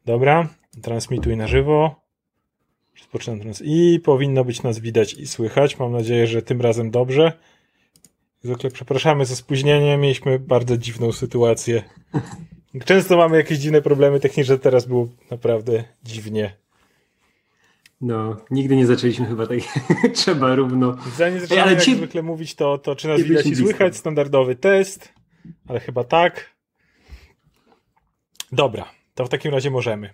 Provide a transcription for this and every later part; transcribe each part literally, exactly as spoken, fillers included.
Dobra, transmituj na żywo. Rozpoczynam trans i powinno być nas widać i słychać. Mam nadzieję, że tym razem dobrze. Jak zwykle przepraszamy za spóźnienie, mieliśmy bardzo dziwną sytuację. Często mamy jakieś dziwne problemy techniczne, teraz było naprawdę dziwnie. No, nigdy nie zaczęliśmy chyba tak. Trzeba równo. Zanim zaczynamy, ale jak ci... zwykle mówić, to, to czy nas widać i słychać, standardowy test, ale chyba tak. Dobra, to w takim razie możemy.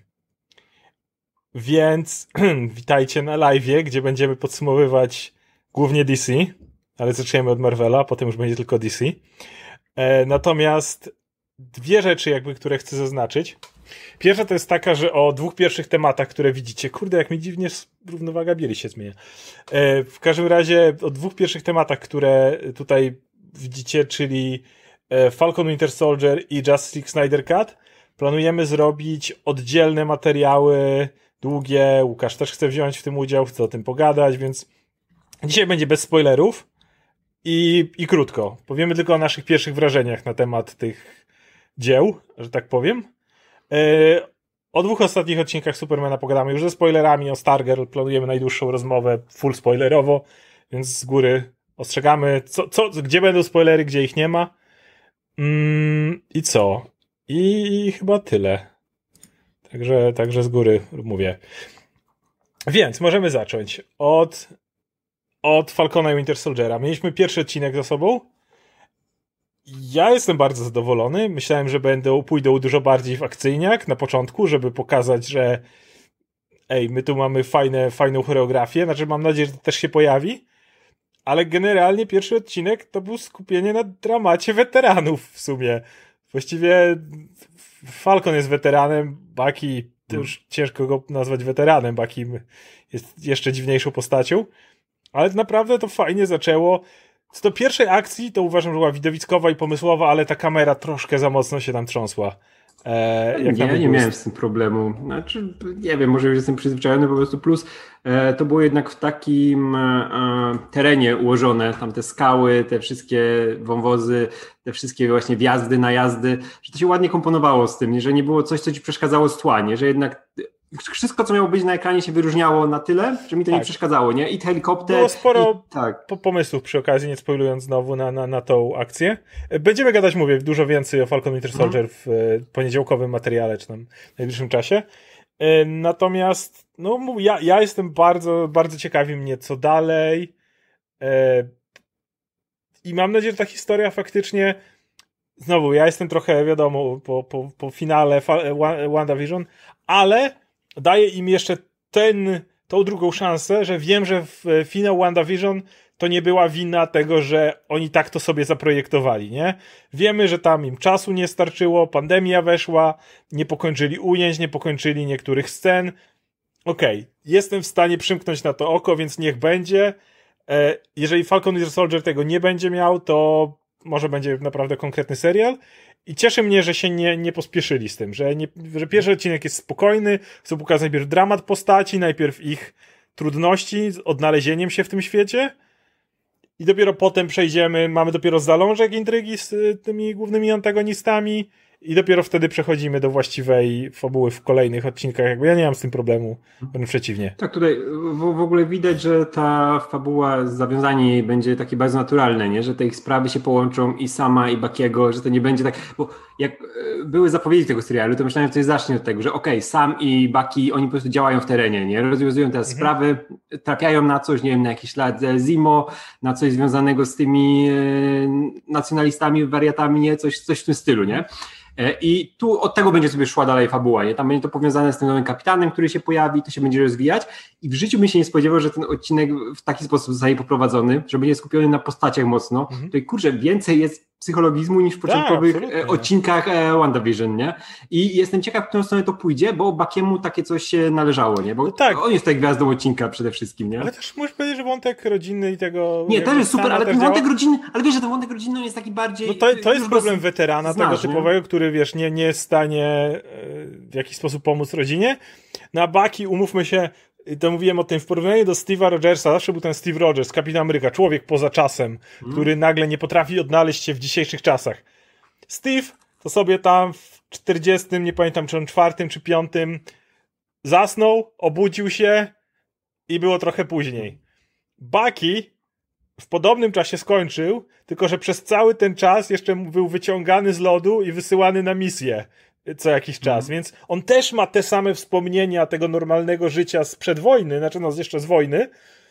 Więc witajcie na live'ie, gdzie będziemy podsumowywać głównie D C, ale zaczniemy od Marvela, a potem już będzie tylko D C. E, natomiast dwie rzeczy jakby, które chcę zaznaczyć. Pierwsza to jest taka, że o dwóch pierwszych tematach, które widzicie, kurde, jak mi dziwnie równowaga bieli się zmienia. E, w każdym razie o dwóch pierwszych tematach, które tutaj widzicie, czyli Falcon Winter Soldier i Justice League Snyder Cut, planujemy zrobić oddzielne materiały, długie. Łukasz też chce wziąć w tym udział, chce o tym pogadać, więc dzisiaj będzie bez spoilerów i, i krótko. Powiemy tylko o naszych pierwszych wrażeniach na temat tych dzieł, że tak powiem. Yy, o dwóch ostatnich odcinkach Supermana pogadamy już ze spoilerami. O Stargirl planujemy najdłuższą rozmowę, full spoilerowo, więc z góry ostrzegamy, co, co, gdzie będą spoilery, gdzie ich nie ma. Yy, I co? I chyba tyle. Także, także z góry mówię. Więc możemy zacząć od, od Falcona i Winter Soldiera. Mieliśmy pierwszy odcinek za sobą. Ja jestem bardzo zadowolony. Myślałem, że będą, pójdą dużo bardziej w akcyjniak na początku, żeby pokazać, że ej, my tu mamy fajne, fajną choreografię. Znaczy mam nadzieję, że to też się pojawi. Ale generalnie pierwszy odcinek to był skupienie na dramacie weteranów w sumie. Właściwie Falcon jest weteranem, Bucky, to już ciężko go nazwać weteranem, Bucky jest jeszcze dziwniejszą postacią, ale naprawdę to fajnie zaczęło. Co do pierwszej akcji, to uważam, że była widowiskowa i pomysłowa, ale ta kamera troszkę za mocno się tam trząsła. E, jak nie, nie miałem z tym problemu. Znaczy, nie wiem, może już jestem przyzwyczajony po prostu. Plus e, to było jednak w takim e, terenie ułożone, tam te skały, te wszystkie wąwozy, te wszystkie właśnie wjazdy, najazdy, że to się ładnie komponowało z tym, że nie było coś, co ci przeszkadzało z tła, nie? Że jednak wszystko, co miało być na ekranie, się wyróżniało na tyle, że mi to tak nie przeszkadzało, nie? I helikopter. Było sporo i, tak. pomysłów przy okazji, nie spoilując znowu na, na, na tą akcję. Będziemy gadać, mówię, dużo więcej o Falcon Winter Soldier w poniedziałkowym materiale, czy tam w najbliższym czasie. Natomiast, no, ja, ja jestem bardzo, bardzo ciekawi mnie, co dalej. I mam nadzieję, że ta historia faktycznie. Znowu, ja jestem trochę, wiadomo, po, po, po finale WandaVision, ale daję im jeszcze ten, tą drugą szansę, że wiem, że w finał WandaVision to nie była wina tego, że oni tak to sobie zaprojektowali, nie? Wiemy, że tam im czasu nie starczyło, pandemia weszła, nie pokończyli ujęć, nie pokończyli niektórych scen. Okej, okay, jestem w stanie przymknąć na to oko, więc niech będzie. Jeżeli Falcon Winter Soldier tego nie będzie miał, to może będzie naprawdę konkretny serial. I cieszy mnie, że się nie, nie pospieszyli z tym, że, nie, że pierwszy odcinek jest spokojny, chcą pokazać najpierw dramat postaci, najpierw ich trudności z odnalezieniem się w tym świecie i dopiero potem przejdziemy, mamy dopiero zalążek intrygi z tymi głównymi antagonistami i dopiero wtedy przechodzimy do właściwej fabuły w kolejnych odcinkach. Jakby ja nie mam z tym problemu, wręcz przeciwnie. Tak, tutaj w, w ogóle widać, że ta fabuła, zawiązanie jej będzie takie bardzo naturalne, nie? Że te ich sprawy się połączą i sama, i Buckiego, że to nie będzie tak, bo jak były zapowiedzi tego serialu, to myślałem, że coś zacznie od tego, że okej, okay, Sam i Bucky, oni po prostu działają w terenie, nie? Rozwiązują te mhm. sprawy, trafiają na coś, nie wiem, na jakiś ślad Zimo, na coś związanego z tymi e, nacjonalistami, wariatami, nie? Coś, coś w tym stylu, nie? I tu od tego będzie sobie szła dalej fabuła, nie? Tam będzie to powiązane z tym nowym kapitanem, który się pojawi, to się będzie rozwijać i w życiu bym się nie spodziewał, że ten odcinek w taki sposób zostaje poprowadzony, że będzie skupiony na postaciach mocno. Mhm. To i kurczę, więcej jest psychologizmu niż w początkowych tak, odcinkach WandaVision, nie? I jestem ciekaw, w którą stronę to pójdzie, bo Buckiemu takie coś się należało, nie? Bo no tak. On jest tutaj gwiazdą odcinka przede wszystkim, nie? Ale też możesz powiedzieć, że wątek rodzinny i tego... Nie, też jest super, ale ten wątek rodzinny, ale wiesz, że ten wątek rodzinny jest taki bardziej... No to, to jest problem weterana znasz, tego typowego, nie? Który, wiesz, nie, nie jest w stanie w jakiś sposób pomóc rodzinie. Na Bucky, umówmy się, to mówiłem o tym, w porównaniu do Steve'a Rogersa, zawsze był ten Steve Rogers, Kapitan Ameryka, człowiek poza czasem, hmm. który nagle nie potrafi odnaleźć się w dzisiejszych czasach. Steve to sobie tam w czterdziestym, nie pamiętam czy on czwartym czy piątym zasnął, obudził się i było trochę później. Bucky w podobnym czasie skończył, tylko że przez cały ten czas jeszcze był wyciągany z lodu i wysyłany na misję co jakiś czas, mm. więc on też ma te same wspomnienia tego normalnego życia sprzed wojny, znaczy no jeszcze z wojny,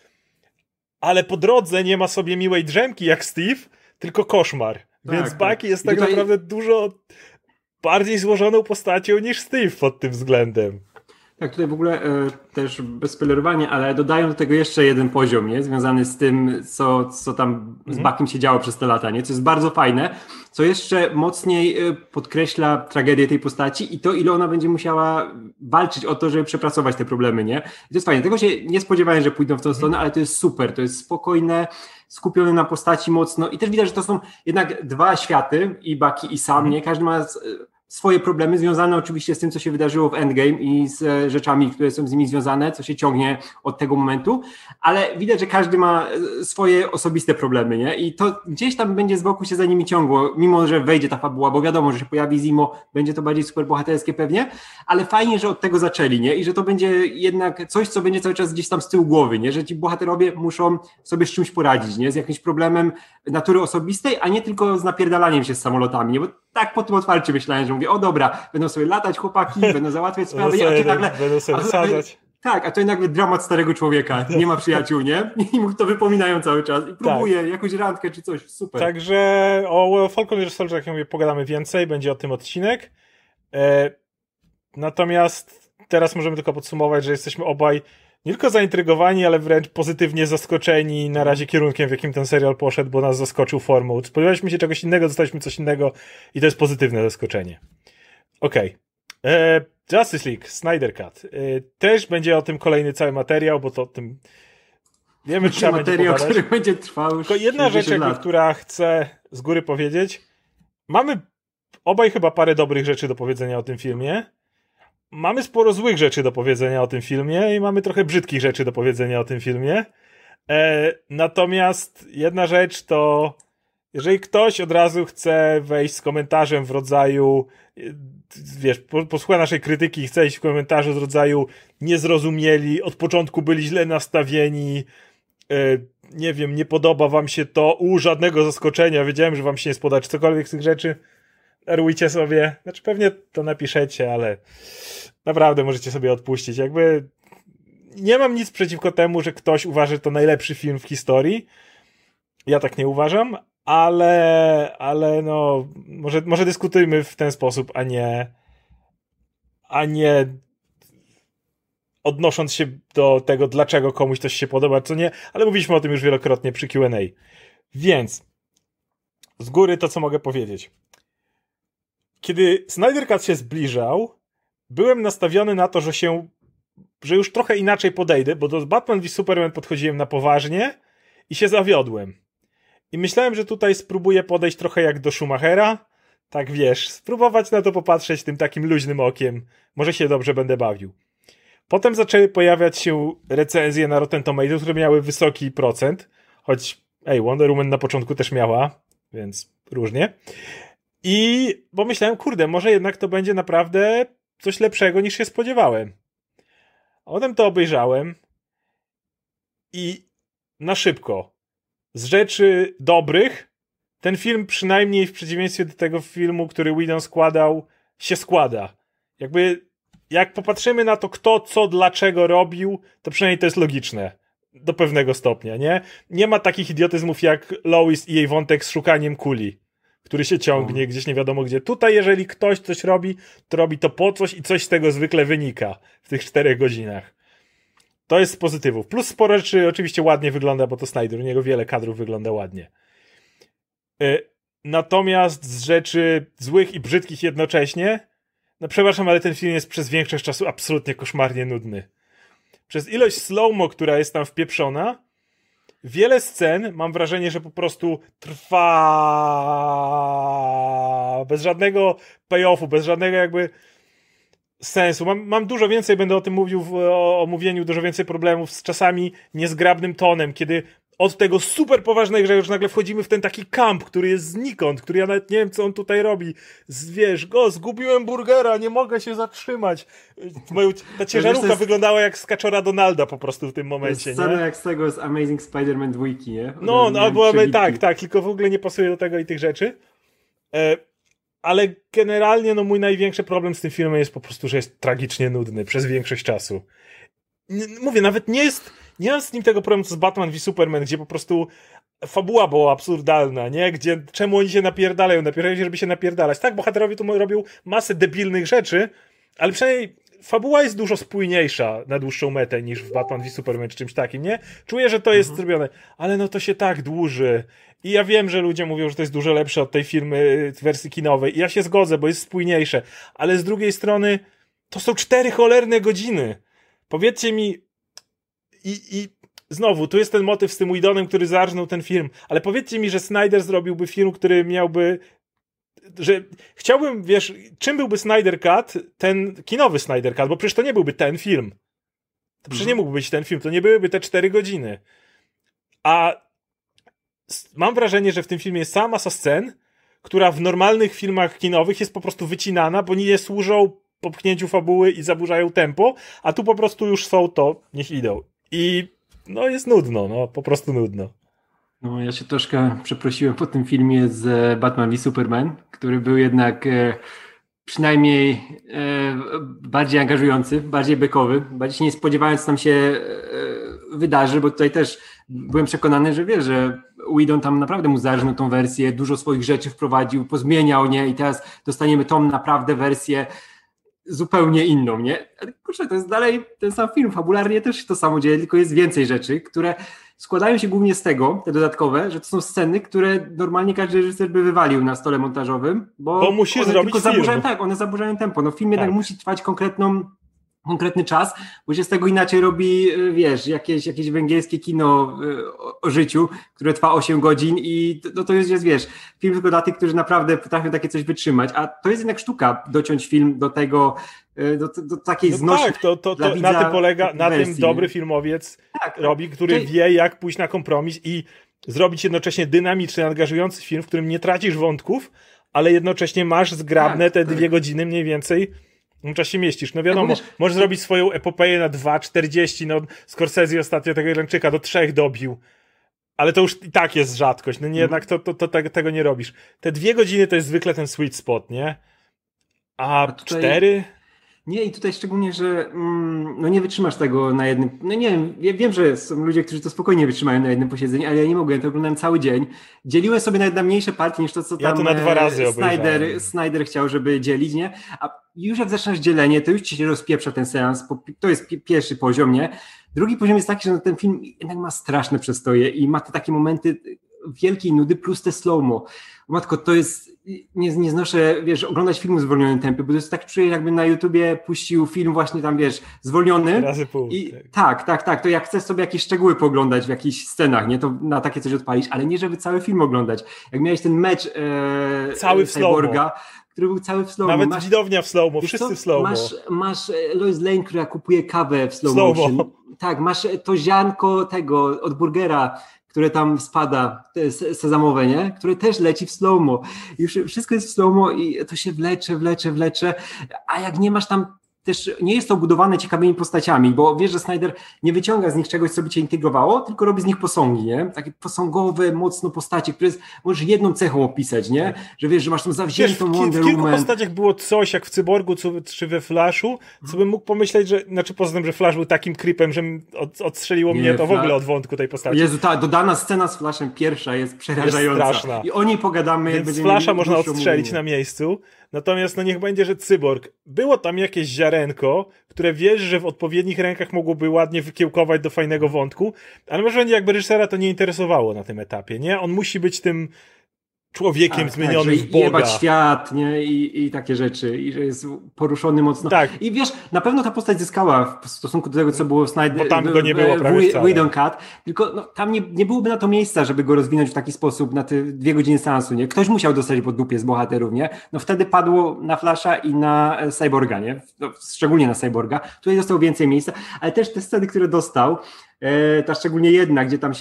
ale po drodze nie ma sobie miłej drzemki jak Steve, tylko koszmar. Tak, więc Bucky tak. jest tak tutaj... naprawdę dużo bardziej złożoną postacią niż Steve pod tym względem. Tak, tutaj w ogóle e, też bez spoilerowania, ale dodają do tego jeszcze jeden poziom, nie? Związany z tym, co, co tam z mm. Buckiem się działo przez te lata, nie? Co jest bardzo fajne, co jeszcze mocniej e, podkreśla tragedię tej postaci i to, ile ona będzie musiała walczyć o to, żeby przepracować te problemy, nie? I to jest fajne. Tego się nie spodziewałem, że pójdą w tą stronę, ale to jest super, to jest spokojne, skupione na postaci mocno i też widać, że to są jednak dwa światy, i Bucky i Sam, nie? Każdy ma swoje problemy związane oczywiście z tym, co się wydarzyło w Endgame i z rzeczami, które są z nimi związane, co się ciągnie od tego momentu, ale widać, że każdy ma swoje osobiste problemy, nie? I to gdzieś tam będzie z boku się za nimi ciągło, mimo że wejdzie ta fabuła, bo wiadomo, że się pojawi Zimo, będzie to bardziej superbohaterskie pewnie, ale fajnie, że od tego zaczęli, nie? I że to będzie jednak coś, co będzie cały czas gdzieś tam z tyłu głowy, nie? Że ci bohaterowie muszą sobie z czymś poradzić, nie? Z jakimś problemem natury osobistej, a nie tylko z napierdalaniem się z samolotami, nie? Bo tak po tym otwarcie myślałem, że mówię, o dobra, będą sobie latać chłopaki, będą załatwiać sprawy, a to nagle... Będą sobie wysadzać. Tak, a to nagle dramat starego człowieka, nie ma przyjaciół, nie? I mu to wypominają cały czas i próbuje tak. jakąś randkę czy coś, super. Także o Falcon Winter Soldier, jak ja mówię, pogadamy więcej, będzie o tym odcinek. E, natomiast teraz możemy tylko podsumować, że jesteśmy obaj nie tylko zaintrygowani, ale wręcz pozytywnie zaskoczeni na razie kierunkiem, w jakim ten serial poszedł, bo nas zaskoczył formą. Spodziewaliśmy się czegoś innego, dostaliśmy coś innego i to jest pozytywne zaskoczenie. Okej. Okay. Justice League, Snyder Cut. E, też będzie o tym kolejny cały materiał, bo to o tym wiemy, trzeba materiał, będzie który będzie trwał już tylko jedna rzecz, jakby, która chcę z góry powiedzieć. Mamy obaj chyba parę dobrych rzeczy do powiedzenia o tym filmie. Mamy sporo złych rzeczy do powiedzenia o tym filmie i mamy trochę brzydkich rzeczy do powiedzenia o tym filmie. E, natomiast jedna rzecz to, jeżeli ktoś od razu chce wejść z komentarzem w rodzaju, wiesz, posłucha naszej krytyki i chce iść w komentarzu z rodzaju niezrozumieli, od początku byli źle nastawieni, e, nie wiem, nie podoba wam się to, u żadnego zaskoczenia, wiedziałem, że wam się nie spoda, czy cokolwiek z tych rzeczy, darujcie sobie, znaczy pewnie to napiszecie, ale naprawdę możecie sobie odpuścić. Jakby nie mam nic przeciwko temu, że ktoś uważa, że to najlepszy film w historii. Ja tak nie uważam, ale ale no może, może dyskutujmy w ten sposób, a nie a nie odnosząc się do tego, dlaczego komuś coś się podoba, co nie, ale mówiliśmy o tym już wielokrotnie przy Q and A. Więc z góry to, co mogę powiedzieć. Kiedy Snyder Cut się zbliżał, byłem nastawiony na to, że się, że już trochę inaczej podejdę, bo do Batman v Superman podchodziłem na poważnie i się zawiodłem. I myślałem, że tutaj spróbuję podejść trochę jak do Schumachera, tak wiesz, spróbować na to popatrzeć tym takim luźnym okiem, może się dobrze będę bawił. Potem zaczęły pojawiać się recenzje na Rotten Tomatoes, które miały wysoki procent, choć ej, Wonder Woman na początku też miała, więc różnie. I bo myślałem, kurde, może jednak to będzie naprawdę coś lepszego niż się spodziewałem. A potem to obejrzałem i na szybko, z rzeczy dobrych, ten film przynajmniej w przeciwieństwie do tego filmu, który Whedon składał, się składa. Jakby, jak popatrzymy na to, kto, co, dlaczego robił, to przynajmniej to jest logiczne. Do pewnego stopnia, nie? Nie ma takich idiotyzmów jak Lois i jej wątek z szukaniem kuli, który się ciągnie gdzieś nie wiadomo gdzie. Tutaj, jeżeli ktoś coś robi, to robi to po coś i coś z tego zwykle wynika w tych czterech godzinach. To jest z pozytywów. Plus sporo rzeczy oczywiście ładnie wygląda, bo to Snyder, u niego wiele kadrów wygląda ładnie. Natomiast z rzeczy złych i brzydkich jednocześnie, no przepraszam, ale ten film jest przez większość czasu absolutnie koszmarnie nudny. Przez ilość slow-mo, która jest tam wpieprzona, wiele scen, mam wrażenie, że po prostu trwa bez żadnego payoffu, bez żadnego jakby sensu. Mam, mam dużo więcej, będę o tym mówił w o, omówieniu, dużo więcej problemów z czasami niezgrabnym tonem, kiedy od tego super poważnego, że już nagle wchodzimy w ten taki kamp, który jest znikąd, który ja nawet nie wiem, co on tutaj robi. Z, wiesz, go, zgubiłem burgera, nie mogę się zatrzymać. Moją, ta ciężarówka jest... wyglądała jak z Kaczora Donalda po prostu w tym momencie. To jest jak z tego z Amazing Spider-Man dwa, nie? Od no, no albo tak, tak, tylko w ogóle nie pasuje do tego i tych rzeczy. E, ale generalnie, no mój największy problem z tym filmem jest po prostu, że jest tragicznie nudny przez większość czasu. Mówię, nawet nie jest, nie mam z nim tego problemu co z Batman v Superman, gdzie po prostu fabuła była absurdalna, nie? Gdzie, czemu oni się napierdalają? Napierają się, żeby się napierdalać. Tak, bohaterowie tu robią masę debilnych rzeczy, ale przynajmniej fabuła jest dużo spójniejsza na dłuższą metę niż w Batman v Superman czy czymś takim, nie? Czuję, że to jest mhm. zrobione, ale no to się tak dłuży. I ja wiem, że ludzie mówią, że to jest dużo lepsze od tej filmy w wersji kinowej i ja się zgodzę, bo jest spójniejsze, ale z drugiej strony to są cztery cholerne godziny. Powiedzcie mi i, i znowu, tu jest ten motyw z tym Whedonem, który zarżnął ten film, ale powiedzcie mi, że Snyder zrobiłby film, który miałby, że chciałbym, wiesz, czym byłby Snyder Cut, ten kinowy Snyder Cut, bo przecież to nie byłby ten film. To przecież nie mógłby być ten film, to nie byłyby te cztery godziny. A mam wrażenie, że w tym filmie jest cała masa scen, która w normalnych filmach kinowych jest po prostu wycinana, bo nie służą popchnięciu fabuły i zaburzają tempo, a tu po prostu już są, to niech idą. I no jest nudno, no po prostu nudno. No ja się troszkę przeprosiłem po tym filmie z Batman v Superman, który był jednak e, przynajmniej e, bardziej angażujący, bardziej bekowy, bardziej się nie spodziewając, co tam się e, wydarzy, bo tutaj też byłem przekonany, że wiesz, że Whedon tam naprawdę mu zarżnął tą wersję, dużo swoich rzeczy wprowadził, pozmieniał, nie? I teraz dostaniemy tą naprawdę wersję zupełnie inną, nie? Ale kurczę, to jest dalej ten sam film, fabularnie też się to samo dzieje, tylko jest więcej rzeczy, które składają się głównie z tego, te dodatkowe, że to są sceny, które normalnie każdy reżyser by wywalił na stole montażowym, bo, bo musi one zrobić tylko film. zaburzają, tak, one zaburzają tempo. No film jednak tak. musi trwać konkretną konkretny czas, bo się z tego inaczej robi, wiesz, jakieś, jakieś węgierskie kino o, o życiu, które trwa osiem godzin i no to jest, jest, wiesz, film tylko dla tych, którzy naprawdę potrafią takie coś wytrzymać, a to jest jednak sztuka, dociąć film do tego, do, do takiej no znośnej tak, to, to, to na tym polega, na wersji, tym dobry filmowiec tak, robi, który to... wie, jak pójść na kompromis i zrobić jednocześnie dynamiczny, angażujący film, w którym nie tracisz wątków, ale jednocześnie masz zgrabne tak, te tak. dwie godziny mniej więcej w czasie mieścisz. No wiadomo, tak, możesz zrobić swoją epopeję na dwa czterdzieści, no Scorsese ostatnio tego Irlandczyka do trzech dobił. Ale to już i tak jest rzadkość. No nie, jednak to, to, to, to tego nie robisz. Te dwie godziny to jest zwykle ten sweet spot, nie? A, A tutaj... cztery? Nie, i tutaj szczególnie, że mm, no nie wytrzymasz tego na jednym, no nie wiem, ja wiem, że są ludzie, którzy to spokojnie wytrzymają na jednym posiedzeniu, ale ja nie mogłem, to oglądałem cały dzień. Dzieliłem sobie nawet na mniejsze partie niż to, co tam ja to na dwa razy Snyder, Snyder chciał, żeby dzielić, nie? A już jak zaczynasz dzielenie, to już ci się rozpieprza ten seans, to jest pierwszy poziom, nie? Drugi poziom jest taki, że ten film jednak ma straszne przestoje i ma te takie momenty wielkiej nudy plus te slow-mo. Matko, to jest, nie, nie znoszę, wiesz, oglądać film w zwolnionym tempie, bo to jest tak, czuję, jakby na YouTubie puścił film właśnie tam, wiesz, zwolniony. Razy pół. I tak. tak, tak, tak, to jak chcesz sobie jakieś szczegóły pooglądać w jakichś scenach, nie, to na takie coś odpalić, ale nie, żeby cały film oglądać. Jak miałeś ten mecz e, cały w Cyborga, który był cały w slow-mo. Nawet masz, widownia w slow-mo, wszyscy co? w slow-mo. Masz, masz Lois Lane, która kupuje kawę w slow motion. Slow tak, masz to ziarnko tego od burgera, które tam spada, sezamowe, nie? Które też leci w slow-mo. Już wszystko jest w slow-mo i to się wlecze, wlecze, wlecze, a jak nie masz tam też, nie jest to budowane ciekawymi postaciami, bo wiesz, że Snyder nie wyciąga z nich czegoś, co by cię intrygowało, tylko robi z nich posągi, nie? Takie posągowe, mocno postacie, które jest, możesz jedną cechą opisać, nie? Że wiesz, że masz tą zawziętą Wonder Woman. W kilku postaciach było coś, jak w Cyborgu czy we Flashu, co bym mógł pomyśleć, że, znaczy poza tym, że Flash był takim creepem, że od, odstrzeliło nie, mnie to w ogóle od wątku tej postaci. Jezu, ta dodana scena z Flashem pierwsza jest przerażająca. Jest straszna. I o niej pogadamy. Więc z Flasha można odstrzelić mówię. na miejscu. Natomiast no niech będzie, że Cyborg. Było tam jakieś ziarenko, które wiesz, że w odpowiednich rękach mogłoby ładnie wykiełkować do fajnego wątku, ale może będzie jakby reżysera to nie interesowało na tym etapie, nie? On musi być tym człowiekiem tak, zmienionym tak, w Boga. Jebać świat, nie? I, i takie rzeczy. I że jest poruszony mocno. Tak. I wiesz, na pewno ta postać zyskała w stosunku do tego, co było w Snyder. Bo tam go nie było prawie wcale. Whedon Cut. Tylko no, tam nie, nie byłoby na to miejsca, żeby go rozwinąć w taki sposób na te dwie godziny seansu, nie? Ktoś musiał dostać po dupie z bohaterów, nie? No wtedy padło na Flasha i na Cyborga, nie? No, szczególnie na Cyborga. Tutaj dostał więcej miejsca, ale też te sceny, które dostał, e, ta szczególnie jedna, gdzie tam się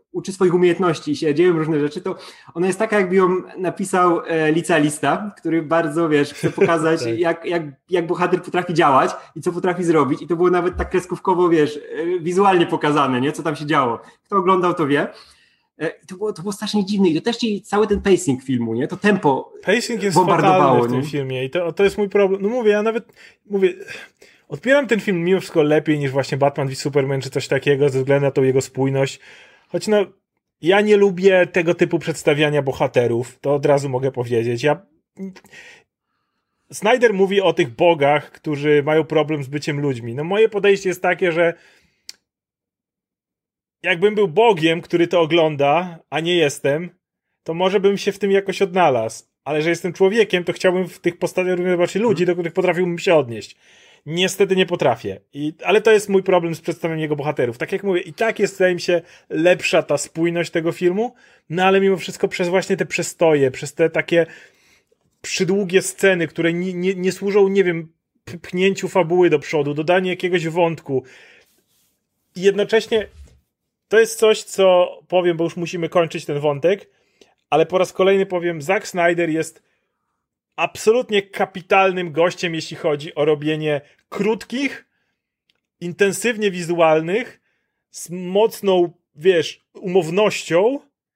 uczy swoich umiejętności i się dzieją różne rzeczy, to ona jest taka, jakby ją napisał e, licealista, który bardzo, wiesz, chce pokazać, tak. jak, jak, jak bohater potrafi działać i co potrafi zrobić i to było nawet tak kreskówkowo, wiesz, e, wizualnie pokazane, nie, co tam się działo. Kto oglądał, to wie. E, to, było, to było strasznie dziwne i to też ci cały ten pacing filmu, nie, to tempo pacing jest bombardowało w tym nie? filmie i to, to jest mój problem. No mówię, ja nawet, mówię... Odbieram ten film mimo wszystko lepiej niż właśnie Batman v Superman czy coś takiego ze względu na tą jego spójność. Choć no, ja nie lubię tego typu przedstawiania bohaterów. To od razu mogę powiedzieć. Ja... Snyder mówi o tych bogach, którzy mają problem z byciem ludźmi. No moje podejście jest takie, że jakbym był Bogiem, który to ogląda, a nie jestem, to może bym się w tym jakoś odnalazł. Ale że jestem człowiekiem, to chciałbym w tych postaciach również zobaczyć ludzi, do których potrafiłbym się odnieść. Niestety nie potrafię. I, ale to jest mój problem z przedstawieniem jego bohaterów. Tak jak mówię, i tak jest, wydaje mi się, lepsza ta spójność tego filmu, no ale mimo wszystko przez właśnie te przestoje, przez te takie przydługie sceny, które nie, nie, nie służą, nie wiem, pchnięciu fabuły do przodu, dodaniu jakiegoś wątku. I jednocześnie to jest coś, co powiem, bo już musimy kończyć ten wątek, ale po raz kolejny powiem, Zack Snyder jest absolutnie kapitalnym gościem, jeśli chodzi o robienie krótkich, intensywnie wizualnych, z mocną, wiesz, umownością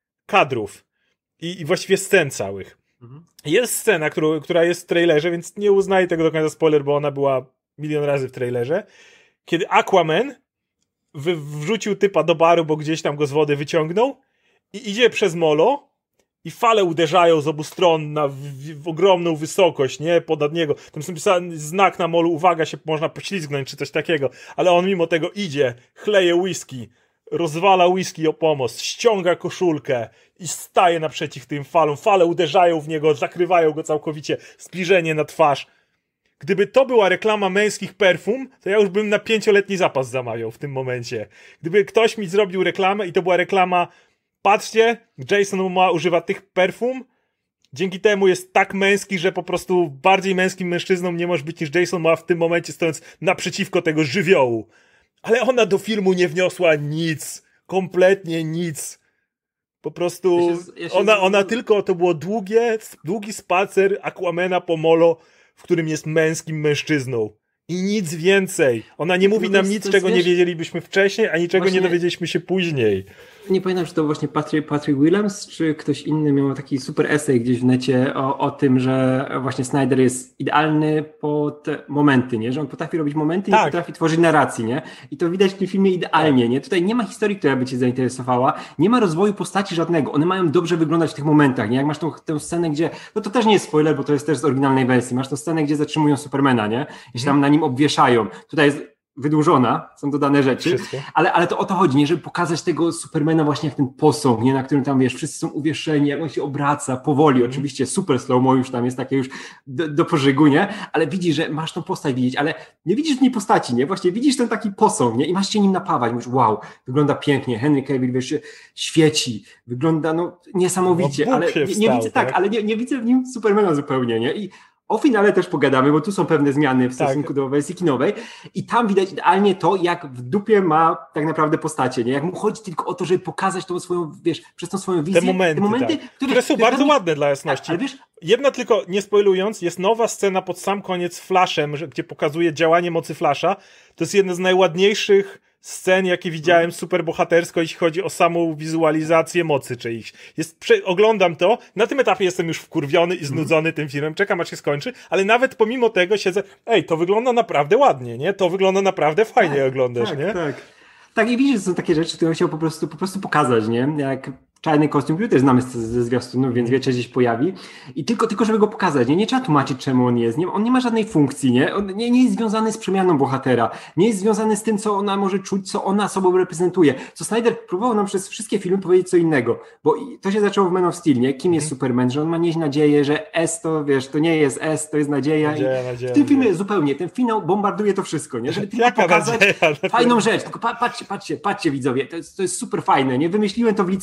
kadrów i, i właściwie scen całych. Mhm. Jest scena, którą, która jest w trailerze, więc nie uznaję tego do końca spoiler, bo ona była milion razy w trailerze, kiedy Aquaman wy, wrzucił typa do baru, bo gdzieś tam go z wody wyciągnął i idzie przez molo i fale uderzają z obu stron na w, w ogromną wysokość, nie? Ponad niego. Tam jest napisany znak na molu, uwaga, się można poślizgnąć, czy coś takiego. Ale on mimo tego idzie, chleje whisky, rozwala whisky o pomost, ściąga koszulkę i staje naprzeciw tym falom. Fale uderzają w niego, zakrywają go całkowicie, zbliżenie na twarz. Gdyby to była reklama męskich perfum, to ja już bym na pięcioletni zapas zamawiał w tym momencie. Gdyby ktoś mi zrobił reklamę i to była reklama, patrzcie, Jason Momoa używa tych perfum, dzięki temu jest tak męski, że po prostu bardziej męskim mężczyzną nie może być niż Jason Momoa w tym momencie, stojąc naprzeciwko tego żywiołu. Ale ona do filmu nie wniosła nic. Kompletnie nic. Po prostu ja się, ja się ona, ona tylko, to było długie, długi spacer Aquamana po molo, w którym jest męskim mężczyzną. I nic więcej. Ona nie mówi no nam nic, czego wiesz, nie wiedzielibyśmy wcześniej, a niczego właśnie nie dowiedzieliśmy się później. Nie pamiętam, czy to właśnie Patrick, Patrick Williams, czy ktoś inny miał taki super esej gdzieś w necie o, o tym, że właśnie Snyder jest idealny pod momenty, nie? Że on potrafi robić momenty tak. i potrafi tworzyć narrację, nie? I to widać w tym filmie idealnie, tak. nie? Tutaj nie ma historii, która by cię zainteresowała, nie ma rozwoju postaci żadnego, one mają dobrze wyglądać w tych momentach, nie? Jak masz tą, tę scenę, gdzie, no to też nie jest spoiler, bo to jest też z oryginalnej wersji, masz tą scenę, gdzie zatrzymują Supermana, nie? I się tam na nim obwieszają. Tutaj jest wydłużona, są dodane rzeczy, ale, ale to o to chodzi, nie, żeby pokazać tego Supermana właśnie jak ten posąg, nie, na którym tam, wiesz, wszyscy są uwieszeni, jak on się obraca, powoli, mm. oczywiście super slow-mo już tam jest takie już do, do pożygu, nie, ale widzisz, że masz tą postać widzieć, ale nie widzisz w niej postaci, nie, właśnie widzisz ten taki posąg, nie, i masz się nim napawać, mówisz, wow, wygląda pięknie, Henry Cavill, wiesz, świeci, wygląda, no, niesamowicie, no, ale nie, nie wstał, widzę, tak, tak ale nie, nie widzę w nim Supermana zupełnie, nie, i o finale też pogadamy, bo tu są pewne zmiany w stosunku tak. do wersji kinowej i tam widać idealnie to, jak w dupie ma tak naprawdę postacie, nie? Jak mu chodzi tylko o to, żeby pokazać tą swoją, wiesz, przez tą swoją wizję. Te momenty, te momenty tak. które, które są które bardzo ładne dla jasności. Tak, ale wiesz, jedna tylko, nie spoilując, jest nowa scena pod sam koniec Flashem, gdzie pokazuje działanie mocy Flasha. To jest jedna z najładniejszych scen, jakie widziałem superbohatersko, jeśli chodzi o samą wizualizację mocy czyichś. Jest, prze, oglądam to, na tym etapie jestem już wkurwiony i znudzony tym filmem, czekam aż się skończy, ale nawet pomimo tego siedzę, ej, to wygląda naprawdę ładnie, nie? To wygląda naprawdę fajnie, tak, oglądasz, tak, nie? Tak, tak. I widzisz, że są takie rzeczy, które chciał po prostu, po prostu pokazać, nie? Jak czarny kostium, który też znamy ze zwiastunów, więc wiecie, gdzieś pojawi. I tylko, tylko żeby go pokazać, nie? Nie trzeba tłumaczyć, czemu on jest. Nie, on nie ma żadnej funkcji, nie? On nie, nie jest związany z przemianą bohatera. Nie jest związany z tym, co ona może czuć, co ona sobą reprezentuje. Co Snyder próbował nam przez wszystkie filmy powiedzieć co innego. Bo to się zaczęło w Man of Steel, nie? Kim jest hmm. Superman? Że on ma nieść nadzieję, że S to, wiesz, to nie jest S, to jest nadzieja. nadzieja, I nadzieja w tym filmie zupełnie, ten finał bombarduje to wszystko, nie? Żeby tylko pokazać nadzieja? fajną rzecz. Tylko pa, patrzcie, patrzcie, patrzcie widzowie, to jest, to jest super fajne, nie? Wymyśliłem to w liceum, teraz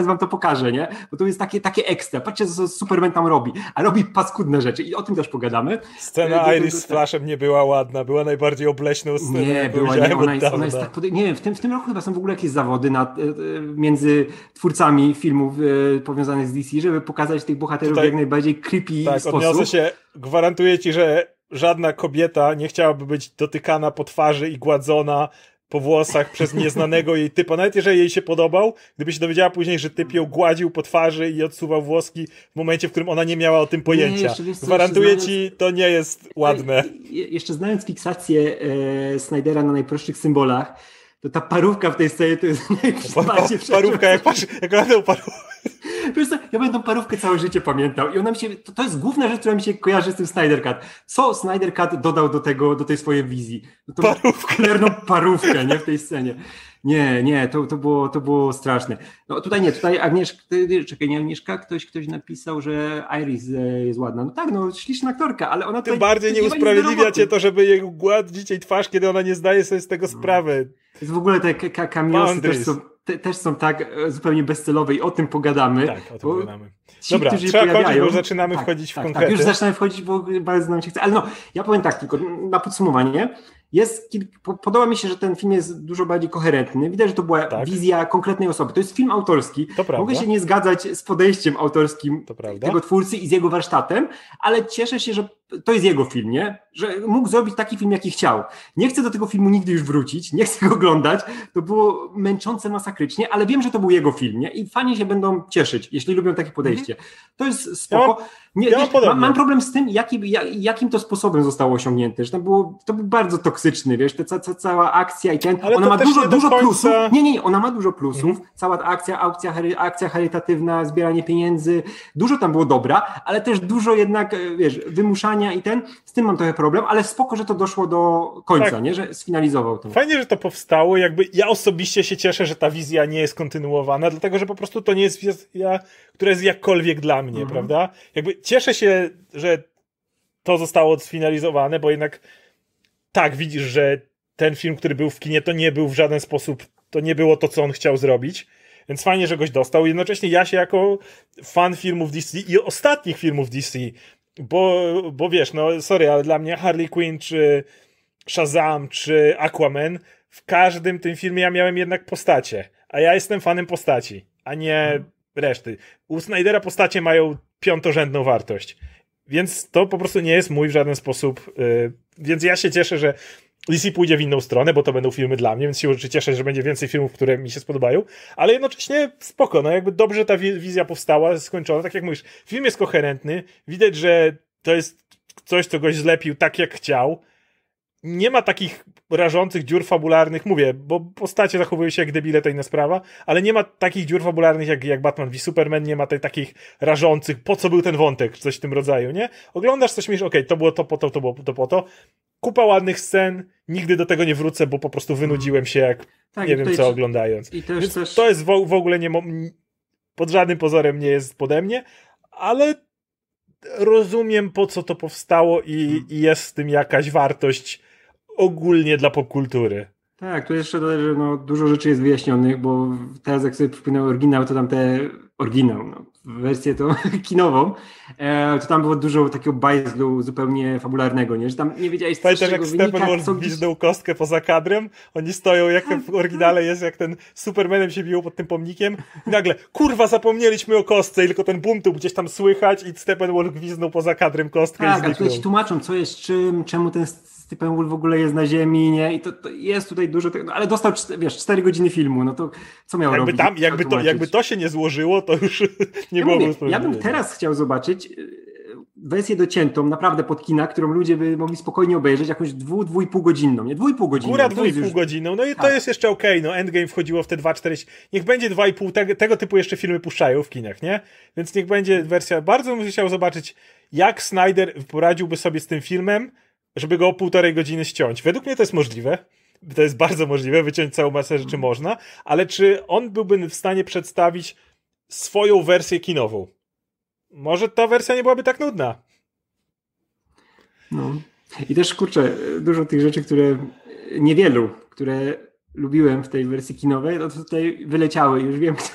zaraz wam to pokażę, nie? Bo to jest takie, takie ekstra. Patrzcie, co Superman tam robi. A robi paskudne rzeczy i o tym też pogadamy. Scena Iris z Flashem nie była ładna, była najbardziej obleśną sceną. Nie, była, nie, ona jest, ona jest tak, pod... nie wiem, w tym, w tym roku chyba są w ogóle jakieś zawody na, między twórcami filmów e, powiązanych z D C, żeby pokazać tych bohaterów Tutaj, w jak najbardziej creepy tak, sposób. Tak, odniosę się, gwarantuję ci, że żadna kobieta nie chciałaby być dotykana po twarzy i gładzona po włosach przez nieznanego jej typa, nawet jeżeli jej się podobał, gdyby się dowiedziała później, że typ ją gładził po twarzy i odsuwał włoski w momencie, w którym ona nie miała o tym pojęcia. Nie, jeszcze, wiesz, co, Gwarantuję znając... ci, to nie jest ładne. Je, jeszcze znając fiksację e, Snydera na najprostszych symbolach, to ta parówka w tej scenie to jest najbardziej Parówka, jak patrz, jak na tę parówkę. Wiesz co, ja będę tą parówkę całe życie pamiętał i ona mi się, to, to jest główna rzecz, która mi się kojarzy z tym Snyder Cut. Co Snyder Cut dodał do tego, do tej swojej wizji? No to parówkę. Cholerną parówkę, nie, w tej scenie. Nie, nie, to, to, było, to było straszne. No tutaj nie, tutaj Agnieszka, czekaj, nie Agnieszka, ktoś, ktoś napisał, że Iris jest ładna. No tak, no śliczna aktorka, ale ona Tym bardziej nie usprawiedliwia cię to, żeby jej gładzić jej twarz, kiedy ona nie zdaje sobie z tego sprawy. To jest w ogóle te kamiosy też są, te, też są tak zupełnie bezcelowe i o tym pogadamy. Tak, o tym pogadamy. Ci, Dobra, trzeba kończyć, bo zaczynamy tak, wchodzić tak, w konkrety. Tak, już zaczynamy wchodzić, bo bardzo nam się chce. Ale no, ja powiem tak tylko na podsumowanie. Jest kilk... Podoba mi się, że ten film jest dużo bardziej koherentny. Widać, że to była tak. wizja konkretnej osoby. To jest film autorski. To Mogę się nie zgadzać z podejściem autorskim tego twórcy i z jego warsztatem, ale cieszę się, że to jest jego film, nie? Że mógł zrobić taki film, jaki chciał. Nie chcę do tego filmu nigdy już wrócić, nie chcę go oglądać. To było męczące masakrycznie, ale wiem, że to był jego film, nie? I fani się będą cieszyć, jeśli lubią takie podejście. To jest spoko. Nie, ja wiesz, mam, mam problem z tym, jaki, jakim to sposobem zostało osiągnięte. Że to, było, to był bardzo toksyczny, wiesz, ta, ta cała akcja i ten. Ale ona ma dużo, dużo końca... plusów. Nie, nie, nie, ona ma dużo plusów. Mhm. Cała ta akcja, akcja, akcja charytatywna, zbieranie pieniędzy, dużo tam było dobra, ale też dużo jednak, wiesz, wymuszania i ten. Z tym mam trochę problem, ale spoko, że to doszło do końca, tak. nie, że sfinalizował to. Fajnie, że to powstało. Jakby ja osobiście się cieszę, że ta wizja nie jest kontynuowana, dlatego, że po prostu to nie jest wizja, która jest jakkolwiek dla mnie, mhm. prawda? Jakby cieszę się, że to zostało sfinalizowane, bo jednak tak, widzisz, że ten film, który był w kinie, to nie był w żaden sposób, to nie było to, co on chciał zrobić, więc fajnie, że goś dostał. Jednocześnie ja się jako fan filmów D C i ostatnich filmów D C, bo, bo wiesz, no sorry, ale dla mnie Harley Quinn, czy Shazam, czy Aquaman, w każdym tym filmie ja miałem jednak postacie, a ja jestem fanem postaci, a nie reszty. U Snydera postacie mają piątorzędną wartość. Więc to po prostu nie jest mój w żaden sposób. Yy, więc ja się cieszę, że D C pójdzie w inną stronę, bo to będą filmy dla mnie, więc się oczywiście cieszę, że będzie więcej filmów, które mi się spodobają, ale jednocześnie spoko, no jakby dobrze ta wizja powstała, skończona, tak jak mówisz, film jest koherentny, widać, że to jest coś, co goś zlepił tak, jak chciał. Nie ma takich rażących dziur fabularnych, mówię, bo postacie zachowują się jak debile, to inna sprawa, ale nie ma takich dziur fabularnych jak, jak Batman v Superman, nie ma tej, takich rażących, po co był ten wątek, coś w tym rodzaju, nie? Oglądasz coś, myślisz, okej, okay, to było to po to, to było to po to. Kupa ładnych scen, nigdy do tego nie wrócę, bo po prostu wynudziłem się jak tak, nie wiem co, oglądając. I też, Więc też... to jest w, w ogóle nie, pod żadnym pozorem nie jest pode mnie, ale rozumiem, po co to powstało i, hmm. i jest w tym jakaś wartość ogólnie dla popkultury. Tak, tu jeszcze dodać, że no, dużo rzeczy jest wyjaśnionych, bo teraz jak sobie przypomniał oryginał, to tam te oryginał, no, wersję tą kinową, e, to tam było dużo takiego bajzlu zupełnie fabularnego, nie? Że tam nie wiedziałeś, co Pamiętasz, jak Steppenwolf gwizdnął kostkę poza kadrem? Oni stoją, jak tak, w oryginale tak. jest, jak ten Supermanem się biją pod tym pomnikiem i nagle, kurwa, zapomnieliśmy o kostce i tylko ten bum tu gdzieś tam słychać i Steppenwolf gwizdnął poza kadrem kostkę tak, i zniknął. Tak, a tutaj ci tłumaczą, co jest czym, czemu ten Steppenwolf w ogóle jest na ziemi, nie? I to, to jest tutaj dużo tego, no, ale dostał, wiesz, cztery godziny filmu, no to co miał jakby robić? Tam, jakby, to, jakby to się nie złożyło, to już nie ja byłoby mówię, Ja bym teraz chciał zobaczyć wersję dociętą, naprawdę pod kina, którą ludzie by mogli spokojnie obejrzeć, jakąś dwu, dwu i pół godzinną, nie? Dwu i pół godzinną. Góra dwu i pół już... godziną, no i tak. To jest jeszcze okej, okay. No Endgame wchodziło w te dwa czterdzieści, niech będzie dwa i pół, tego, tego typu jeszcze filmy puszczają w kinach, nie? Więc niech będzie wersja, bardzo bym chciał zobaczyć, jak Snyder poradziłby sobie z tym filmem, żeby go o półtorej godziny ściąć. Według mnie to jest możliwe, to jest bardzo możliwe, wyciąć całą masę rzeczy można, ale czy on byłby w stanie przedstawić swoją wersję kinową? Może ta wersja nie byłaby tak nudna. No. I też, kurczę, dużo tych rzeczy, które niewielu, które lubiłem w tej wersji kinowej, no to tutaj wyleciały. Już wiem, kto,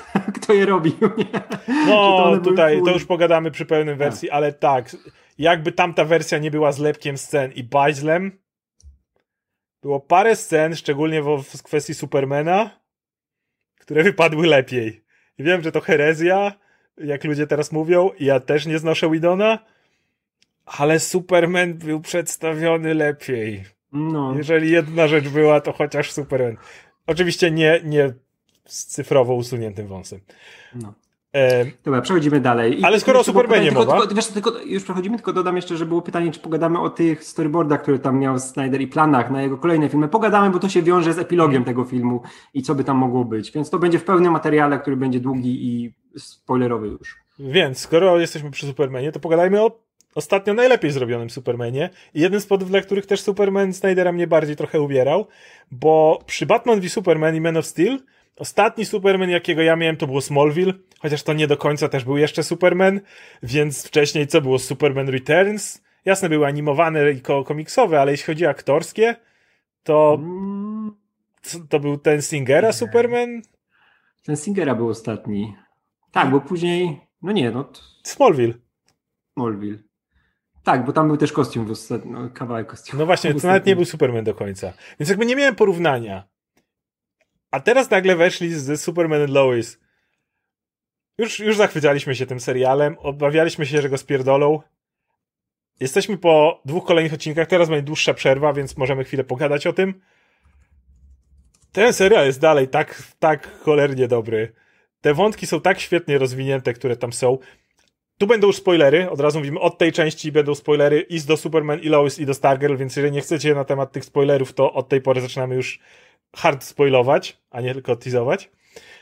kto je robił. Nie? No tutaj to już pogadamy przy pełnym wersji, tak. Ale tak, jakby tamta wersja nie była zlepkiem scen i bajzlem, było parę scen, szczególnie w, w kwestii Supermana, które wypadły lepiej. I wiem, że to herezja, jak ludzie teraz mówią, ja też nie znoszę Whedona, ale Superman był przedstawiony lepiej. No. Jeżeli jedna rzecz była, to chociaż Superman. Oczywiście nie, nie z cyfrowo usuniętym wąsem. No. E... Dobra, przechodzimy dalej. I ale skoro o Supermanie mowa... Tylko, tylko, wiesz, tylko, już przechodzimy, tylko dodam jeszcze, że było pytanie, czy pogadamy o tych storyboardach, które tam miał Snyder i planach na jego kolejne filmy. Pogadamy, bo to się wiąże z epilogiem tego filmu i co by tam mogło być. Więc to będzie w pełnym materiale, który będzie długi i spoilerowy już. Więc, skoro jesteśmy przy Supermanie, to pogadajmy o ostatnio najlepiej zrobionym Supermanie i jeden z powodów, dla których też Superman Snydera mnie bardziej trochę ubierał, bo przy Batman v Superman i Man of Steel ostatni Superman, jakiego ja miałem, to było Smallville, chociaż to nie do końca też był jeszcze Superman, więc wcześniej co było? Superman Returns. Jasne, były animowane i komiksowe, ale jeśli chodzi o aktorskie, to to był ten Singera Superman? Ten Singera był ostatni. Tak, bo później, no nie, no. To... Smallville. Smallville. Tak, bo tam był też kostium, no, kawałek kostiumu. No właśnie, to nawet nie był Superman do końca. Więc jakby nie miałem porównania. A teraz nagle weszli z Superman and Lois. Już, już zachwycaliśmy się tym serialem, obawialiśmy się, że go spierdolą. Jesteśmy po dwóch kolejnych odcinkach, teraz będzie dłuższa przerwa, więc możemy chwilę pogadać o tym. Ten serial jest dalej tak, tak cholernie dobry. Te wątki są tak świetnie rozwinięte, które tam są. Tu będą już spoilery, od razu mówimy, od tej części będą spoilery i do Superman i Lois i do Stargirl, więc jeżeli nie chcecie na temat tych spoilerów, to od tej pory zaczynamy już hard spoilować, a nie tylko teasować.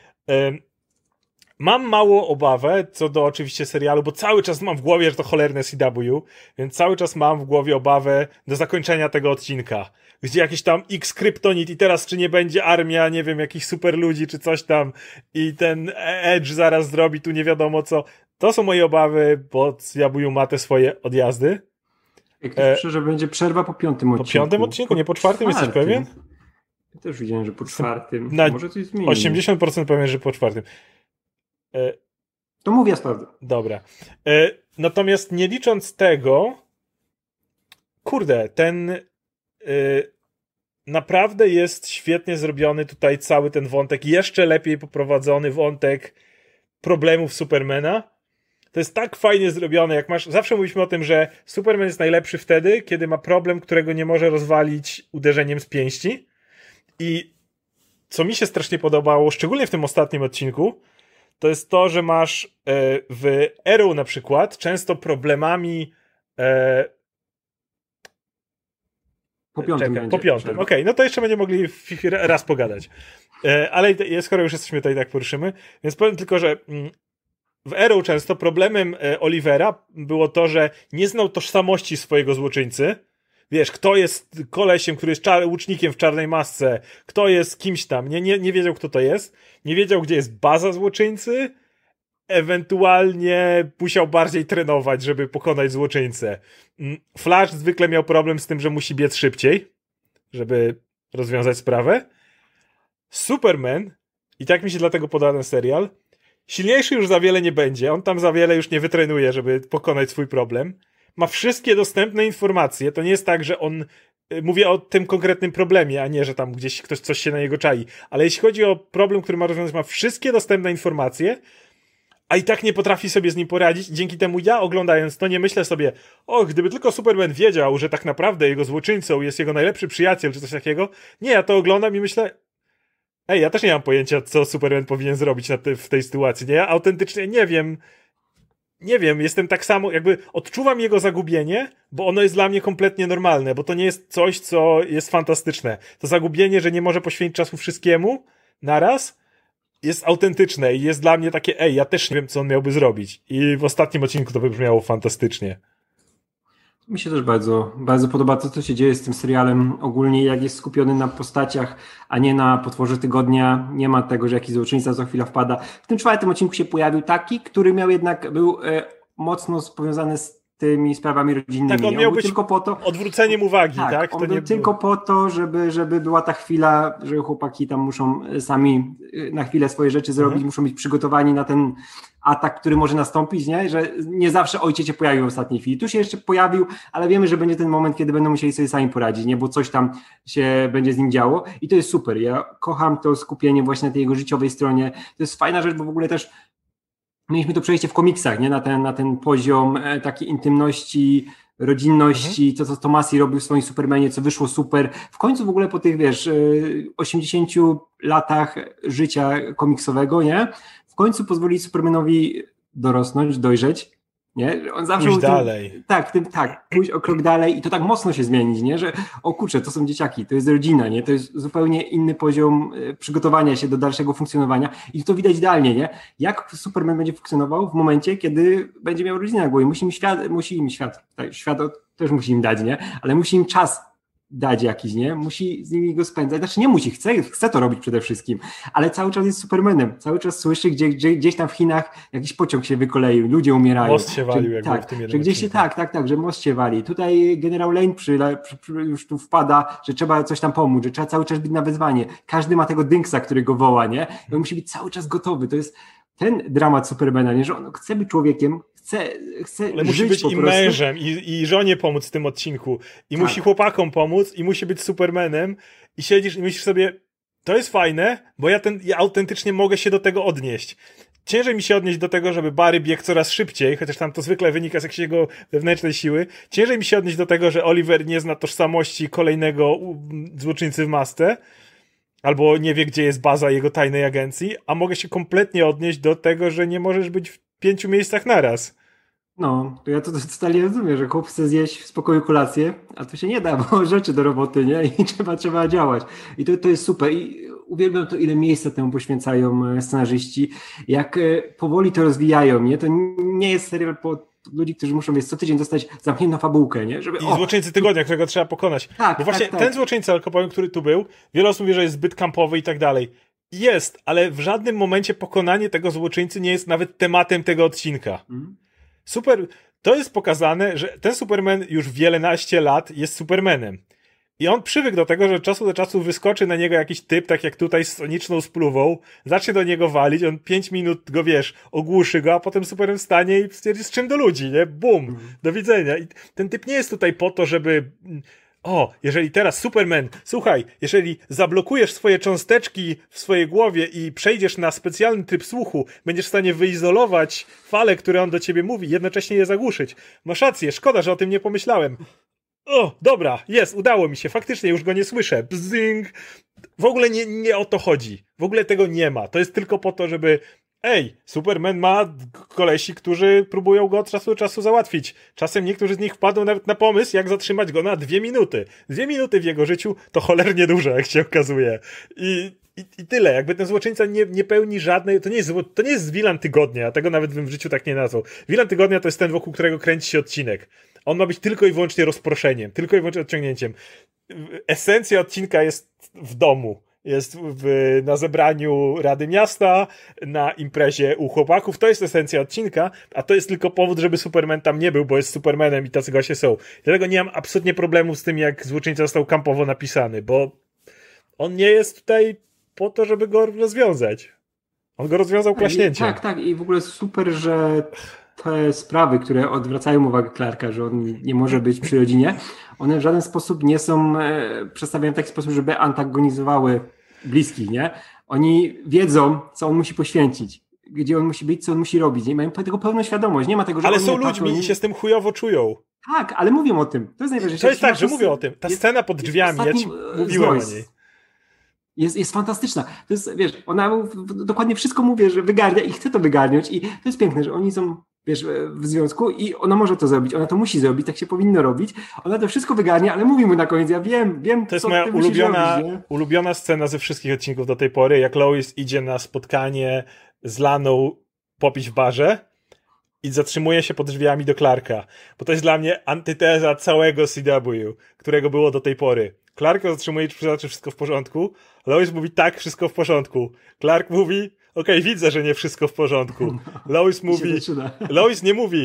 Mam małą obawę co do oczywiście serialu, bo cały czas mam w głowie, że to cholerne C W, więc cały czas mam w głowie obawę do zakończenia tego odcinka, gdzie jakiś tam X kryptonit i teraz czy nie będzie armia, nie wiem, jakichś super ludzi czy coś tam i ten Edge zaraz zrobi tu nie wiadomo co. To są moje obawy, bo C W ma te swoje odjazdy. Jak ktoś pisze, że będzie przerwa po piątym odcinku. Po piątym odcinku, nie po czwartym, jesteś pewien? Ja też widziałem, że po czwartym. Na może coś zmieni. osiemdziesiąt procent pewien, że po czwartym. E... To mówię, sprawdzę. Dobra. E... Natomiast nie licząc tego, kurde, ten e... naprawdę jest świetnie zrobiony tutaj cały ten wątek, jeszcze lepiej poprowadzony wątek problemów Supermana. To jest tak fajnie zrobione, jak masz... Zawsze mówiliśmy o tym, że Superman jest najlepszy wtedy, kiedy ma problem, którego nie może rozwalić uderzeniem z pięści. I co mi się strasznie podobało, szczególnie w tym ostatnim odcinku, to jest to, że masz e, w Arrow na przykład często problemami e, po piątym. Czekaj, po piątym. Okej, okay, no to jeszcze będziemy mogli raz pogadać. E, ale skoro już jesteśmy tutaj, tak poruszymy. Więc powiem tylko, że mm, w Arrow często problemem e, Olivera było to, że nie znał tożsamości swojego złoczyńcy. Wiesz, kto jest kolesiem, który jest czar- łucznikiem w czarnej masce, kto jest kimś tam, nie, nie, nie wiedział, kto to jest, nie wiedział, gdzie jest baza złoczyńcy, ewentualnie musiał bardziej trenować, żeby pokonać złoczyńcę. Flash zwykle miał problem z tym, że musi biec szybciej, żeby rozwiązać sprawę. Superman, i tak mi się dlatego poda ten serial, silniejszy już za wiele nie będzie, on tam za wiele już nie wytrenuje, żeby pokonać swój problem. Ma wszystkie dostępne informacje, to nie jest tak, że on, mówię o tym konkretnym problemie, a nie, że tam gdzieś ktoś coś się na niego czai, ale jeśli chodzi o problem, który ma rozwiązać, ma wszystkie dostępne informacje, a i tak nie potrafi sobie z nim poradzić. Dzięki temu ja, oglądając to, nie myślę sobie, o, gdyby tylko Superman wiedział, że tak naprawdę jego złoczyńcą jest jego najlepszy przyjaciel, czy coś takiego. Nie, ja to oglądam i myślę, ej, ja też nie mam pojęcia, co Superman powinien zrobić na te, w tej sytuacji, nie? Ja autentycznie nie wiem, nie wiem, jestem tak samo, jakby odczuwam jego zagubienie, bo ono jest dla mnie kompletnie normalne, bo to nie jest coś, co jest fantastyczne. To zagubienie, że nie może poświęcić czasu wszystkiemu naraz, jest autentyczne i jest dla mnie takie, ej, ja też nie wiem, co on miałby zrobić. I w ostatnim odcinku to wybrzmiało fantastycznie. Mi się też bardzo, bardzo podoba to, co się dzieje z tym serialem ogólnie, jak jest skupiony na postaciach, a nie na potworze tygodnia. Nie ma tego, że jakiś złoczyńca co chwila wpada. W tym czwartym odcinku się pojawił taki, który miał jednak, był e, mocno powiązany z tymi sprawami rodzinnymi. Tak, on miał on być tylko po to, odwróceniem uwagi, tak? tak? To on nie był było... tylko po to, żeby, żeby była ta chwila, że chłopaki tam muszą sami na chwilę swoje rzeczy zrobić, mhm. muszą być przygotowani na ten atak, który może nastąpić, nie? Że nie zawsze ojciec się pojawił w ostatniej chwili. Tu się jeszcze pojawił, ale wiemy, że będzie ten moment, kiedy będą musieli sobie sami poradzić, nie? Bo coś tam się będzie z nim działo i to jest super. Ja kocham to skupienie właśnie na tej jego życiowej stronie. To jest fajna rzecz, bo w ogóle też mieliśmy to przejście w komiksach, nie? Na ten, na ten poziom e, takiej intymności, rodzinności, mhm. to co Tomasi robił w swoim Supermanie, co wyszło super. W końcu w ogóle po tych, wiesz, osiemdziesięciu latach życia komiksowego, nie? W końcu pozwolić Supermanowi dorosnąć, dojrzeć, nie? On zawsze pójść tym, dalej. Tak, tym, tak, pójść o krok dalej i to tak mocno się zmienić, nie? Że o kurczę, to są dzieciaki, to jest rodzina, nie? To jest zupełnie inny poziom przygotowania się do dalszego funkcjonowania i to widać idealnie, nie? Jak Superman będzie funkcjonował w momencie, kiedy będzie miał rodzinę na głowie. Musi im świat, musi im świat, tak, świat też musi im dać, nie? Ale musi im czas dać jakiś, nie? Musi z nimi go spędzać. Znaczy nie musi, chce, chce to robić przede wszystkim, ale cały czas jest Supermanem. Cały czas słyszy, gdzie, gdzie, gdzieś tam w Chinach jakiś pociąg się wykoleił, ludzie umierają. Most się walił, jak tak, w tym jednym że gdzieś się, tak, tak, tak, że most się wali. Tutaj generał Lane przy, przy, przy, już tu wpada, że trzeba coś tam pomóc, że trzeba cały czas być na wezwanie. Każdy ma tego dynksa, który go woła, nie? I on musi być cały czas gotowy. To jest ten dramat Supermana, nie? Że on chce być człowiekiem, chce, chce ale musi być i mężem, i, i żonie pomóc w tym odcinku, i tak. musi chłopakom pomóc, i musi być Supermanem, i siedzisz i myślisz sobie, to jest fajne, bo ja, ten, ja autentycznie mogę się do tego odnieść. Ciężej mi się odnieść do tego, żeby Barry biegł coraz szybciej, chociaż tam to zwykle wynika z jakiejś jego wewnętrznej siły. Ciężej mi się odnieść do tego, że Oliver nie zna tożsamości kolejnego złoczyńcy w masce, albo nie wie, gdzie jest baza jego tajnej agencji, a mogę się kompletnie odnieść do tego, że nie możesz być w pięciu miejscach naraz. No, to ja to totalnie rozumiem, że chłop chce zjeść w spokoju kolację, a to się nie da, bo rzeczy do roboty, nie? I trzeba, trzeba działać. I to, to jest super. I uwielbiam to, ile miejsca temu poświęcają scenarzyści, jak powoli to rozwijają, nie? To nie jest serial po ludzi, którzy muszą wiesz, co tydzień dostać zamkniętą fabułkę, nie? Żeby, I o, złoczyńcy tygodnia, którego trzeba pokonać. Tak, bo właśnie tak, tak. ten złoczyńca, Al Capone, który tu był, wiele osób mówi, że jest zbyt kampowy i tak dalej. Jest, ale w żadnym momencie pokonanie tego złoczyńcy nie jest nawet tematem tego odcinka. Mm. Super, to jest pokazane, że ten Superman już wielenaście lat jest Supermanem. I on przywykł do tego, że od czasu do czasu wyskoczy na niego jakiś typ, tak jak tutaj z soniczną spluwą, zacznie do niego walić, on pięć minut go, wiesz, ogłuszy go, a potem Superman wstanie i stwierdzi, z czym do ludzi, nie? Bum, mm. do widzenia. I ten typ nie jest tutaj po to, żeby... O, jeżeli teraz Superman, słuchaj, jeżeli zablokujesz swoje cząsteczki w swojej głowie i przejdziesz na specjalny tryb słuchu, będziesz w stanie wyizolować fale, które on do ciebie mówi, jednocześnie je zagłuszyć. Masz rację, szkoda, że o tym nie pomyślałem. O, dobra, jest, udało mi się, faktycznie już go nie słyszę. Bzing. W ogóle nie, nie o to chodzi. W ogóle tego nie ma. To jest tylko po to, żeby... Ej, Superman ma kolesi, którzy próbują go od czasu do czasu załatwić. Czasem niektórzy z nich wpadną nawet na pomysł, jak zatrzymać go na dwie minuty. Dwie minuty w jego życiu to cholernie dużo, jak się okazuje. I, i, i tyle. Jakby ten złoczyńca nie, nie pełni żadnej... To nie jest, to nie jest wilan tygodnia. Ja tego nawet bym w życiu tak nie nazwał. Wilan tygodnia to jest ten, wokół którego kręci się odcinek. On ma być tylko i wyłącznie rozproszeniem. Tylko i wyłącznie odciągnięciem. Esencja odcinka jest w domu. Jest w, na zebraniu Rady Miasta, na imprezie u chłopaków. To jest esencja odcinka, a to jest tylko powód, żeby Superman tam nie był, bo jest Supermanem i tacy goście są. Dlatego nie mam absolutnie problemu z tym, jak złoczyńca został kampowo napisany, bo on nie jest tutaj po to, żeby go rozwiązać. On go rozwiązał klaśnięciem. Tak, tak. I w ogóle super, że te sprawy, które odwracają uwagę Clarka, że on nie może być przy rodzinie, one w żaden sposób nie są e, przedstawione w taki sposób, żeby antagonizowały bliskich, nie? Oni wiedzą, co on musi poświęcić, gdzie on musi być, co on musi robić. Nie mają tego pełną świadomość. Nie ma tego, że ale oni są nie ludźmi patrzą, i się z tym chujowo czują. Tak, ale mówią o tym. To jest najważniejsze. To jest tak, że mówią o tym. Ta scena pod drzwiami, ja ci mówiłem o niej. Jest, jest fantastyczna. To jest, wiesz, ona dokładnie wszystko mówi, że wygarnia i chce to wygarniać i to jest piękne, że oni są, wiesz, w związku i ona może to zrobić, ona to musi zrobić, tak się powinno robić. Ona to wszystko wygarnia, ale mówi mu na koniec, ja wiem, wiem, to jest co moja ty ulubiona, robić, ulubiona scena ze wszystkich odcinków do tej pory, jak Lois idzie na spotkanie z Laną popić w barze i zatrzymuje się pod drzwiami do Clarka, bo to jest dla mnie antyteza całego C W, którego było do tej pory. Clark zatrzymuje, czy znaczy wszystko w porządku. Lois mówi tak, wszystko w porządku. Clark mówi, okej, okay, widzę, że nie wszystko w porządku. Lois mówi, Lois nie mówi,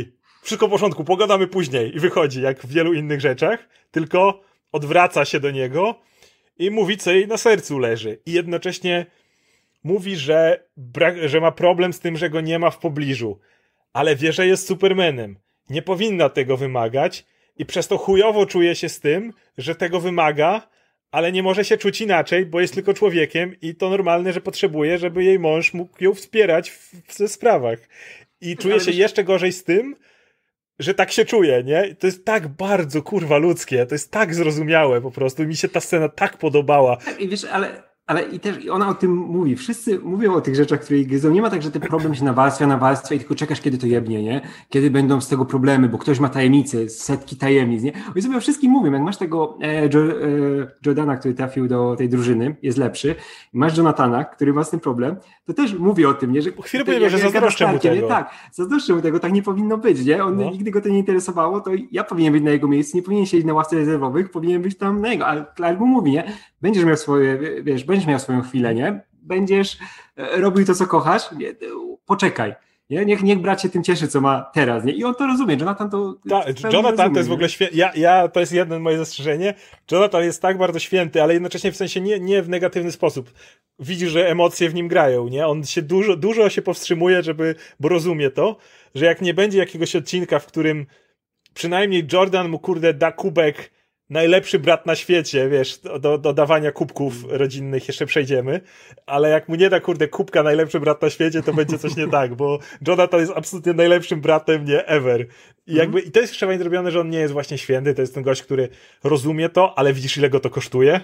wszystko w porządku, pogadamy później i wychodzi, jak w wielu innych rzeczach, tylko odwraca się do niego i mówi, co jej na sercu leży. I jednocześnie mówi, że, brak, że ma problem z tym, że go nie ma w pobliżu, ale wie, że jest Supermanem. Nie powinna tego wymagać i przez to chujowo czuje się z tym, że tego wymaga, ale nie może się czuć inaczej, bo jest tylko człowiekiem i to normalne, że potrzebuje, żeby jej mąż mógł ją wspierać w, w sprawach. I czuje się jeszcze gorzej z tym, że tak się czuje, nie? To jest tak bardzo, kurwa, ludzkie, to jest tak zrozumiałe po prostu. Mi się ta scena tak podobała. Tak, i wiesz, ale... Ale i też ona o tym mówi. Wszyscy mówią o tych rzeczach, które ich gryzą. Nie ma tak, że ten problem się nawarstwia, nawarstwia i tylko czekasz, kiedy to jebnie, nie? Kiedy będą z tego problemy, bo ktoś ma tajemnice, setki tajemnic, nie? Oni sobie o wszystkim mówią. Jak masz tego e, jo, e, Jordana, który trafił do tej drużyny, jest lepszy, i masz Jonathana, który ma z tym problem, to też mówi o tym, nie? Że chwilę powiem, że zazdroszczę mu tego. Nie? Tak, zazdroszczę mu tego, tak nie powinno być, nie? On, no. Nigdy go to nie interesowało, to ja powinien być na jego miejscu, nie powinien siedzieć na ławce rezerwowych, powinien być tam na jego, ale Clark mu mówi, nie? Będziesz miał swoje, wiesz, będziesz miał swoją chwilę, nie? Będziesz robił to, co kochasz, nie? Poczekaj. Nie? Niech, niech brat się tym cieszy, co ma teraz, nie? I on to rozumie. Jonathan to... Ta, Jonathan rozumie, to jest w ogóle święty. Ja, ja, to jest jedno moje zastrzeżenie. Jonathan jest tak bardzo święty, ale jednocześnie w sensie nie, nie w negatywny sposób. Widzisz, że emocje w nim grają, nie? On się dużo, dużo się powstrzymuje, żeby, bo rozumie to, że jak nie będzie jakiegoś odcinka, w którym przynajmniej Jordan mu, kurde, da kubek najlepszy brat na świecie, wiesz, do, do dawania kubków rodzinnych jeszcze przejdziemy, ale jak mu nie da, kurde, kubka najlepszy brat na świecie, to będzie coś nie tak, bo Jonathan jest absolutnie najlepszym bratem, nie, ever. I jakby, i to jest jeszcze fajnie zrobione, że on nie jest właśnie święty, to jest ten gość, który rozumie to, ale widzisz, ile go to kosztuje?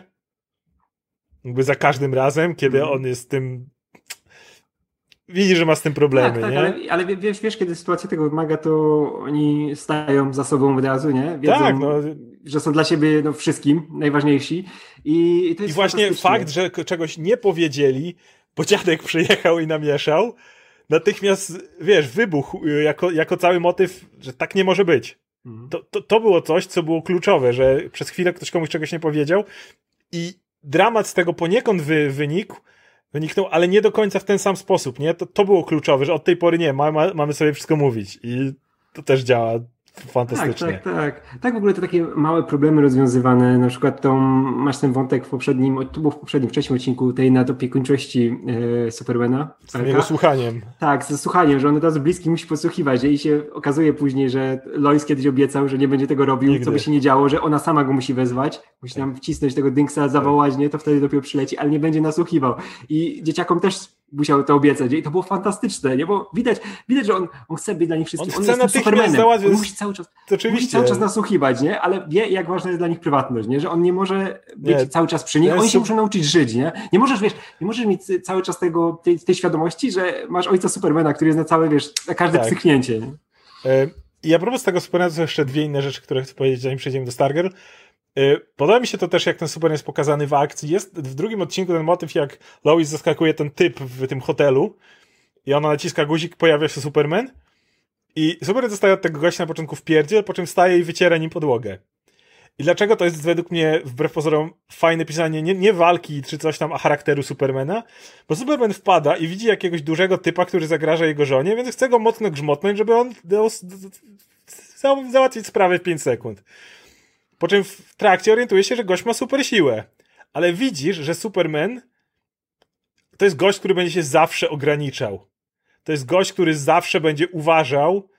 Jakby za każdym razem, kiedy on jest tym... Widzisz, że ma z tym problemy, tak, tak, nie? Ale, ale wiesz, wiesz, kiedy sytuacja tego wymaga, to oni stają za sobą od razu, nie? Wiedzą, tak, no. że są dla siebie no, wszystkim najważniejsi. I, i, to jest I właśnie fakt, że czegoś nie powiedzieli, bo dziadek przyjechał i namieszał, natychmiast, wiesz, wybuchł jako, jako cały motyw, że tak nie może być. Mhm. To, to, to było coś, co było kluczowe, że przez chwilę ktoś komuś czegoś nie powiedział i dramat z tego poniekąd wy, wynikł, wyniknął, ale nie do końca w ten sam sposób, nie? To, to było kluczowe, że od tej pory nie, ma, ma, mamy sobie wszystko mówić i to też działa fantastycznie. Tak, tak, tak. Tak w ogóle to takie małe problemy rozwiązywane, na przykład tą, masz ten wątek w poprzednim, to był w poprzednim, wcześniejszym odcinku tej nadopiekuńczości e, Supermana. Z jego słuchaniem. Tak, ze słuchaniem, że on od razu bliski musi podsłuchiwać i się okazuje później, że Lois kiedyś obiecał, że nie będzie tego robił, Nigdy. Co by się nie działo, że ona sama go musi wezwać, musi tam wcisnąć tego Dinksa, zawołać, nie, to wtedy dopiero przyleci, ale nie będzie nasłuchiwał. I dzieciakom też musiał to obiecać i to było fantastyczne, nie? Bo widać, widać, że on, on chce być dla nich wszystkim. On, on jest Supermanem. On musi cały czas, musi cały czas nasłuchiwać, nie? Ale wie, jak ważna jest dla nich prywatność, nie? Że on nie może być nie. cały czas przy nich. Oni się muszą nauczyć żyć, nie? Nie możesz, wiesz, nie możesz mieć cały czas tego, tej, tej świadomości, że masz ojca Supermana, który jest na całe, wiesz, na każde tak. psychnięcie, nie? I a propos tego Supermana, to jeszcze dwie inne rzeczy, które chcę powiedzieć, zanim przejdziemy do Stargirl. Podoba mi się to też, jak ten Superman jest pokazany w akcji. Jest w drugim odcinku ten motyw, jak Lois zaskakuje ten typ w tym hotelu i ona naciska guzik, pojawia się Superman i Superman dostaje od tego gościa na początku w pierdziel, po czym staje i wyciera nim podłogę. I dlaczego to jest według mnie, wbrew pozorom, fajne pisanie nie, nie walki czy coś tam, a charakteru Supermana? Bo Superman wpada i widzi jakiegoś dużego typa, który zagraża jego żonie, więc chce go mocno grzmotnąć, żeby on dał, załatwić sprawę w pięć sekund. Po czym w trakcie orientuje się, że gość ma super siłę. Ale widzisz, że Superman to jest gość, który będzie się zawsze ograniczał. To jest gość, który zawsze będzie uważał,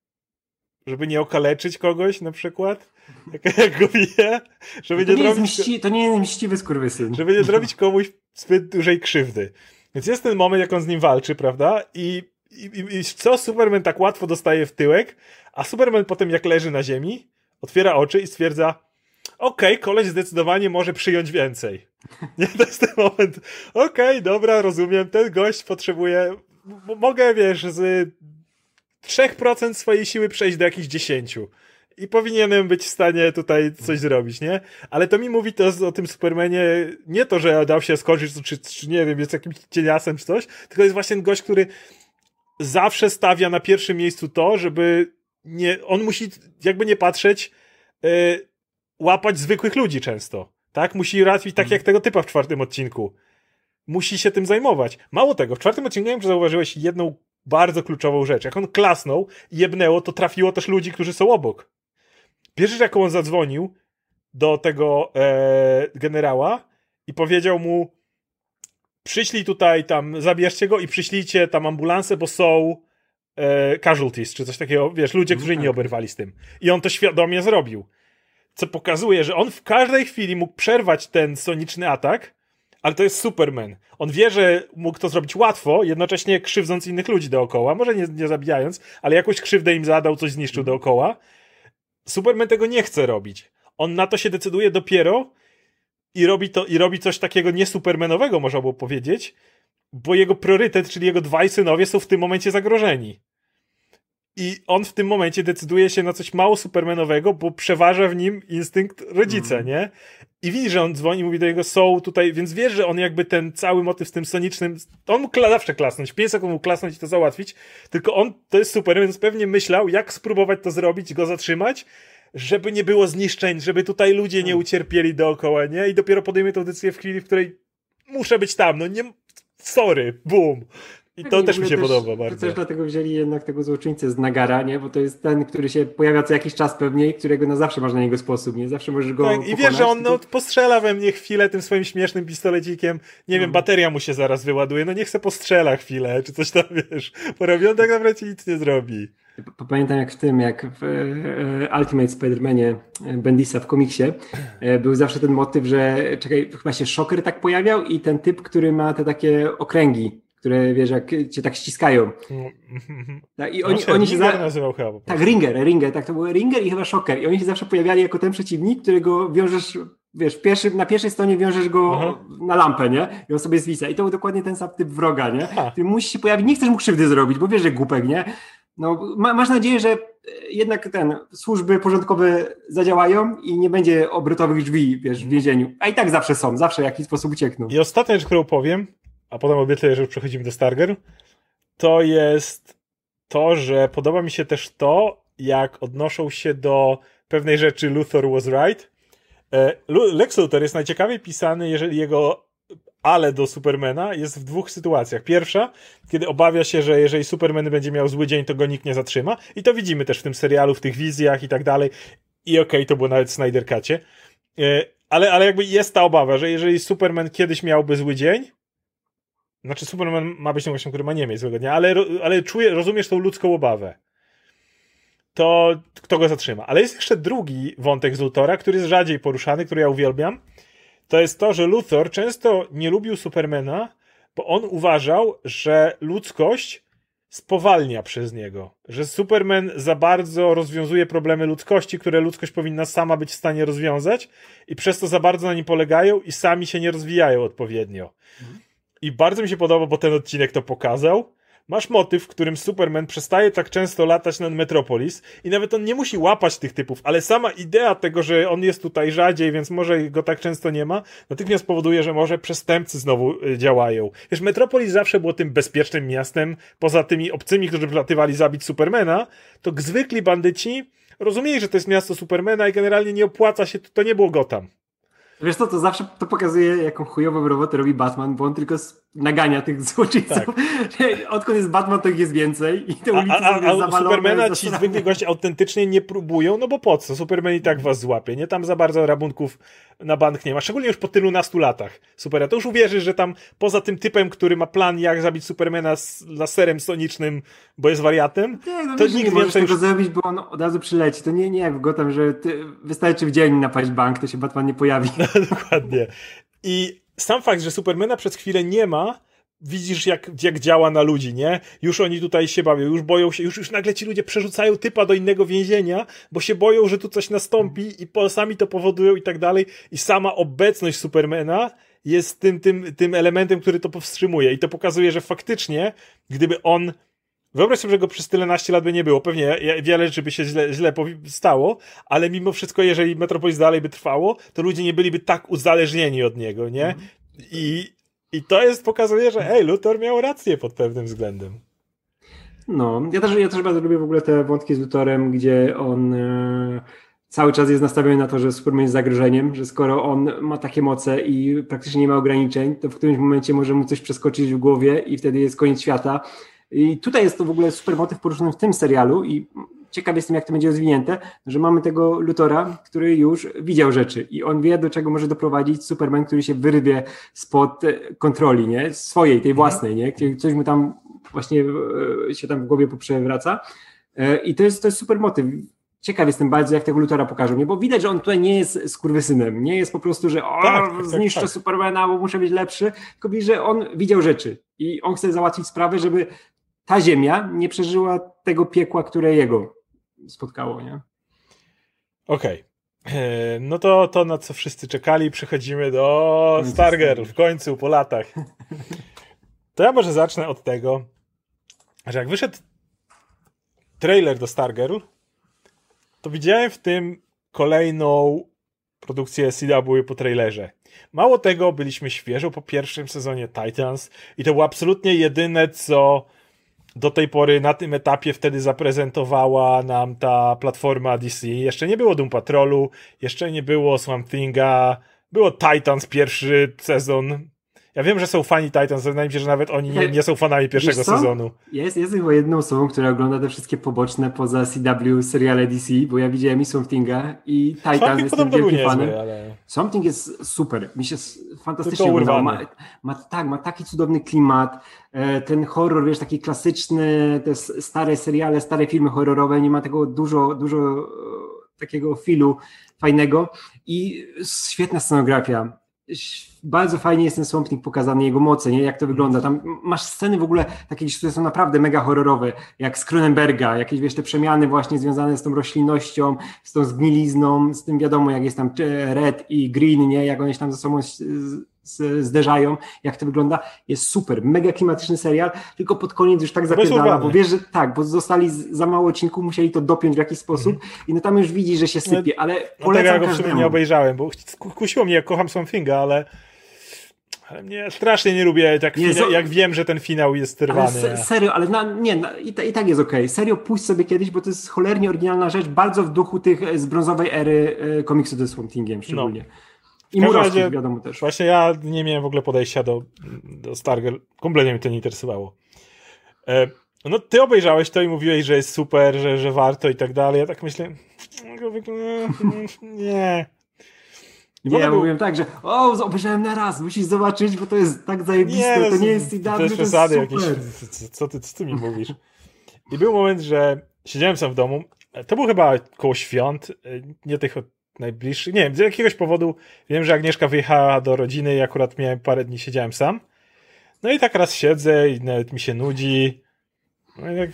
żeby nie okaleczyć kogoś na przykład, jak, jak go bije. Żeby to, nie nie robić, mści, to nie jest mściwy skurwysyn. Żeby nie zrobić komuś zbyt dużej krzywdy. Więc jest ten moment, jak on z nim walczy, prawda? I, i, i co Superman tak łatwo dostaje w tyłek, a Superman potem jak leży na ziemi, otwiera oczy i stwierdza, okej, okay, koleś zdecydowanie może przyjąć więcej. Nie, to jest ten moment, okej, okay, dobra, rozumiem, ten gość potrzebuje, mogę, wiesz, z trzy procent swojej siły przejść do jakichś dziesięć. I powinienem być w stanie tutaj coś zrobić, nie? Ale to mi mówi to o tym Supermanie, nie to, że dał się skoczyć, czy, czy nie wiem, jest jakimś cieniasem czy coś, tylko jest właśnie ten gość, który zawsze stawia na pierwszym miejscu to, żeby nie, on musi, jakby nie patrzeć, yy, łapać zwykłych ludzi często, tak? Musi raczej tak jak tego typa w czwartym odcinku. Musi się tym zajmować. Mało tego, w czwartym odcinku, nie wiem, czy zauważyłeś jedną bardzo kluczową rzecz. Jak on klasnął i jebnęło, to trafiło też ludzi, którzy są obok. Wiesz, jaką on zadzwonił do tego e, generała i powiedział mu, przyślij tutaj tam, zabierzcie go i przyślijcie tam ambulansę, bo są e, casualties, czy coś takiego, wiesz, ludzie, którzy nie oberwali z tym. I on to świadomie zrobił. Co pokazuje, że on w każdej chwili mógł przerwać ten soniczny atak, ale to jest Superman. On wie, że mógł to zrobić łatwo, jednocześnie krzywdząc innych ludzi dookoła, może nie, nie zabijając, ale jakąś krzywdę im zadał, coś zniszczył dookoła. Superman tego nie chce robić. On na to się decyduje dopiero i robi to, i robi coś takiego niesupermanowego, można było powiedzieć, bo jego priorytet, czyli jego dwaj synowie są w tym momencie zagrożeni. I on w tym momencie decyduje się na coś mało supermanowego, bo przeważa w nim instynkt rodzica, mm. nie? I widzi, że on dzwoni i mówi do niego, są tutaj, więc wiesz, że on jakby ten cały motyw z tym sonicznym, on mógł zawsze klasnąć, w pięć sekund mógł klasnąć i to załatwić, tylko on, to jest super, więc pewnie myślał, jak spróbować to zrobić, go zatrzymać, żeby nie było zniszczeń, żeby tutaj ludzie nie ucierpieli dookoła, nie? I dopiero podejmie tę decyzję w chwili, w której muszę być tam, no nie, sorry, boom. I to też mi się też, podoba bardzo. Też dlatego wzięli jednak tego złoczyńcę z Nagara, nie? Bo to jest ten, który się pojawia co jakiś czas pewnie, którego na zawsze masz na niego sposób, nie? Zawsze możesz go tak, pokonać. I wiesz, że on tylko... no, postrzela we mnie chwilę tym swoim śmiesznym pistolecikiem, nie wiem, bateria mu się zaraz wyładuje, no niech se postrzela chwilę, czy coś tam, wiesz, porobi, on tak naprawdę nic nie zrobi. Pamiętam jak w tym, jak w e, Ultimate Spider-Manie Bendisa w komiksie e, był zawsze ten motyw, że czekaj, chyba się Shocker tak pojawiał i ten typ, który ma te takie okręgi, które wiesz, jak cię tak ściskają. Tak, i oni, no, oni się za... nazywał chyba. Tak, Ringer, Ringer, tak, to był Ringer i chyba Shocker. I oni się zawsze pojawiali jako ten przeciwnik, którego wiążesz, wiesz, pierwszy, na pierwszej stronie wiążesz go Aha. na lampę, nie? I on sobie zwisa. I to był dokładnie ten sam typ wroga, nie? Aha. Który musi się pojawić, nie chcesz mu krzywdy zrobić, bo wiesz, że głupek, nie? No, ma, masz nadzieję, że jednak ten, służby porządkowe zadziałają i nie będzie obrotowych drzwi, wiesz, w więzieniu. A i tak zawsze są, zawsze w jakiś sposób uciekną. I ostatnia rzecz, którą powiem, a potem obiecuję, że już przechodzimy do Stargirl, to jest to, że podoba mi się też to, jak odnoszą się do pewnej rzeczy Luthor was right. Lex Luthor jest najciekawiej pisany, jeżeli jego ale do Supermana jest w dwóch sytuacjach. Pierwsza, kiedy obawia się, że jeżeli Superman będzie miał zły dzień, to go nikt nie zatrzyma. I to widzimy też w tym serialu, w tych wizjach i tak dalej. I okej, okay, to było nawet w Snyder Cutie. Ale, ale jakby jest ta obawa, że jeżeli Superman kiedyś miałby zły dzień, znaczy Superman ma być tą gościem, który ma nie mieć złego dnia, ale, ale czuje, rozumiesz tą ludzką obawę. To kto go zatrzyma? Ale jest jeszcze drugi wątek z Luthora, który jest rzadziej poruszany, który ja uwielbiam. To jest to, że Luthor często nie lubił Supermana, bo on uważał, że ludzkość spowalnia przez niego. Że Superman za bardzo rozwiązuje problemy ludzkości, które ludzkość powinna sama być w stanie rozwiązać i przez to za bardzo na nim polegają i sami się nie rozwijają odpowiednio. Mhm. I bardzo mi się podoba, bo ten odcinek to pokazał. Masz motyw, w którym Superman przestaje tak często latać nad Metropolis i nawet on nie musi łapać tych typów, ale sama idea tego, że on jest tutaj rzadziej, więc może go tak często nie ma, natychmiast powoduje, że może przestępcy znowu działają. Wiesz, Metropolis zawsze było tym bezpiecznym miastem, poza tymi obcymi, którzy przylatywali zabić Supermana, to zwykli bandyci rozumieli, że to jest miasto Supermana i generalnie nie opłaca się, to nie było Gotham. Wiesz co, to zawsze to pokazuje, jaką chujową robotę robi Batman, bo on tylko nagania tych złoczyńców. Tak. Odkąd jest Batman, to ich jest więcej i te ulice a, a, są a Supermana ci zwykli goście autentycznie nie próbują, no bo po co? Superman i tak was złapie, nie? Tam za bardzo rabunków na bank nie ma, szczególnie już po tylu nastu latach. Supera, to już uwierzysz, że tam poza tym typem, który ma plan, jak zabić Supermana z laserem sonicznym, bo jest wariatem, tak, no to wiesz, nikt nie możesz więcej tego już... zrobić, bo on od razu przyleci. To nie, nie jak w Gotham, że ty, wystarczy w dzień napaść bank, to się Batman nie pojawi. No, dokładnie. I sam fakt, że Supermana przez chwilę nie ma, widzisz jak, jak działa na ludzi, nie? Już oni tutaj się bawią, już boją się, już, już nagle ci ludzie przerzucają typa do innego więzienia, bo się boją, że tu coś nastąpi i po, sami to powodują i tak dalej. I sama obecność Supermana jest tym, tym, tym elementem, który to powstrzymuje. I to pokazuje, że faktycznie, gdyby on... Wyobraź sobie, że go przez tyle naście lat by nie było. Pewnie wiele rzeczy by się źle, źle stało, ale mimo wszystko, jeżeli Metropolis dalej by trwało, to ludzie nie byliby tak uzależnieni od niego, nie? Mhm. I, I to jest, pokazuje, że ej, Luthor miał rację pod pewnym względem. No, ja też, ja też bardzo lubię w ogóle te wątki z Luthorem, gdzie on e, cały czas jest nastawiony na to, że Superman jest zagrożeniem, że skoro on ma takie moce i praktycznie nie ma ograniczeń, to w którymś momencie może mu coś przeskoczyć w głowie i wtedy jest koniec świata. I tutaj jest to w ogóle super motyw poruszony w tym serialu i ciekaw jestem, jak to będzie rozwinięte, że mamy tego Luthora, który już widział rzeczy i on wie, do czego może doprowadzić Superman, który się wyrwie spod kontroli, nie? Swojej, tej własnej, nie? Coś mu tam właśnie się tam w głowie poprzewraca. I to jest, to jest super motyw. Ciekaw jestem bardzo, jak tego Luthora pokażą, nie? Bo widać, że on tutaj nie jest skurwysynem, nie jest po prostu, że o, tak, zniszczę tak, tak. Supermana, bo muszę być lepszy, tylko widzi, że on widział rzeczy i on chce załatwić sprawę, żeby ta ziemia nie przeżyła tego piekła, które jego spotkało, nie? Okej. Okay. No to, to, na co wszyscy czekali, przechodzimy do Stargirl w końcu, po latach. To ja może zacznę od tego, że jak wyszedł trailer do Stargirl, to widziałem w tym kolejną produkcję C W po trailerze. Mało tego, byliśmy świeżo po pierwszym sezonie Titans i to było absolutnie jedyne, co do tej pory na tym etapie wtedy zaprezentowała nam ta platforma D C. Jeszcze nie było Doom Patrolu, jeszcze nie było Swamp Thinga, było Titans pierwszy sezon. Ja wiem, że są fani Titans, wydaje mi się, że nawet oni nie, nie są fanami pierwszego sezonu. Jest, jest chyba jedną osobą, która ogląda te wszystkie poboczne poza C W seriale D C, bo ja widziałem i Swamp Thinga i Titans, jestem wielkim fanem. Ale... Swamp Thing jest super, mi się fantastycznie oglądało. Ma, ma, tak, ma taki cudowny klimat, ten horror, wiesz, taki klasyczny, te stare seriale, stare filmy horrorowe, nie ma tego dużo, dużo takiego filu fajnego i świetna scenografia. Bardzo fajnie jest ten Swamp Thing pokazany, jego moce, nie? Jak to wygląda. Tam masz sceny w ogóle takie, które są naprawdę mega horrorowe, jak z Cronenberga, jakieś, wiesz, te przemiany właśnie związane z tą roślinnością, z tą zgnilizną, z tym wiadomo, jak jest tam Red i Green, nie? Jak one się tam ze sobą zderzają, jak to wygląda. Jest super, mega klimatyczny serial, tylko pod koniec już tak zapierdala, bo wiesz, że tak, bo zostali za mało odcinków, musieli to dopiąć w jakiś sposób mm. i no tam już widzi, że się sypie, ale no, polecam tego każdemu. Ja go nie obejrzałem, bo kusiło mnie, jak kocham Swamp Thinga, ale Ale mnie strasznie nie lubię, tak nie, fina- jak wiem, że ten finał jest rwany. Se- serio, ale na, nie, na, i, ta, i tak jest okej. Okay. Serio, puść sobie kiedyś, bo to jest cholernie oryginalna rzecz, bardzo w duchu tych z brązowej ery e, komiksu ze Swamp Thingiem szczególnie. No. I Murawski, wiadomo też. Właśnie ja nie miałem w ogóle podejścia do, do Stargirl, kompletnie mnie to nie interesowało. E, no ty obejrzałeś to i mówiłeś, że jest super, że, że warto i tak dalej. Ja tak myślę, nie... Nie, ja był... mówiłem tak, że o, obejrzałem na raz, musisz zobaczyć, bo to jest tak zajebiste, nie, to nie jest C W, to, to jest przesady super. Jakieś, co, co, ty, co ty mi mówisz? I był moment, że siedziałem sam w domu, to był chyba koło świąt, nie tych najbliższych, nie wiem, z jakiegoś powodu wiem, że Agnieszka wyjechała do rodziny i akurat miałem parę dni, siedziałem sam. No i tak raz siedzę i nawet mi się nudzi. No i tak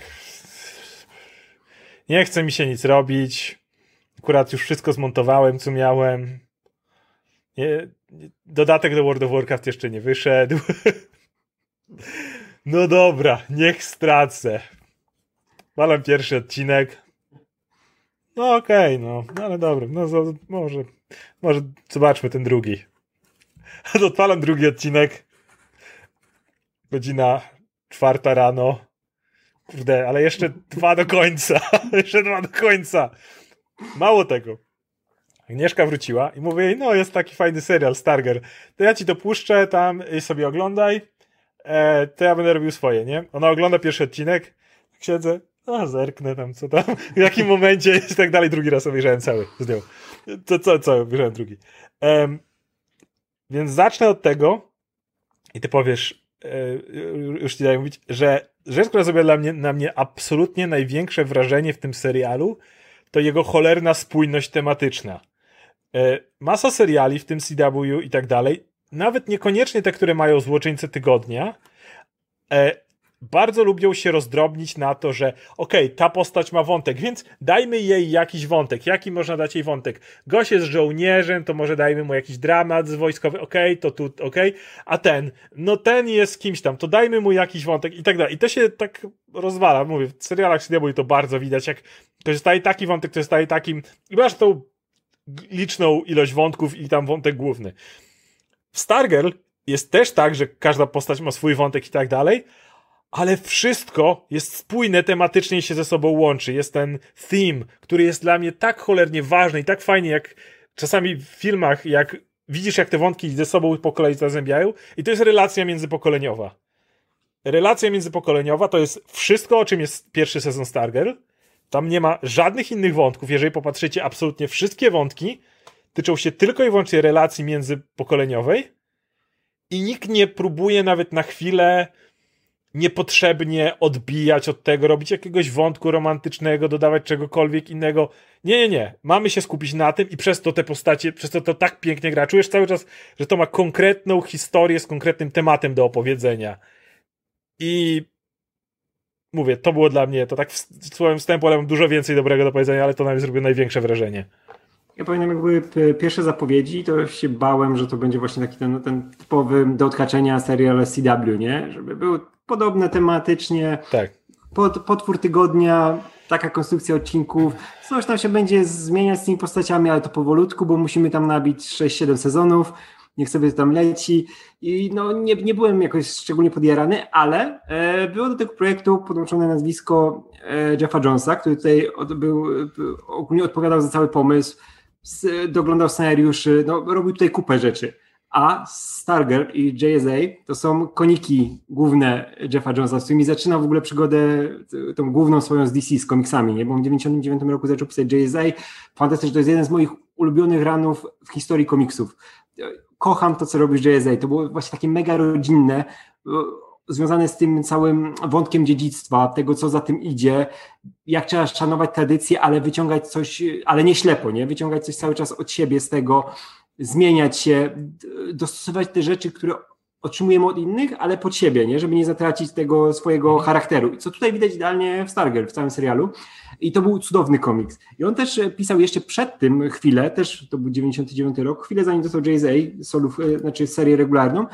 nie chce mi się nic robić. Akurat już wszystko zmontowałem, co miałem. Nie, dodatek do World of Warcraft jeszcze nie wyszedł. No dobra, niech stracę. Malam pierwszy odcinek. No okej, okay, no, no ale dobra, no z, może, może zobaczmy ten drugi. Odpalam drugi odcinek. Godzina czwarta rano. Kurde, ale jeszcze dwa do końca. Jeszcze dwa do końca. Mało tego. Agnieszka wróciła i mówię jej, no jest taki fajny serial, Stargirl, to ja ci to puszczę tam i sobie oglądaj, e, to ja będę robił swoje, nie? Ona ogląda pierwszy odcinek, siedzę, a zerknę tam, co tam, w jakim momencie jest i tak dalej, drugi raz obejrzałem cały z nią. Co, co, co, obejrzałem drugi. Um, więc zacznę od tego i ty powiesz, e, już ci daję mówić, że rzecz, która zrobiła dla mnie, na mnie absolutnie największe wrażenie w tym serialu, to jego cholerna spójność tematyczna. Masa seriali, w tym C W i tak dalej, nawet niekoniecznie te, które mają złoczyńcę tygodnia, bardzo lubią się rozdrobnić na to, że okej, okay, ta postać ma wątek, więc dajmy jej jakiś wątek. Jaki można dać jej wątek? Gość jest żołnierzem, to może dajmy mu jakiś dramat wojskowy, okej, okay, to tu, okej, okay. A ten, no ten jest kimś tam, to dajmy mu jakiś wątek i tak dalej. I to się tak rozwala. Mówię, w serialach C W to bardzo widać, jak ktoś zostaje taki wątek, ktoś zostaje takim i masz tą liczną ilość wątków i tam wątek główny. W Stargirl jest też tak, że każda postać ma swój wątek i tak dalej, ale wszystko jest spójne tematycznie i się ze sobą łączy. Jest ten theme, który jest dla mnie tak cholernie ważny i tak fajnie, jak czasami w filmach, jak widzisz, jak te wątki ze sobą po kolei zazębiają i to jest relacja międzypokoleniowa. relacja międzypokoleniowa to jest wszystko, o czym jest pierwszy sezon Stargirl. Tam nie ma żadnych innych wątków. Jeżeli popatrzycie, absolutnie wszystkie wątki tyczą się tylko i wyłącznie relacji międzypokoleniowej i nikt nie próbuje nawet na chwilę niepotrzebnie odbijać od tego, robić jakiegoś wątku romantycznego, dodawać czegokolwiek innego. Nie, nie, nie. Mamy się skupić na tym i przez to te postacie, przez to to tak pięknie gra. Czujesz cały czas, że to ma konkretną historię z konkretnym tematem do opowiedzenia. I mówię, to było dla mnie, to tak w słowem wstępu, ale mam dużo więcej dobrego do powiedzenia, ale to na mnie zrobiło największe wrażenie. Ja pamiętam, jak były pierwsze zapowiedzi, to się bałem, że to będzie właśnie taki ten, ten typowy do odhaczenia serial C W, nie? Żeby był podobne tematycznie. Tak. Pod, potwór tygodnia, taka konstrukcja odcinków. Coś tam się będzie zmieniać z tymi postaciami, ale to powolutku, bo musimy tam nabić sześć siedem sezonów. Niech sobie tam leci. I no nie, nie byłem jakoś szczególnie podjarany, ale e, było do tego projektu podłączone nazwisko e, Jeffa Jonesa, który tutaj od, był, ogólnie odpowiadał za cały pomysł, s, doglądał scenariuszy, no, robił tutaj kupę rzeczy. A Stargirl i J S A to są koniki główne Jeffa Jonesa, z którymi zaczynał w ogóle przygodę, tą główną swoją z D C, z komiksami, nie? Bo on w dziewięćdziesiątym dziewiątym roku zaczął pisać J S A. Fantastycznie, to jest jeden z moich ulubionych ranów w historii komiksów. Kocham to, co robisz J S A. To było właśnie takie mega rodzinne, związane z tym całym wątkiem dziedzictwa, tego, co za tym idzie, jak trzeba szanować tradycje, ale wyciągać coś, ale nie ślepo, nie? Wyciągać coś cały czas od siebie z tego, zmieniać się, dostosować te rzeczy, które otrzymujemy od innych, ale pod siebie, nie? Żeby nie zatracić tego swojego charakteru. Co tutaj widać idealnie w Stargirl, w całym serialu. I to był cudowny komiks. I on też pisał jeszcze przed tym chwilę, też to był dziewięćdziesiąty dziewiąty rok, chwilę zanim dostał J S A, solów, znaczy serię regularną,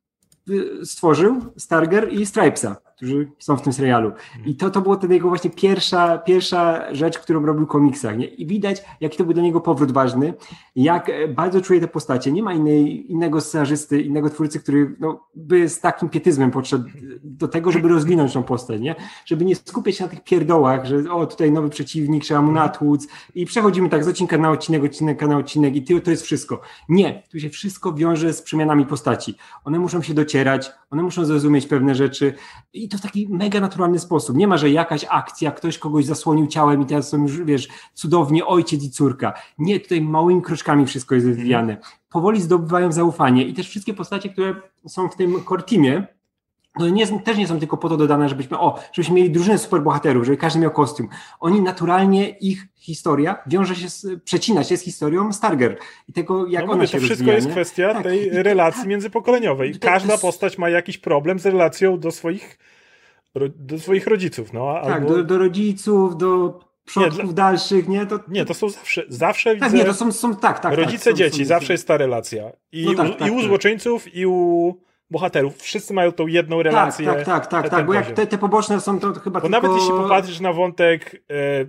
stworzył Stargirl i Stripesa, którzy są w tym serialu. I to, to było wtedy jego właśnie pierwsza, pierwsza rzecz, którą robił w komiksach. Nie? I widać, jaki to był dla niego powrót ważny, jak bardzo czuje te postacie. Nie ma innej, innego scenarzysty, innego twórcy, który no, by z takim pietyzmem podszedł do tego, żeby rozwinąć tą postać, nie? Żeby nie skupiać się na tych pierdołach, że o, tutaj nowy przeciwnik, trzeba mu natłuc i przechodzimy tak z odcinka na odcinek, odcinek na odcinek i to jest wszystko. Nie, tu się wszystko wiąże z przemianami postaci. One muszą się docierać, one muszą zrozumieć pewne rzeczy i to w taki mega naturalny sposób. Nie ma, że jakaś akcja, ktoś kogoś zasłonił ciałem i teraz są już, wiesz, cudownie ojciec i córka. Nie, tutaj małymi kroczkami wszystko jest rozwijane. Powoli zdobywają zaufanie i też wszystkie postacie, które są w tym core teamie, no nie, też nie są tylko po to dodane, żebyśmy, o, żebyśmy mieli drużynę superbohaterów, żeby każdy miał kostium. Oni naturalnie, ich historia wiąże się, z, przecina się z historią Stargirl i tego, jak no ona mówię, się to wszystko rozwija, jest nie? kwestia tak. tej I, relacji tak. międzypokoleniowej. Każda jest... postać ma jakiś problem z relacją do swoich, do swoich rodziców. No, tak, albo... do, do rodziców, do przodków nie, dla... dalszych, nie? To... Nie, to są zawsze, zawsze tak, widzę... nie, to są, są tak, tak. Rodzice, tak, dzieci, są, są, zawsze jest ta relacja. I, no tak, u, tak, i u tak. złoczyńców, i u bohaterów. Wszyscy mają tą jedną relację. Tak, tak, tak, tak, tak, bo jak te, te poboczne są, to chyba bo tylko... nawet jeśli popatrzysz na wątek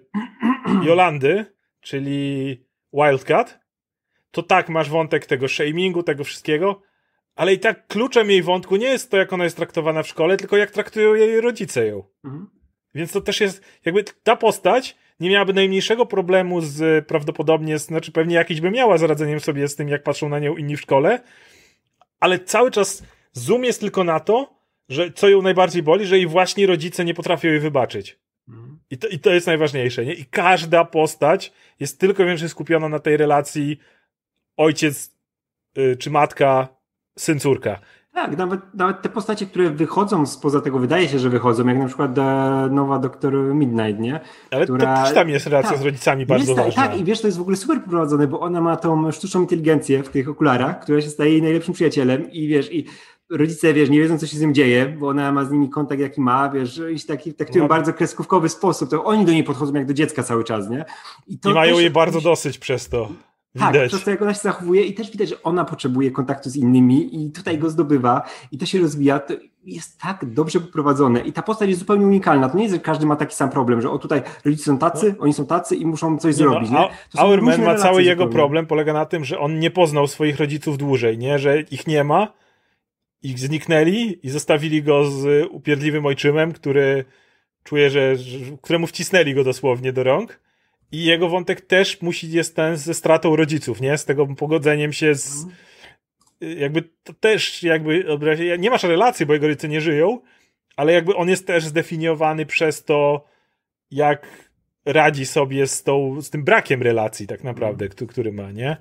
e, Jolandy, czyli Wildcat, to tak, masz wątek tego shamingu, tego wszystkiego, ale i tak kluczem jej wątku nie jest to, jak ona jest traktowana w szkole, tylko jak traktują jej rodzice ją. Mhm. Więc to też jest, jakby ta postać nie miałaby najmniejszego problemu z, prawdopodobnie, znaczy pewnie jakiś by miała z radzeniem sobie z tym, jak patrzą na nią inni w szkole, ale cały czas zoom jest tylko na to, że co ją najbardziej boli, że jej właśnie rodzice nie potrafią jej wybaczyć. Mhm. I, to, I to jest najważniejsze, nie? I każda postać jest tylko i wyłącznie skupiona na tej relacji ojciec yy, czy matka, syn, córka. Tak, nawet, nawet te postacie, które wychodzą spoza tego, wydaje się, że wychodzą, jak na przykład e, nowa doktor Midnight, nie? Ale która... to też tam jest relacja tak, z rodzicami bardzo jest, ważna. Tak, i wiesz, to jest w ogóle super poprowadzone, bo ona ma tą sztuczną inteligencję w tych okularach, która się staje jej najlepszym przyjacielem i wiesz, i rodzice, wiesz, nie wiedzą, co się z nim dzieje, bo ona ma z nimi kontakt, jaki ma, wiesz, i taki, taki no. bardzo kreskówkowy sposób, to oni do niej podchodzą jak do dziecka cały czas, nie? I, to I mają też, jej bardzo wiesz, dosyć przez to. Tak, widać. Przez to jak ona się zachowuje i też widać, że ona potrzebuje kontaktu z innymi i tutaj go zdobywa i to się rozwija, to jest tak dobrze poprowadzone i ta postać jest zupełnie unikalna, to nie jest, że każdy ma taki sam problem, że o tutaj rodzice są tacy, no. oni są tacy i muszą coś nie zrobić. No, nie? Hourman ma cały jego zupełnie. Problem, polega na tym, że on nie poznał swoich rodziców dłużej, nie, że ich nie ma, ich zniknęli i zostawili go z upierdliwym ojczymem, który czuje, że, że któremu wcisnęli go dosłownie do rąk. I jego wątek też musi jest ten ze stratą rodziców, nie? Z tego pogodzeniem się z... Jakby to też jakby... Nie masz relacji, bo jego rodzice nie żyją, ale jakby on jest też zdefiniowany przez to, jak radzi sobie z, tą, z tym brakiem relacji tak naprawdę, mm. który ma, nie?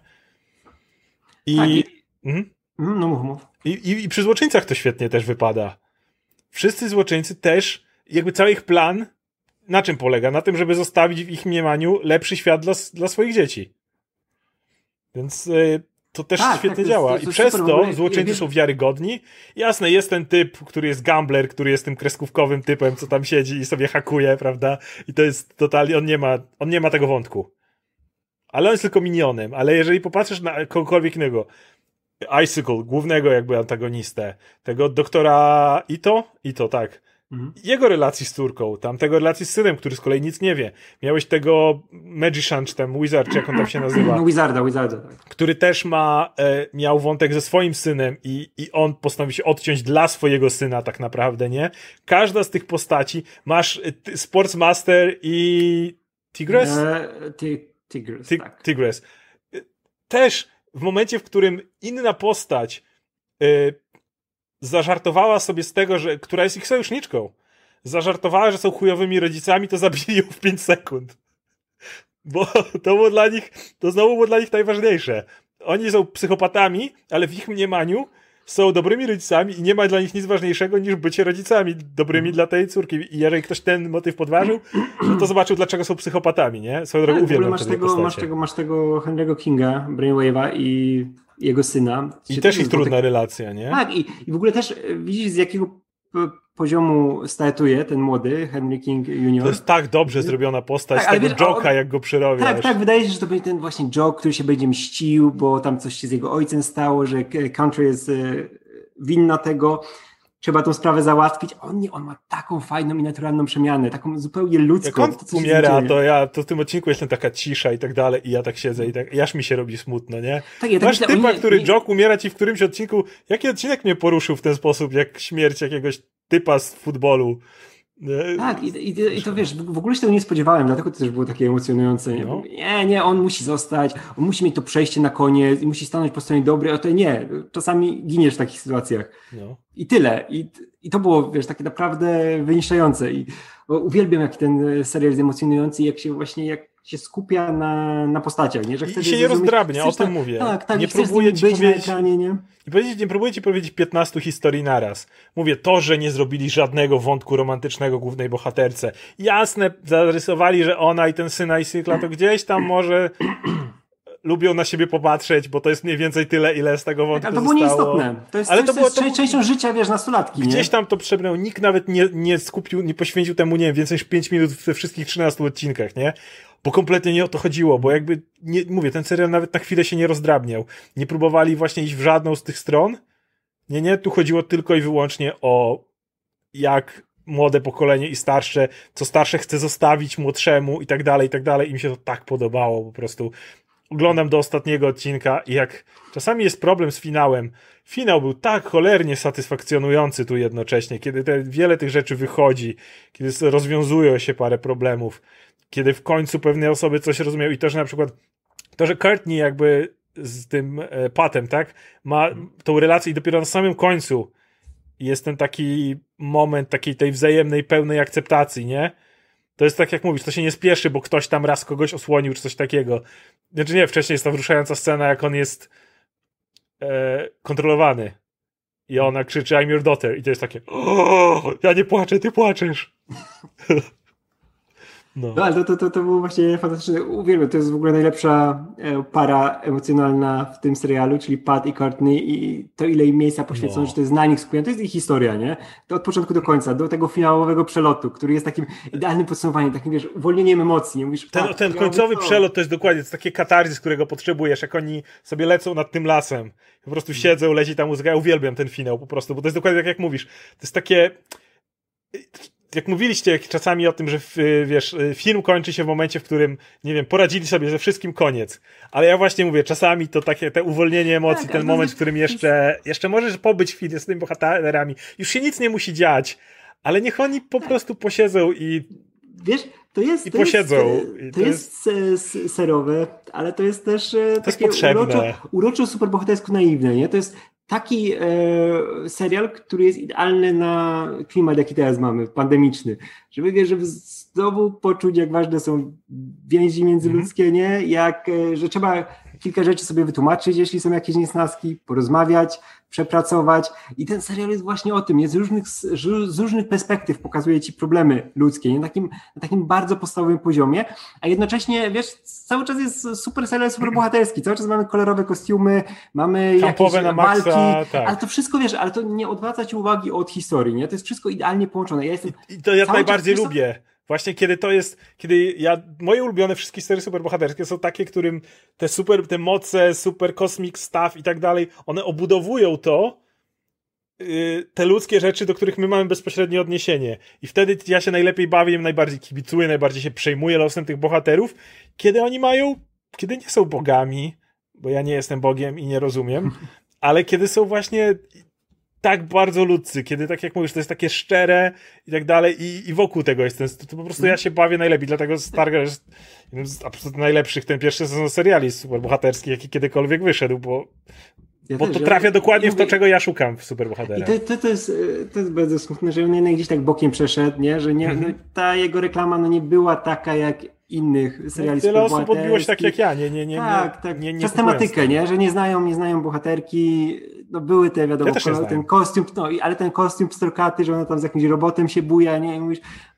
I, tak, i... Mhm. no mów, mów. I, i, I przy złoczyńcach to świetnie też wypada. Wszyscy złoczyńcy też, jakby cały ich plan na czym polega? Na tym, żeby zostawić w ich mniemaniu lepszy świat dla, dla swoich dzieci. Więc y, to też tak, świetnie tak, działa. To jest, to I przez to ogóle, złoczyńcy ja są wiarygodni. Jasne, jest ten typ, który jest gambler, który jest tym kreskówkowym typem, co tam siedzi i sobie hakuje, prawda? I to jest totalnie, on nie ma, on nie ma tego wątku. Ale on jest tylko minionem. Ale jeżeli popatrzysz na kogokolwiek innego, Icicle, głównego jakby antagonistę, tego doktora Ito? Ito, tak. Mhm. Jego relacji z córką, tam tego relacji z synem, który z kolei nic nie wie. Miałeś tego Magician, czy tam Wizard, czy jak on tam się nazywa. No Wizarda, Wizarda, tak. Który też ma, e, miał wątek ze swoim synem i, i on postanowił się odciąć dla swojego syna tak naprawdę, nie? Każda z tych postaci, masz e, Sportsmaster i Tigress? E, ty, Tigress, Ty, tak. Tigress. E, też w momencie, w którym inna postać y, zażartowała sobie z tego, że która jest ich sojuszniczką, zażartowała, że są chujowymi rodzicami, to zabili ją w pięć sekund. Bo to było dla nich, to znowu było dla nich najważniejsze. Oni są psychopatami, ale w ich mniemaniu są dobrymi rodzicami i nie ma dla nich nic ważniejszego niż bycie rodzicami dobrymi mm. dla tej córki. I jeżeli ktoś ten motyw podważył, no to zobaczył, dlaczego są psychopatami, nie? Swoją drogą tak, uwielbiam masz tego, masz tego, masz tego Henry'ego Kinga, Brainwave'a i jego syna. I też ich trudna tak... relacja, nie? Tak, i, i w ogóle też widzisz, z jakiego poziomu startuje ten młody Henry King junior. To jest tak dobrze zrobiona postać tak, tego Joka, jak go przyrobiasz. Tak, tak, wydaje się, że to będzie ten właśnie Joke, który się będzie mścił, bo tam coś się z jego ojcem stało, że country jest winna tego, trzeba tą sprawę załatwić. On nie, on ma taką fajną i naturalną przemianę, taką zupełnie ludzką. Jak on to, umiera, to ja, to w tym odcinku jest taka cisza i tak dalej i ja tak siedzę i tak, i aż mi się robi smutno, nie? Tak, ja tak Masz myślę, typa, nie, który nie... Joke umiera ci w którymś odcinku. Jaki odcinek mnie poruszył w ten sposób, jak śmierć jakiegoś typa z futbolu? Tak, i, i, i to wiesz, w ogóle się tego nie spodziewałem, dlatego to też było takie emocjonujące. Nie, no. nie, nie, on musi zostać, on musi mieć to przejście na koniec i musi stanąć po stronie dobrej, a to nie, czasami giniesz w takich sytuacjach. No. I tyle. I, I to było, wiesz, takie naprawdę wyniszczające. I uwielbiam, jak ten serial jest emocjonujący, jak się właśnie, jak się skupia na, na postaciach, nie? Że I się nie rozdrabnia, o tym tak, mówię. Tak, tak, nie próbuję ci powiedzieć, ekranie, nie? Nie, nie próbuję ci powiedzieć piętnastu historii naraz. Mówię, to, że nie zrobili żadnego wątku romantycznego głównej bohaterce. Jasne, zarysowali, że ona i ten syn Icicla to gdzieś tam może lubią na siebie popatrzeć, bo to jest mniej więcej tyle, ile z tego wątku tak, ale to zostało. było nieistotne. To jest, ale to, to jest było, to... częścią życia, wiesz, nastolatki. Gdzieś nie? tam to przebrnął. Nikt nawet nie, nie skupił, nie poświęcił temu, nie wiem, więcej niż pięć minut we wszystkich trzynastu odcinkach, nie? Bo kompletnie nie o to chodziło, bo jakby, nie, mówię, ten serial nawet na chwilę się nie rozdrabniał. Nie próbowali właśnie iść w żadną z tych stron. Nie, nie, tu chodziło tylko i wyłącznie o jak młode pokolenie i starsze, co starsze chce zostawić młodszemu i tak dalej, i tak dalej. I mi się to tak podobało po prostu. Oglądam do ostatniego odcinka i jak czasami jest problem z finałem, finał był tak cholernie satysfakcjonujący tu jednocześnie, kiedy te, wiele tych rzeczy wychodzi, kiedy rozwiązują się parę problemów, kiedy w końcu pewne osoby coś rozumieją i to, że na przykład to, że Courtney jakby z tym e, Patem, tak, ma tą relację i dopiero na samym końcu jest ten taki moment takiej tej wzajemnej, pełnej akceptacji, nie? To jest tak jak mówisz, to się nie spieszy, bo ktoś tam raz kogoś osłonił, czy coś takiego. Znaczy nie, wcześniej jest ta wzruszająca scena, jak on jest e, kontrolowany i ona krzyczy I'm your daughter i to jest takie o, ja nie płaczę, ty płaczesz. No, no ale to, to, to, to było właśnie fantastyczne. Uwielbiam, to jest w ogóle najlepsza para emocjonalna w tym serialu, czyli Pat i Courtney i to ile im miejsca poświęcono, no. Że to jest na nich skupione, to jest ich historia, nie? To od początku do końca, do tego finałowego przelotu, który jest takim idealnym podsumowaniem, takim, wiesz, uwolnieniem emocji. Nie? Mówisz, ten ten końcowy przelot to jest dokładnie, to jest takie katarzis, którego potrzebujesz, jak oni sobie lecą nad tym lasem. Po prostu siedzą, leci ta muzyka. Ja uwielbiam ten finał po prostu, bo to jest dokładnie tak jak mówisz. To jest takie... Jak mówiliście czasami o tym, że wiesz, film kończy się w momencie, w którym, nie wiem, poradzili sobie ze wszystkim, koniec. Ale ja właśnie mówię, czasami to takie te uwolnienie emocji, tak, ten moment, w którym jeszcze, jeszcze możesz pobyć chwilę z tymi bohaterami. Już się nic nie musi dziać, ale niech oni po tak. prostu posiedzą i wiesz, to jest, i to posiedzą. Jest, to, to jest, jest serowe, ale to jest też to takie jest potrzebne. uroczo, uroczo superbohatersko naiwne, nie? To jest taki e, serial, który jest idealny na klimat, jaki teraz mamy, pandemiczny. Żeby, wiesz, żeby znowu poczuć, jak ważne są więzi międzyludzkie, nie? Jak, e, że trzeba kilka rzeczy sobie wytłumaczyć, jeśli są jakieś niesnaski, porozmawiać, przepracować. I ten serial jest właśnie o tym, jest z różnych, z różnych perspektyw pokazuje ci problemy ludzkie, nie? Na takim, na takim bardzo podstawowym poziomie, a jednocześnie, wiesz, cały czas jest super serial, super bohaterski, cały czas mamy kolorowe kostiumy, mamy Kampowe jakieś na walki, maksa, tak. ale to wszystko, wiesz, ale to nie odwraca ci uwagi od historii, nie? To jest wszystko idealnie połączone. Ja jestem I, i to ja najbardziej czas, lubię. Właśnie kiedy to jest, kiedy ja, moje ulubione wszystkie historie superbohaterskie są takie, którym te super, te moce, super cosmic stuff i tak dalej, one obudowują to, yy, te ludzkie rzeczy, do których my mamy bezpośrednie odniesienie. I wtedy ja się najlepiej bawię, najbardziej kibicuję, najbardziej się przejmuję losem tych bohaterów, kiedy oni mają, kiedy nie są bogami, bo ja nie jestem Bogiem i nie rozumiem, ale kiedy są właśnie tak bardzo ludzcy, kiedy tak jak mówisz, to jest takie szczere i tak dalej i, i wokół tego jest ten, to, to po prostu ja się bawię najlepiej, dlatego Stargirl jest jednym z absolutnie najlepszych, ten pierwszy sezon seriali superbohaterskich, jaki kiedykolwiek wyszedł, bo, ja bo też, to trafia ja, dokładnie ja, w to, czego ja szukam w superbohaterach. I to, to, to, jest, to jest bardzo smutne, że on jednak gdzieś tak bokiem przeszedł, nie? Że nie, mhm. no, ta jego reklama no, nie była taka jak innych seriali no, tyle osób odbiło się tak jak ja, nie, nie, nie, tak, nie, tak. nie, nie przez tematykę, nie? Że nie znają, nie znają bohaterki, no były te wiadomo, ja ten kostium, no ale ten kostium pstrokaty, że ona tam z jakimś robotem się buja, nie? I mówisz,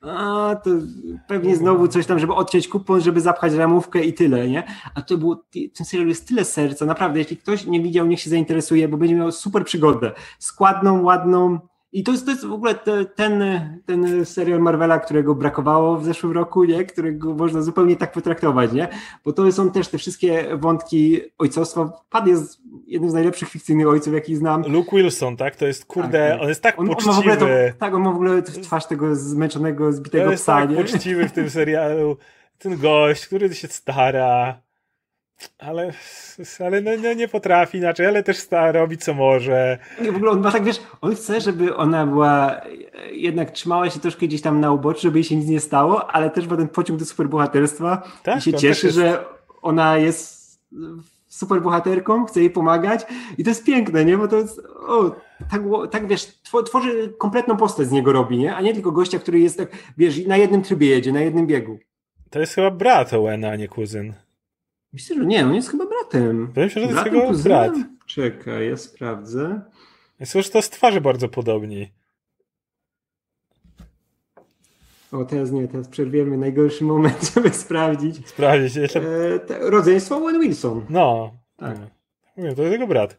a to pewnie znowu coś tam, żeby odciąć kupon, żeby zapchać ramówkę i tyle, nie? A to było, ten serial jest tyle serca, naprawdę, jeśli ktoś nie widział, niech się zainteresuje, bo będzie miał super przygodę, składną, ładną. I to jest, to jest w ogóle te, ten, ten serial Marvela, którego brakowało w zeszłym roku, nie? Którego można zupełnie tak potraktować, nie? Bo to są też te wszystkie wątki ojcostwa. Pan jest jednym z najlepszych fikcyjnych ojców, jakich znam. Luke Wilson, tak? To jest, kurde, tak, on jest tak on, poczciwy. On ma w ogóle to, tak, on ma w ogóle twarz tego zmęczonego, zbitego psa, jest psa, tak nie? poczciwy w tym serialu. Ten gość, który się stara, ale, ale no, no nie potrafi inaczej, ale też stara, robi co może. Nie, w ogóle on ma tak, wiesz, on chce, żeby ona była, jednak trzymała się troszkę gdzieś tam na uboczu, żeby jej się nic nie stało, ale też ma ten pociąg do superbohaterstwa tak, i się cieszy, jest... że ona jest superbohaterką, chce jej pomagać i to jest piękne, nie? Bo to jest, o, tak, tak wiesz, tworzy kompletną postać z niego robi, nie? A nie tylko gościa, który jest tak, wiesz, na jednym trybie jedzie, na jednym biegu. To jest chyba brat Owena, a nie kuzyn. Myślę, że nie, on jest chyba bratem. Wydaje mi się, że to jest jego brat. Czekaj, ja sprawdzę. Jest już to z twarzy bardzo podobni. O, teraz nie, teraz przerwiemy najgorszy moment, żeby sprawdzić. Sprawdzić. Jeszcze... E, te, rodzeństwo Owen Wilson. No, tak. No. Mówię, to jest jego brat.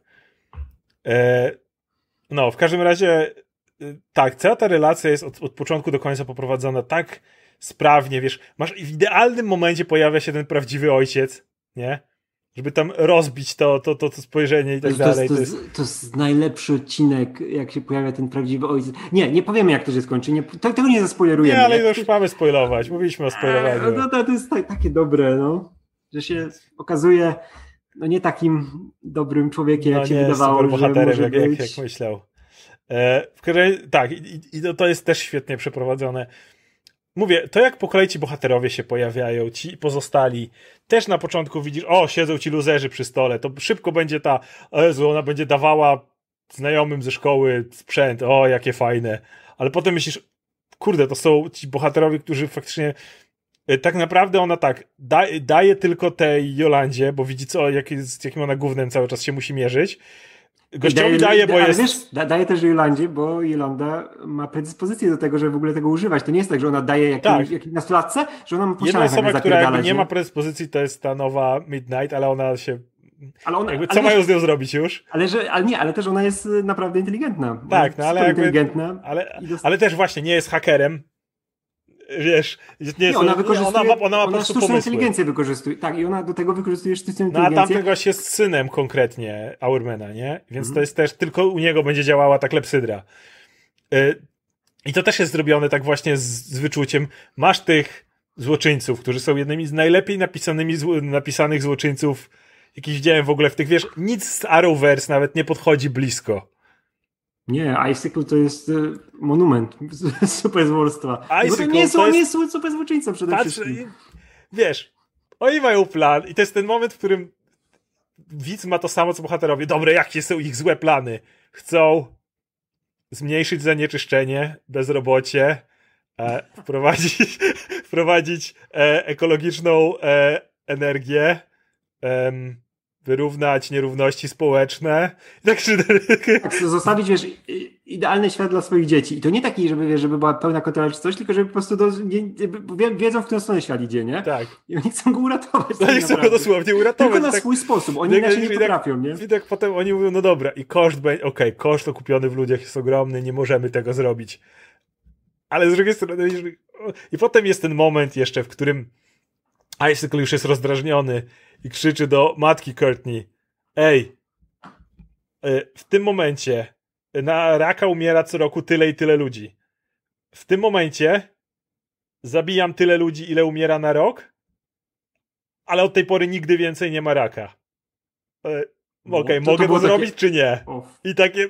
E, no, w każdym razie tak, cała ta relacja jest od, od początku do końca poprowadzona tak sprawnie, wiesz, masz w idealnym momencie pojawia się ten prawdziwy ojciec, nie? Żeby tam rozbić to, to, to, to spojrzenie i tak to, dalej. To jest, to, jest, to jest najlepszy odcinek, jak się pojawia ten prawdziwy ojciec. Nie, nie powiemy, jak to się skończy. Nie, to, tego nie zaspoilerujemy. Nie, ale jak... już mamy spoilować. Mówiliśmy o spoilowaniu. No, to, to jest tak, takie dobre, no. Że się okazuje no nie takim dobrym człowiekiem, no jak się nie, wydawało, super bohaterem, że może jak, być. jak, jak myślał. E, w której, tak, i, i to, to jest też świetnie przeprowadzone. Mówię, to jak po kolei ci bohaterowie się pojawiają, ci pozostali, też na początku widzisz, o, siedzą ci luzerzy przy stole, to szybko będzie ta, o Jezu, ona będzie dawała znajomym ze szkoły sprzęt, o, jakie fajne. Ale potem myślisz, kurde, to są ci bohaterowie, którzy faktycznie, tak naprawdę ona tak, da, daje tylko tej Jolandzie, bo widzi co, jak, z jakim ona gównem cały czas się musi mierzyć. Gościowi daje, daje, bo jest... Wiesz, da, daje też Jolandzie, bo Jolanda ma predyspozycję do tego, żeby w ogóle tego używać. To nie jest tak, że ona daje jakimś, tak. jakimś nastolatce, że ona ma po Jedna osoba, która jakby nie, nie ma predyspozycji, to jest ta nowa Midnight, ale ona się... Ale ona, jakby, co ale mają wiesz, z nią zrobić już? Ale, że, ale nie, ale też ona jest naprawdę inteligentna. Tak, no ale jakby... inteligentna. Ale, ale też właśnie nie jest hakerem. Wiesz, nie, jest, nie, ona wykorzystuje, ona ma, ona ma ona po prostu sztuczną pomysły. inteligencję wykorzystuje. Tak, i ona do tego wykorzystuje sztuczną no, inteligencję. No a tamten gość jest synem konkretnie Hourmana, nie? Więc mhm. to jest też, tylko u niego będzie działała ta klepsydra. Yy, I to też jest zrobione tak właśnie z, z wyczuciem. Masz tych złoczyńców, którzy są jednymi z najlepiej napisanymi, zło, napisanych złoczyńców, jakich widziałem w ogóle w tych, wiesz, nic z Arrowverse nawet nie podchodzi blisko. Nie, Icicle to jest monument superzłolstwa. Icicle to nie jest, to on jest... jest superzłoczyńcą przede Patrz, wszystkim. Wiesz, oni mają plan i to jest ten moment, w którym widz ma to samo, co bohaterowie. Dobre, jakie są ich złe plany? Chcą zmniejszyć zanieczyszczenie, bezrobocie, e, wprowadzić, wprowadzić e, ekologiczną e, energię, e, wyrównać nierówności społeczne. Tak, tak, zostawić, wiesz, idealny świat dla swoich dzieci. I to nie taki, żeby, wiesz, żeby była pełna kontrola czy coś, tylko żeby po prostu do, nie, wiedzą, w którą stronę świat idzie, nie? Tak. I oni chcą go uratować. Oni chcą go dosłownie uratować. Tylko na tak, swój sposób. Oni inaczej nie potrafią, nie? I tak potem oni mówią, no dobra, i koszt będzie, okej, okay, koszt okupiony w ludziach jest ogromny, nie możemy tego zrobić. Ale z drugiej strony, i potem jest ten moment jeszcze, w którym Icicle już jest rozdrażniony i krzyczy do matki Courtney: ej, w tym momencie na raka umiera co roku tyle i tyle ludzi. W tym momencie zabijam tyle ludzi, ile umiera na rok, ale od tej pory nigdy więcej nie ma raka. Okej, okay, no, mogę to, to zrobić, takie... czy nie? Off. I takie...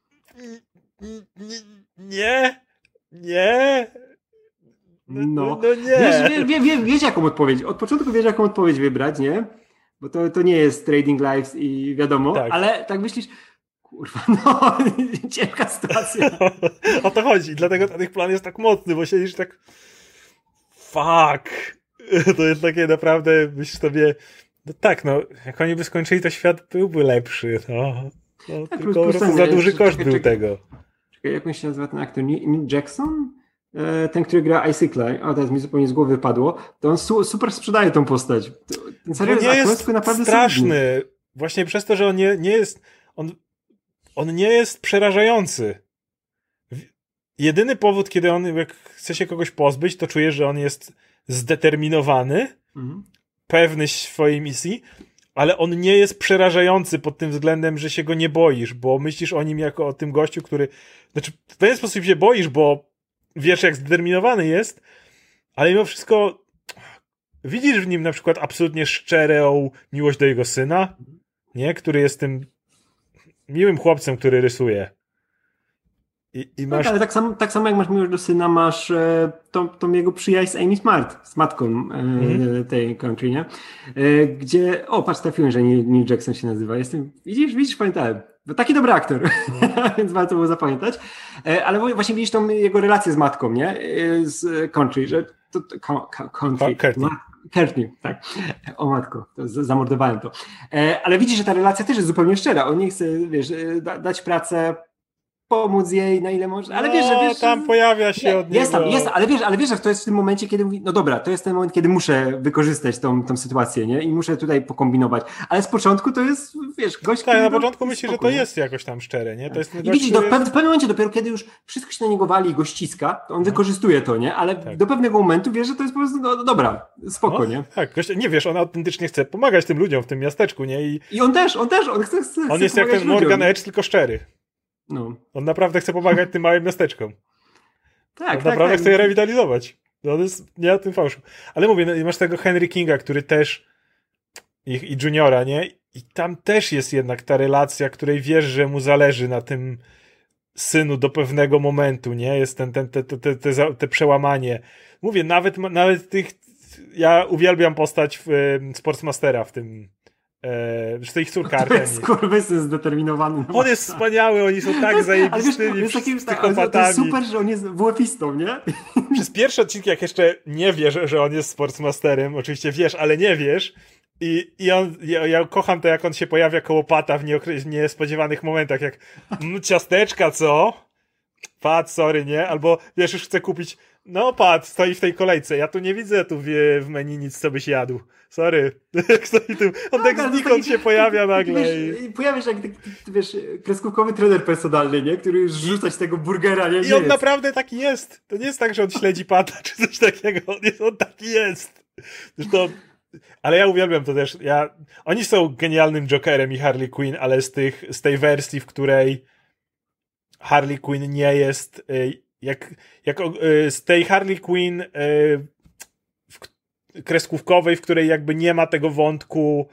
Nie, nie... No, no, no nie. Wiesz, wie, wie, wie, wiesz jaką odpowiedź. Od początku wiesz jaką odpowiedź wybrać, nie? Bo to, to nie jest Trading Lives i wiadomo, tak. Ale tak myślisz, kurwa, no, ciężka sytuacja. O to chodzi, dlatego ten ich plan jest tak mocny, bo siedzisz tak fuck. To jest takie naprawdę, myślisz sobie, no tak, no, jak oni by skończyli, to świat byłby lepszy, no. no tak, tylko plus, plus za duży koszt czekaj, był czekaj, tego. Czekaj, jak on się nazywa ten aktor? Nick Jackson? Ten, który gra Icicle, a teraz mi zupełnie z głowy padło, to on su- super sprzedaje tą postać. Ten serial nie jest naprawdę straszny. Solidny. Właśnie przez to, że on nie, nie jest on, on nie jest przerażający. Jedyny powód, kiedy on jak chce się kogoś pozbyć, to czujesz, że on jest zdeterminowany, mhm. pewny swojej misji, ale on nie jest przerażający pod tym względem, że się go nie boisz, bo myślisz o nim jako o tym gościu, który... Znaczy, w pewien sposób się boisz, bo wiesz, jak zdeterminowany jest, ale mimo wszystko widzisz w nim na przykład absolutnie szczerą miłość do jego syna, nie? Który jest tym miłym chłopcem, który rysuje. I, i masz... tak, ale tak samo, tak samo jak masz miłość do syna, masz e, tą, tą jego przyjaźń z Amy Smart, z matką e, mm-hmm. tej country, nie? E, gdzie, o patrz, trafiłem, że Neil Jackson się nazywa. Jestem, widzisz, widzisz, pamiętałem. Taki dobry aktor, więc warto było zapamiętać. E, ale właśnie widzisz tą jego relację z matką, nie? E, z country, że to, to country. Courtney, tak. O matko, to z- zamordowałem to. E, ale widzisz, że ta relacja też jest zupełnie szczera. On nie chce, wiesz, da, dać pracę, pomóc jej na ile może, ale no, wiesz, że wiesz, tam pojawia się nie, od niego. Jest tam, jest, ale wiesz, ale wiesz, że to jest w tym momencie, kiedy mówi, no dobra, to jest ten moment, kiedy muszę wykorzystać tą, tą sytuację, nie? I muszę tutaj pokombinować. Ale z początku to jest, wiesz, gość... Tak, na początku myślisz, że to jest jakoś tam szczere, nie? To jest I widzisz, do, jest... w pewnym momencie dopiero, kiedy już wszystko się na niego wali i go ściska, to on no. wykorzystuje to, nie? Ale tak. do pewnego momentu wiesz, że to jest po prostu, no dobra, spoko, no, nie? Tak, gość, nie wiesz, on autentycznie chce pomagać tym ludziom w tym miasteczku, nie? I, I on też, on też, on chce, chce On jest jak ten Morgan Edge, tylko szczery. No. On naprawdę chce pomagać tym małym miasteczkom. Tak, on tak, naprawdę tak. chce je rewitalizować. No, on jest nie na tym fałszu. Ale mówię, no, masz tego Henry Kinga, który też i, i Juniora, nie? I tam też jest jednak ta relacja, której wiesz, że mu zależy na tym synu do pewnego momentu, nie? Jest ten, ten, te, te, te, te, te przełamanie. Mówię, nawet, nawet tych... Ja uwielbiam postać w, um, Sportsmastera w tym... Że to ich córka Artemi. To jest skurwysyn zdeterminowany. On jest wspaniały, oni są tak zajebistymi psychopatami. To jest super, że on jest W F istą, nie? Przez pierwsze odcinki, jak jeszcze nie wiesz, że on jest Sportsmasterem, oczywiście wiesz, ale nie wiesz, i, i on, ja, ja kocham to, jak on się pojawia koło Pata w nieokre- niespodziewanych momentach, jak mm, ciasteczka, co? Pat, sorry, nie? Albo wiesz, już chcę kupić, no Pat, stoi w tej kolejce, ja tu nie widzę tu w, w menu nic, co byś jadł. Sorry. Stoi tu, on tak, tak znikąd taki, się pojawia nagle. Wiesz, i... Pojawia się jak taki, wiesz, kreskówkowy trener personalny, nie? Który już rzuca ci tego burgera, nie? I on jest. Naprawdę taki jest. To nie jest tak, że on śledzi Pata, czy coś takiego. On, jest, on taki jest. Zresztą, ale ja uwielbiam to też. Ja, oni są genialnym Jokerem i Harley Quinn, ale z, tych, z tej wersji, w której Harley Quinn nie jest jak, jak z tej Harley Quinn w, kreskówkowej, w której jakby nie ma tego wątku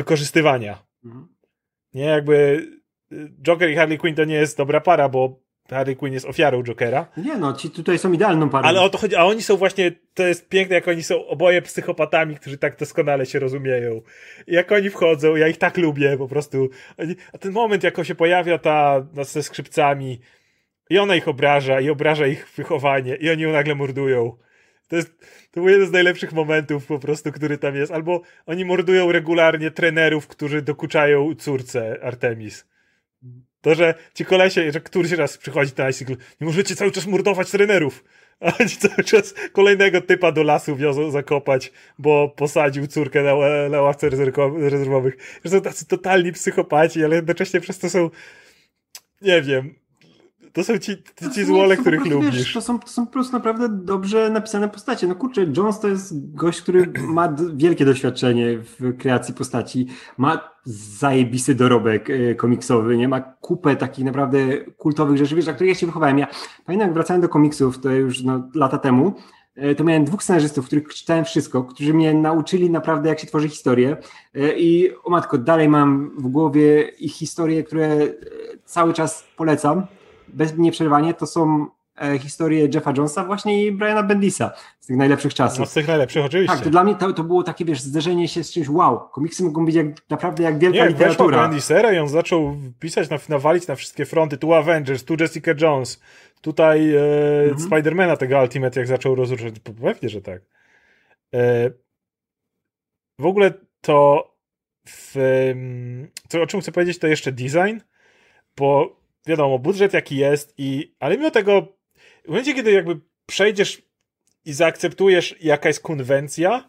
wykorzystywania. Mhm. Nie, jakby Joker i Harley Quinn to nie jest dobra para, bo Harley Quinn jest ofiarą Jokera. Nie no, ci tutaj są idealną parą. Ale o to chodzi, a oni są właśnie, to jest piękne, jak oni są oboje psychopatami, którzy tak doskonale się rozumieją. I jak oni wchodzą, ja ich tak lubię po prostu. A ten moment, jak się pojawia ta no, ze skrzypcami i ona ich obraża i obraża ich wychowanie i oni ją nagle mordują. To jest, to był jeden z najlepszych momentów po prostu, który tam jest. Albo oni mordują regularnie trenerów, którzy dokuczają córce Artemis. To, że ci kolesie, że któryś raz przychodzi ten Icicle, nie możecie cały czas mordować trenerów, a oni cały czas kolejnego typa do lasu wiozą zakopać, bo posadził córkę na, na ławce rezerwowych. Że są tacy totalni psychopaci, ale jednocześnie przez to są, nie wiem, to są ci, ci, ci złole, których prostu, lubisz. Wiesz, to, są, to są po prostu naprawdę dobrze napisane postacie. No kurczę, Jones to jest gość, który ma d- wielkie doświadczenie w kreacji postaci, ma zajebisty dorobek y, komiksowy, nie? Ma kupę takich naprawdę kultowych rzeczy, wiesz, na których ja się wychowałem. Ja pamiętam, jak wracałem do komiksów, to już no, lata temu, y, to miałem dwóch scenarzystów, których czytałem wszystko, którzy mnie nauczyli naprawdę, jak się tworzy historię. Y, I o matko, dalej mam w głowie ich historie, które cały czas polecam. Bez nieprzerwanie, to są e, historie Jeffa Jonesa właśnie i Briana Bendisa z tych najlepszych czasów. No z tych najlepszych oczywiście. Tak, to dla mnie to, to było takie, wiesz, zderzenie się z czymś, wow, komiksy mogą być jak, naprawdę jak wielka nie, literatura. Nie, Bendisera i on zaczął pisać, na, nawalić na wszystkie fronty, tu Avengers, tu Jessica Jones, tutaj e, mhm. Spidermana tego Ultimate, jak zaczął rozruszać, pewnie, że tak. E, w ogóle to w, to, o czym chcę powiedzieć, to jeszcze design, bo wiadomo, budżet jaki jest, i ale mimo tego, w momencie, kiedy jakby przejdziesz i zaakceptujesz, jaka jest konwencja,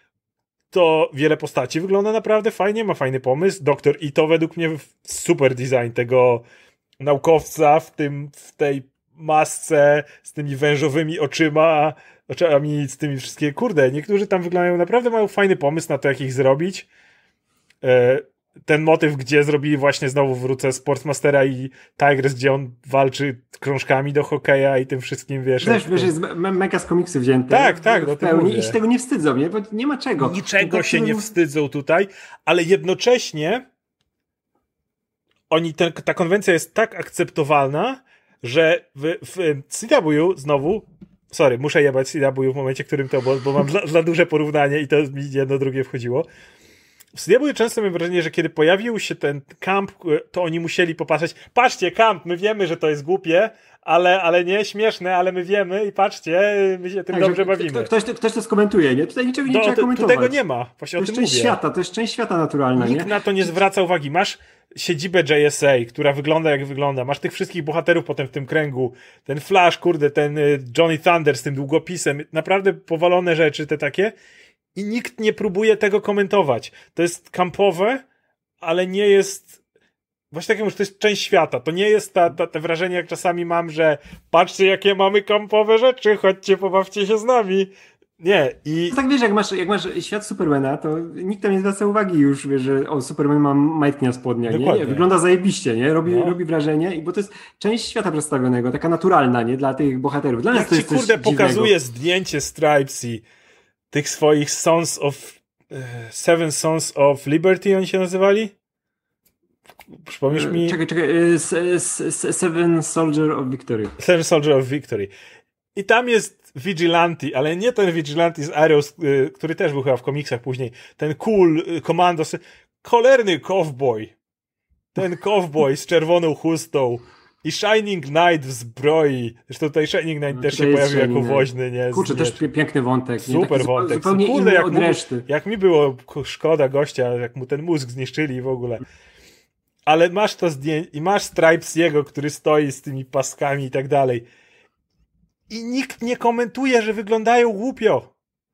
to wiele postaci wygląda naprawdę fajnie, ma fajny pomysł. Doktor Ito według mnie super design tego naukowca w tym, w tej masce z tymi wężowymi oczyma, oczami, z tymi wszystkie, kurde, niektórzy tam wyglądają, naprawdę mają fajny pomysł na to, jak ich zrobić. E- Ten motyw, gdzie zrobili właśnie, znowu wrócę, Sportsmastera i Tigress, gdzie on walczy krążkami do hokeja i tym wszystkim, wiesz. Wiesz, wiesz, jest me- mega z komiksu wzięte. Tak, tak, w pełni i się tego nie wstydzą, nie? Bo nie ma czego. Niczego się nie wstydzą tutaj, ale jednocześnie oni, ten, ta konwencja jest tak akceptowalna, że w, w C W znowu, sorry, muszę jebać C W w momencie, w którym to, bo, bo mam za, za duże porównanie i to mi jedno drugie wchodziło. W C W często mam wrażenie, że kiedy pojawił się ten kamp, to oni musieli popatrzeć, patrzcie, kamp, my wiemy, że to jest głupie, ale, ale nie, śmieszne, ale my wiemy i patrzcie, my się tym tak, dobrze bawimy. Ktoś, ktoś to skomentuje, nie? Tutaj niczego nie no, trzeba komentować. Tu tego nie ma, właśnie to o tym mówię. To jest część świata, to jest część świata naturalna, Nikt nie? na to nie zwraca uwagi. Masz siedzibę J S A, która wygląda jak wygląda, masz tych wszystkich bohaterów potem w tym kręgu, ten Flash, kurde, ten Johnny Thunder z tym długopisem, naprawdę powalone rzeczy te takie, i nikt nie próbuje tego komentować. To jest kampowe, ale nie jest... Właśnie tak jak mówię, to jest część świata. To nie jest ta, ta, te wrażenie, jak czasami mam, że patrzcie, jakie mamy kampowe rzeczy, chodźcie, pobawcie się z nami. Nie. I... Tak wiesz, jak masz, jak masz świat Supermana, to nikt tam nie zwraca uwagi już, wiesz, że o, Superman ma majtki na spodniach, nie? Wygląda zajebiście, nie? Robi, no. robi wrażenie, i bo to jest część świata przedstawionego, taka naturalna, nie? Dla tych bohaterów. Dla nas jak to ci, jest kurde, pokazuje dziwnego. zdjęcie Stripesy, tych swoich Sons of... Uh, Seven Sons of Liberty oni się nazywali? Przypomnisz mi? Czekaj, czekaj. Seven Soldier of Victory. Seven Soldier of Victory. I tam jest Vigilante, ale nie ten Vigilante z Arrows, który też był chyba w komiksach później. Ten cool Commandos. Cholerny cowboy. Ten cowboy z czerwoną chustą. I Shining Knight w zbroi. Zresztą tutaj Shining Knight no, też się pojawił jako woźny, nie? Kurczę, też piękny wątek. Nie? Super Taki wątek. Zupełnie Kurde, inny jak od mu, reszty. Jak mi było szkoda gościa, jak mu ten mózg zniszczyli w ogóle. Ale masz to zdjęcie i masz Stripes jego, który stoi z tymi paskami i tak dalej. I nikt nie komentuje, że wyglądają głupio.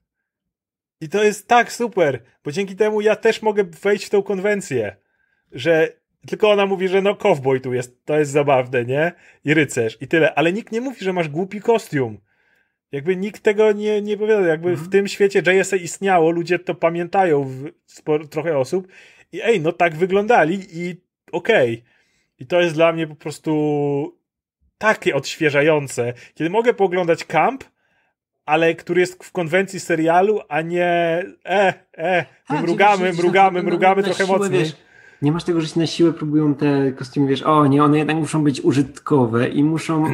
I to jest tak super, bo dzięki temu ja też mogę wejść w tą konwencję, że tylko ona mówi, że no cowboy tu jest, to jest zabawne, nie? I rycerz, i tyle. Ale nikt nie mówi, że masz głupi kostium. Jakby nikt tego nie, nie powiada. Jakby mm. w tym świecie J S A istniało, ludzie to pamiętają, w, sporo, trochę osób. I ej, no tak wyglądali i okej. Okay. I to jest dla mnie po prostu takie odświeżające. Kiedy mogę pooglądać Camp, ale który jest w konwencji serialu, a nie e, e, my tak, mrugamy, ci, ci, mrugamy, na, mrugamy na, na trochę siłę, mocniej. Wiesz, nie masz tego, że się na siłę próbują te kostiumy, wiesz, o nie, one jednak muszą być użytkowe i muszą,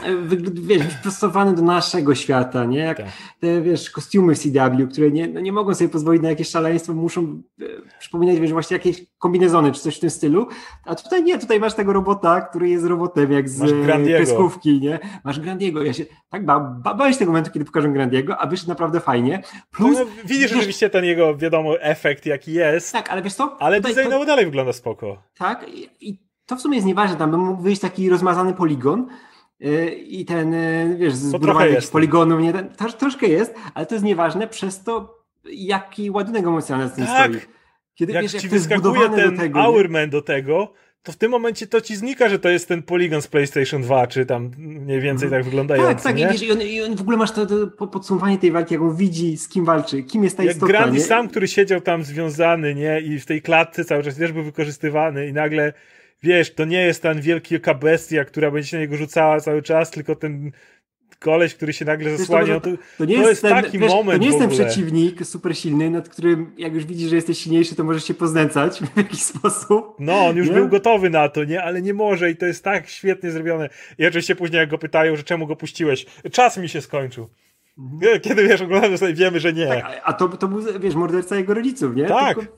wiesz, być prostowane do naszego świata, nie? Jak tak. te, wiesz, kostiumy w C W, które nie, no nie mogą sobie pozwolić na jakieś szaleństwo, muszą e, przypominać, wiesz, właśnie jakieś kombinezony czy coś w tym stylu, a tutaj nie, tutaj masz tego robota, który jest robotem, jak z kreskówki, nie? Masz Grandiego. Ja się tak ba, ba, bałem się tego momentu, kiedy pokażę Grandiego, a wyszedł naprawdę fajnie. Plus, no, widzisz wiesz, oczywiście ten jego, wiadomo, efekt, jaki jest. Tak, ale wiesz co? Ale designowo to... dalej wygląda spoko. Tak, i, i to w sumie jest nieważne, tam by mógł wyjść taki rozmazany poligon yy, i ten, yy, wiesz, zbudowany jakiś poligonów, nie, ten, to, troszkę jest, ale to jest nieważne przez to, jaki ładunek emocjonalny z tym tak. stoi. Kiedy, jak wiesz, ci jak wyskakuje ten do tego, Hourman do tego, to w tym momencie to ci znika, że to jest ten poligon z PlayStation dwa, czy tam mniej więcej tak wyglądający. Tak, tak, nie? I, wiesz, i, on, i on w ogóle masz to, to podsumowanie tej walki, jak on widzi, z kim walczy, kim jest ta jak istota. Jak Grandi nie? sam, który siedział tam związany, nie, i w tej klatce cały czas też był wykorzystywany i nagle, wiesz, to nie jest ten wielka bestia, która będzie się na niego rzucała cały czas, tylko ten koleś, który się nagle zasłania. To, to, nie to jest, jest ten, taki wiesz, moment. To nie jest ten ogóle. przeciwnik super silny, nad którym jak już widzisz, że jesteś silniejszy, to możesz się poznęcać w jakiś sposób. No, on już nie? był gotowy na to, nie? Ale nie może i to jest tak świetnie zrobione. I oczywiście później jak go pytają, że czemu go puściłeś, czas mi się skończył. Mhm. Kiedy wiesz, oglądamy sobie, wiemy, że nie. Tak, a to, to był, wiesz, morderca jego rodziców, nie? Tak. Tylko...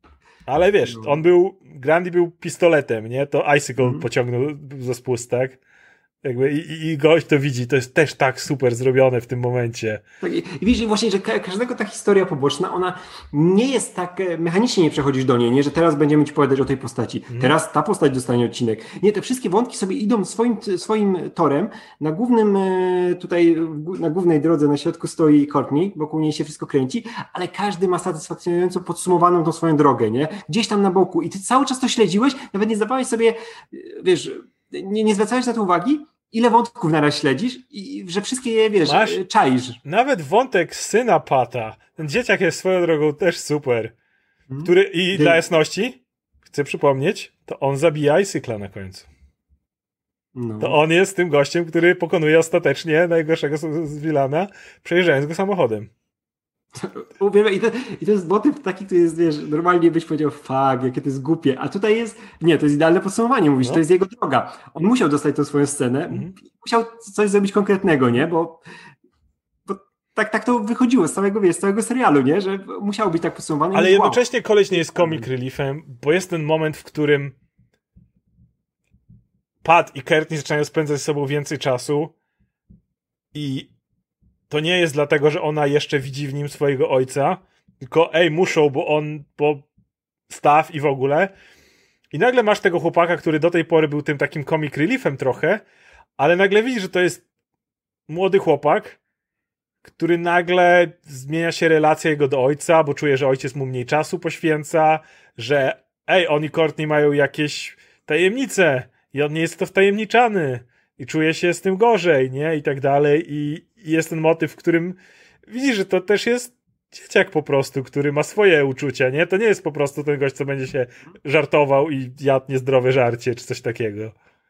Ale wiesz, no. on był, Grandi był pistoletem, nie? To Icicle mhm. pociągnął za spust, tak? Jakby i, i gość to widzi, to jest też tak super zrobione w tym momencie. Tak, i, i widzisz właśnie, że ka- każdego ta historia poboczna, ona nie jest tak, mechanicznie nie przechodzisz do niej, nie, że teraz będziemy ci opowiadać o tej postaci, mm. teraz ta postać dostanie odcinek. Nie, te wszystkie wątki sobie idą swoim, swoim torem, na głównym tutaj, na głównej drodze na środku stoi Courtney, wokół niej się wszystko kręci, ale każdy ma satysfakcjonująco podsumowaną tą swoją drogę, nie, gdzieś tam na boku i ty cały czas to śledziłeś, nawet nie zdawałeś sobie, wiesz, nie, nie zwracałeś na to uwagi, ile wątków naraz śledzisz i że wszystkie je, wiesz, Masz czaisz. Nawet wątek syna Pata. Ten dzieciak jest swoją drogą też super. Hmm. Który, i Ty... dla jasności, chcę przypomnieć, to on zabija Icicla na końcu. No. To on jest tym gościem, który pokonuje ostatecznie najgorszego z Wilana, przejeżdżając go samochodem. I to, I to jest motyw taki, który jest, wiesz, normalnie byś powiedział, fuck, jakie to jest głupie, a tutaj jest, nie, to jest idealne podsumowanie, mówisz, no. To jest jego droga. On musiał dostać tą swoją scenę, mhm. musiał coś zrobić konkretnego, nie, bo, bo tak, tak to wychodziło z całego, wiesz, z całego serialu, nie, że musiało być tak podsumowane. Ale jednocześnie wow. Koleś nie jest comic reliefem, bo jest ten moment, w którym Pat i Courtney zaczynają spędzać z sobą więcej czasu i to nie jest dlatego, że ona jeszcze widzi w nim swojego ojca, tylko ej, muszą, bo on, bo staw i w ogóle. I nagle masz tego chłopaka, który do tej pory był tym takim comic reliefem trochę, ale nagle widzisz, że to jest młody chłopak, który nagle zmienia się relacja jego do ojca, bo czuje, że ojciec mu mniej czasu poświęca, że ej, on i Courtney mają jakieś tajemnice i on nie jest to wtajemniczany i czuje się z tym gorzej, nie? I tak dalej. I I jest ten motyw, w którym widzisz, że to też jest dzieciak po prostu, który ma swoje uczucia, nie? To nie jest po prostu ten gość, co będzie się żartował i jadł niezdrowe żarcie, czy coś takiego.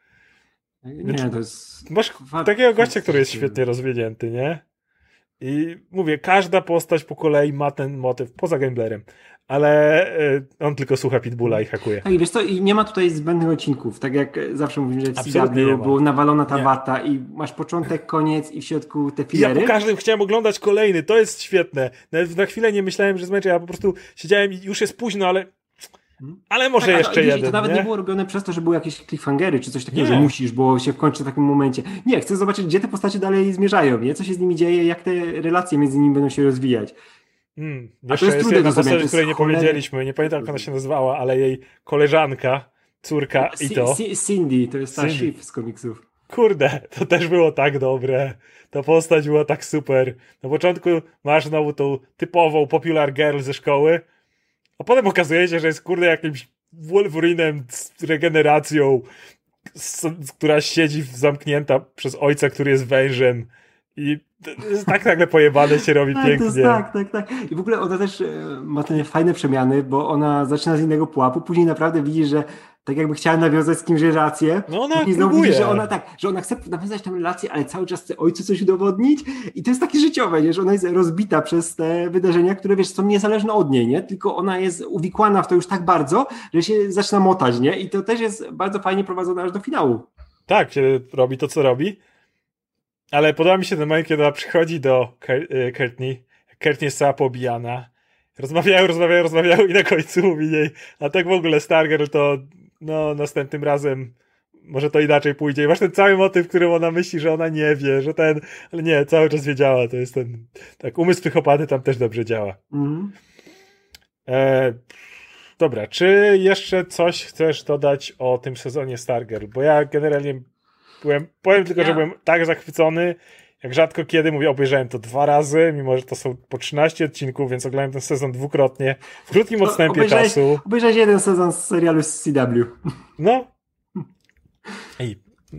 Nie, to jest... Masz takiego gościa, który jest świetnie rozwinięty, nie? I mówię, każda postać po kolei ma ten motyw, poza Gamblerem, ale on tylko słucha Pitbulla i hakuje. Tak, i wiesz co, i nie ma tutaj zbędnych odcinków, tak jak zawsze mówimy, że w C W było nawalona ta nie. wata i masz początek, koniec i w środku te filery. Ja po każdym chciałem oglądać kolejny, to jest świetne. Nawet na chwilę nie myślałem, że zmęczę, ja po prostu siedziałem i już jest późno, ale ale może tak, jeszcze ale, jeden. To nawet nie? nie było robione przez to, że były jakieś cliffhangery czy coś takiego, nie. że musisz, bo się kończy w takim momencie. Nie, chcę zobaczyć, gdzie te postacie dalej zmierzają, nie? Co się z nimi dzieje, jak te relacje między nimi będą się rozwijać. Hmm. A to jest, jest jedna postać, której nie powiedzieliśmy, nie pamiętam jak ona się nazywała, ale jej koleżanka, córka i to. Cindy, to jest ta Shiv z komiksów. Kurde, to też było tak dobre. Ta postać była tak super. Na początku masz znowu tą typową popular girl ze szkoły, a potem okazuje się, że jest kurde jakimś Wolverinem z regeneracją, z, z, która siedzi zamknięta przez ojca, który jest wężem. I jest tak nagle pojebane się robi tak, pięknie. To jest tak, tak, tak. I w ogóle ona też ma te fajne przemiany, bo ona zaczyna z innego pułapu, później naprawdę widzi, że tak jakby chciała nawiązać z kimś relację. No ona i próbuje. Widzi, że ona tak, że ona chce nawiązać tę relację, ale cały czas chce ojcu coś udowodnić i to jest takie życiowe, nie? Że ona jest rozbita przez te wydarzenia, które wiesz, są niezależne od niej, nie? Tylko ona jest uwikłana w to już tak bardzo, że się zaczyna motać, nie? I to też jest bardzo fajnie prowadzone aż do finału. Tak, kiedy robi to, co robi. Ale podoba mi się ten moment, kiedy ona przychodzi do Courtney. Courtney jest cała poobijana. Rozmawiają, rozmawiają, rozmawiają i na końcu mówi jej, a tak w ogóle Stargirl to no następnym razem może to inaczej pójdzie. I masz ten cały motyw, w którym ona myśli, że ona nie wie, że ten, ale nie, cały czas wiedziała. To jest ten, tak, umysł psychopaty tam też dobrze działa. Mm. E, dobra, czy jeszcze coś chcesz dodać o tym sezonie Stargirl? Bo ja generalnie byłem, powiem tylko, ja... że byłem tak zachwycony, jak rzadko kiedy, mówię, obejrzałem to dwa razy, mimo że to są po trzynaście odcinków, więc oglądałem ten sezon dwukrotnie, w krótkim odstępie obejrzałeś, czasu. Obejrzałeś jeden sezon z serialu z C W. No. I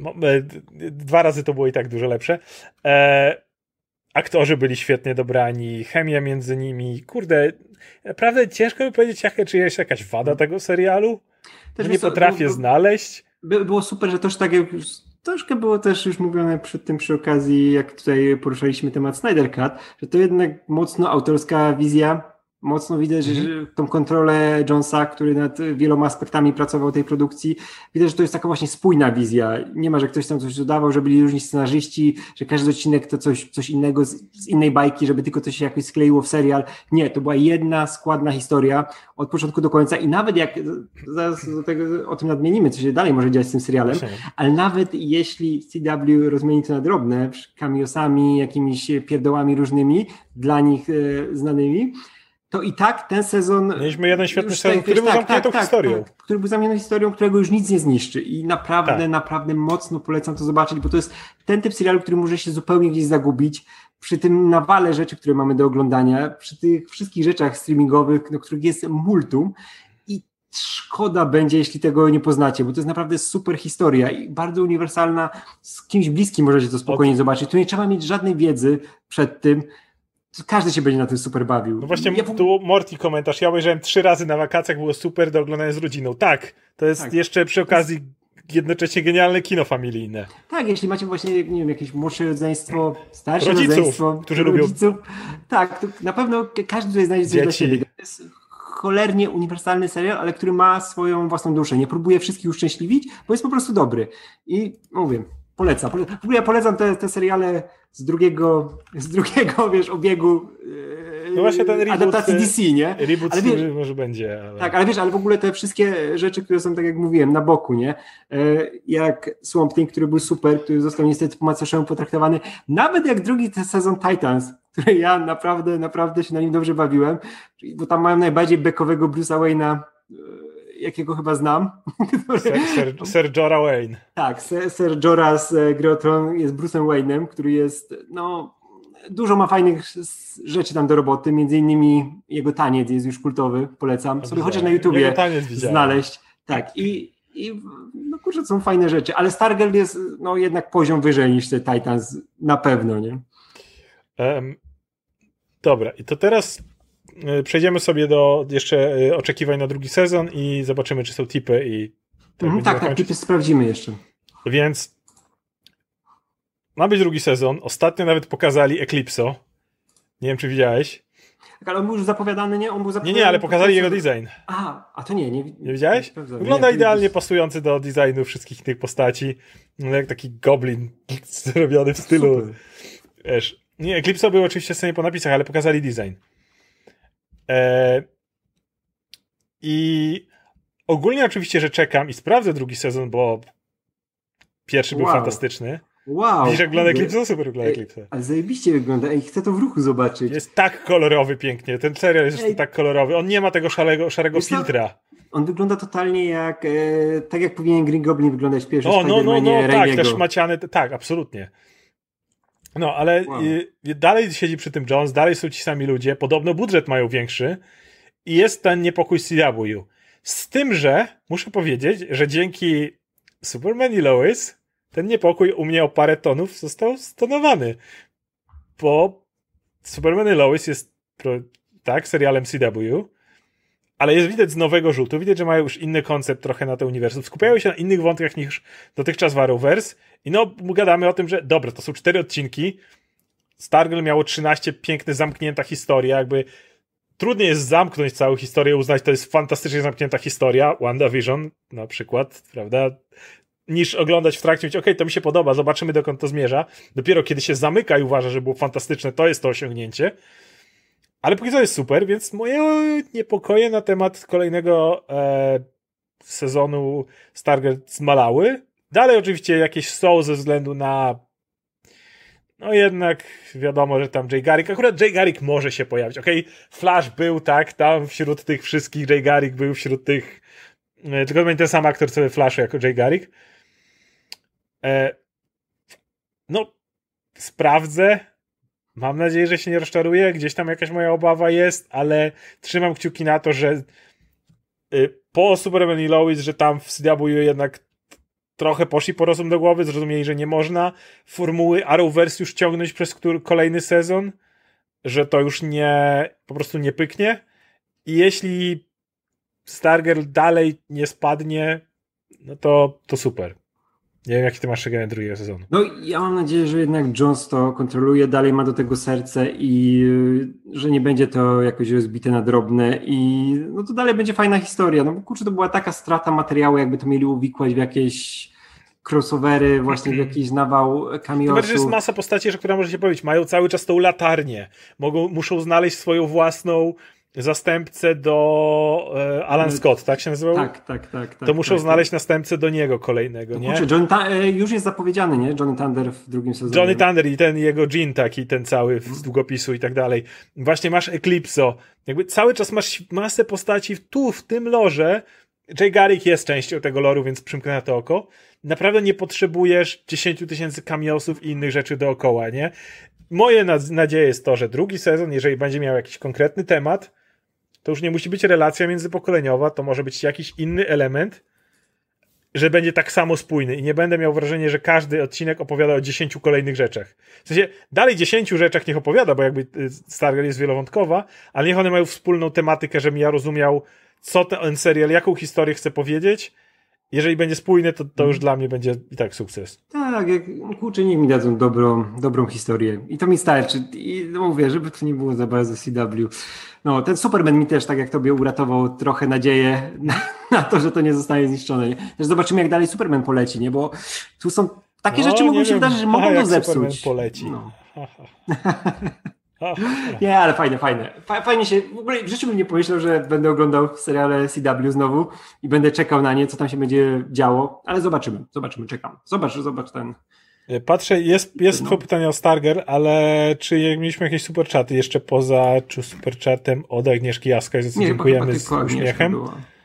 dwa razy to było i tak dużo lepsze. E, aktorzy byli świetnie dobrani, chemia między nimi. Kurde, naprawdę ciężko mi powiedzieć, jaka, czy jest jakaś wada tego serialu. Też nie potrafię było, znaleźć. Było super, że też tak jak już troszkę było też już mówione przy tym przy okazji, jak tutaj poruszaliśmy temat Snyder Cut, że to jednak mocno autorska wizja. Mocno widać, że mm-hmm. tą kontrolę Jonesa, który nad wieloma aspektami pracował tej produkcji, widać, że to jest taka właśnie spójna wizja. Nie ma, że ktoś tam coś dodawał, że byli różni scenarzyści, że każdy odcinek to coś, coś innego z, z innej bajki, żeby tylko to się jakoś skleiło w serial. Nie, to była jedna składna historia od początku do końca i nawet jak, zaraz do tego, o tym nadmienimy, co się dalej może dziać z tym serialem, ale nawet jeśli C W rozmieni to na drobne, cameosami, jakimiś pierdołami różnymi, dla nich e, znanymi, to i tak ten sezon... Mieliśmy jeden świetny sezon, który był tak, zamkniętą tak, historią. Tak, który był zamkniętą historią, którego już nic nie zniszczy. I naprawdę, tak. naprawdę mocno polecam to zobaczyć, bo to jest ten typ serialu, który może się zupełnie gdzieś zagubić. Przy tym nawale rzeczy, które mamy do oglądania, przy tych wszystkich rzeczach streamingowych, no, których jest multum. I szkoda będzie, jeśli tego nie poznacie, bo to jest naprawdę super historia i bardzo uniwersalna. Z kimś bliskim możecie to spokojnie Od... zobaczyć. Tu nie trzeba mieć żadnej wiedzy przed tym. Każdy się będzie na tym super bawił. No właśnie, ja... tu Morty komentarz. Ja obejrzałem trzy razy na wakacjach, było super do oglądania z rodziną. Tak, to jest tak. jeszcze przy okazji jednocześnie genialne kino familijne. Tak, jeśli macie właśnie, nie wiem, jakieś młodsze rodzeństwo, starsze rodziców, rodzeństwo, którzy rodziców, lubią. Tak, to na pewno każdy tutaj znajdzie coś Dzieci. dla siebie. To jest cholernie uniwersalny serial, ale który ma swoją własną duszę. Nie próbuje wszystkich uszczęśliwić, bo jest po prostu dobry. I mówię, polecam. W ogóle ja polecam te, te seriale z drugiego, z drugiego, wiesz, obiegu no właśnie ten reboot, adaptacji D C, nie? Reboot ale wiesz, może będzie. Ale... Tak, ale wiesz, ale w ogóle te wszystkie rzeczy, które są, tak jak mówiłem, na boku, nie? Jak Swamp Thing, który był super, który został niestety po macoszemu potraktowany, nawet jak drugi ten sezon Titans, który ja naprawdę, naprawdę się na nim dobrze bawiłem, bo tam mają najbardziej bekowego Bruce'a Wayne'a, jakiego chyba znam. Sir, Sir, Sir Jorah Wayne. Tak, Sir, Sir Jorah z Gry o Tron jest Bruce'em Wayne'em, który jest, no, dużo ma fajnych rzeczy tam do roboty, między innymi jego taniec jest już kultowy, polecam. Sobie chociaż na YouTubie znaleźć. Tak, i, i no kurczę, są fajne rzeczy, ale Stargirl jest no jednak poziom wyżej niż te Titans, na pewno, nie? Um, dobra, i to teraz przejdziemy sobie do jeszcze oczekiwań na drugi sezon i zobaczymy, czy są tipy i tak, mm, tak, tak, tipy sprawdzimy jeszcze. Więc ma być drugi sezon. Ostatnio nawet pokazali Eclipso. Nie wiem, czy widziałeś. Tak, ale on był już zapowiadany, nie? On był zapowiadany... Nie, nie, ale pokazali jego design. A, a to nie, nie... Nie widziałeś? Wygląda nie, idealnie pasujący do designu wszystkich tych postaci. No, jak taki goblin zrobiony w stylu... Super. Wiesz, nie, Eclipso był oczywiście w scenie po napisach, ale pokazali design. Eee, I ogólnie oczywiście, że czekam i sprawdzę drugi sezon, bo pierwszy wow. był fantastyczny. Wow. Widzisz, jak wygląda Eclipse? Super wygląda Eclipse. Ale zajebiście wygląda. Ej, chcę to w ruchu zobaczyć. Jest tak kolorowy pięknie. Ten serial jest Ej. tak kolorowy. On nie ma tego szarego, szarego filtra. On wygląda totalnie jak e, tak jak powinien Green Goblin wyglądać w pierwszym O, no, no, no, Raimiego. tak, też maciany, tak, absolutnie. No, ale wow. y, dalej siedzi przy tym Jones, dalej są ci sami ludzie, podobno budżet mają większy i jest ten niepokój C W. Z tym, że muszę powiedzieć, że dzięki Superman i Lois ten niepokój u mnie o parę tonów został stonowany, bo Superman i Lois jest tak, serialem C W, ale jest widać z nowego rzutu, widać, że mają już inny koncept trochę na to uniwersum. Skupiają się na innych wątkach niż dotychczas w Arrowverse i no, gadamy o tym, że dobra, to są cztery odcinki, Stargirl miało trzynaście pięknie zamknięta historia, jakby trudniej jest zamknąć całą historię, uznać, to jest fantastycznie zamknięta historia, WandaVision na przykład, prawda, niż oglądać w trakcie, mówić, okej, okay, to mi się podoba, zobaczymy dokąd to zmierza. Dopiero kiedy się zamyka i uważa, że było fantastyczne, to jest to osiągnięcie. Ale póki co jest super, więc moje niepokoje na temat kolejnego e, sezonu Stargirl zmalały. Dalej oczywiście jakieś są ze względu na no jednak wiadomo, że tam Jay Garrick, akurat Jay Garrick może się pojawić. Okej, okay, Flash był, tak, tam wśród tych wszystkich, Jay Garrick był wśród tych, e, tylko to będzie ten sam aktor, co we Flashu jako Jay Garrick. E, no, sprawdzę. Mam nadzieję, że się nie rozczaruję. Gdzieś tam jakaś moja obawa jest, ale trzymam kciuki na to, że y, po Superman i Lois, że tam w C W jednak trochę poszli po rozum do głowy, zrozumieli, że nie można formuły Arrowverse już ciągnąć przez który, kolejny sezon, że to już nie, po prostu nie pyknie. I jeśli Stargirl dalej nie spadnie, no to, to super. Nie wiem, jaki ty masz czekanie drugiego sezonu. No ja mam nadzieję, że jednak Jones to kontroluje, dalej ma do tego serce i że nie będzie to jakoś rozbite na drobne i no to dalej będzie fajna historia. No bo kurczę, to była taka strata materiału, jakby to mieli uwikłać w jakieś crossovery, właśnie w jakiś nawał cameosów. To jest masa postaci, która może się powiedzieć, mają cały czas tą latarnię, mogą, muszą znaleźć swoją własną zastępcę do e, Alan Scott, tak się nazywał? Tak, tak, tak. tak to muszą tak, znaleźć tak. następcę do niego kolejnego, to nie? Kurczę, Johnny Ta- już jest zapowiedziany, nie? Johnny Thunder w drugim sezonie. Johnny Thunder i ten jego Jean taki, ten cały z długopisu i tak dalej. Właśnie masz Eclipso. Jakby cały czas masz masę postaci tu, w tym lorze. Jay Garrick jest częścią tego loru, więc przymknę na to oko. Naprawdę nie potrzebujesz dziesięć tysięcy cameosów i innych rzeczy dookoła, nie? Moje nadzieje jest to, że drugi sezon, jeżeli będzie miał jakiś konkretny temat, to już nie musi być relacja międzypokoleniowa, to może być jakiś inny element, że będzie tak samo spójny i nie będę miał wrażenia, że każdy odcinek opowiada o dziesięciu kolejnych rzeczach. W sensie, dalej dziesięciu rzeczach niech opowiada, bo jakby Stargirl jest wielowątkowa, ale niech one mają wspólną tematykę, żebym ja rozumiał, co ten serial, jaką historię chce powiedzieć. Jeżeli będzie spójny, to, to już dla mnie będzie i tak sukces. Tak, jak, kurczę, niech mi dadzą dobrą, dobrą historię. I to mi starczy. I no mówię, żeby to nie było za bardzo C W. No, ten Superman mi też, tak jak tobie, uratował trochę nadzieję na, na to, że to nie zostanie zniszczone. Nie? Też zobaczymy, jak dalej Superman poleci, nie? Bo tu są takie no, rzeczy, mogą się wiem. wydarzyć, że mogą Aha, to zepsuć. Superman poleci. No. Ha, ha. Ha, ha. Nie, ale fajne, fajne. Fajnie się, w ogóle w życiu bym nie pomyślał, że będę oglądał seriale C W znowu i będę czekał na nie, co tam się będzie działo, ale zobaczymy, zobaczymy, czekam. Zobacz, zobacz ten... Patrzę, jest, jest no. twoje pytanie o Stargirl, ale czy mieliśmy jakieś superczaty jeszcze poza czy superchatem od Agnieszki Jaska, za co nie, dziękujemy z uśmiechem?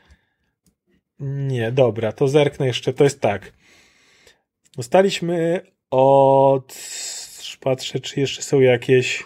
Nie, dobra, to zerknę jeszcze, to jest tak. Dostaliśmy od... Patrzę, czy jeszcze są jakieś...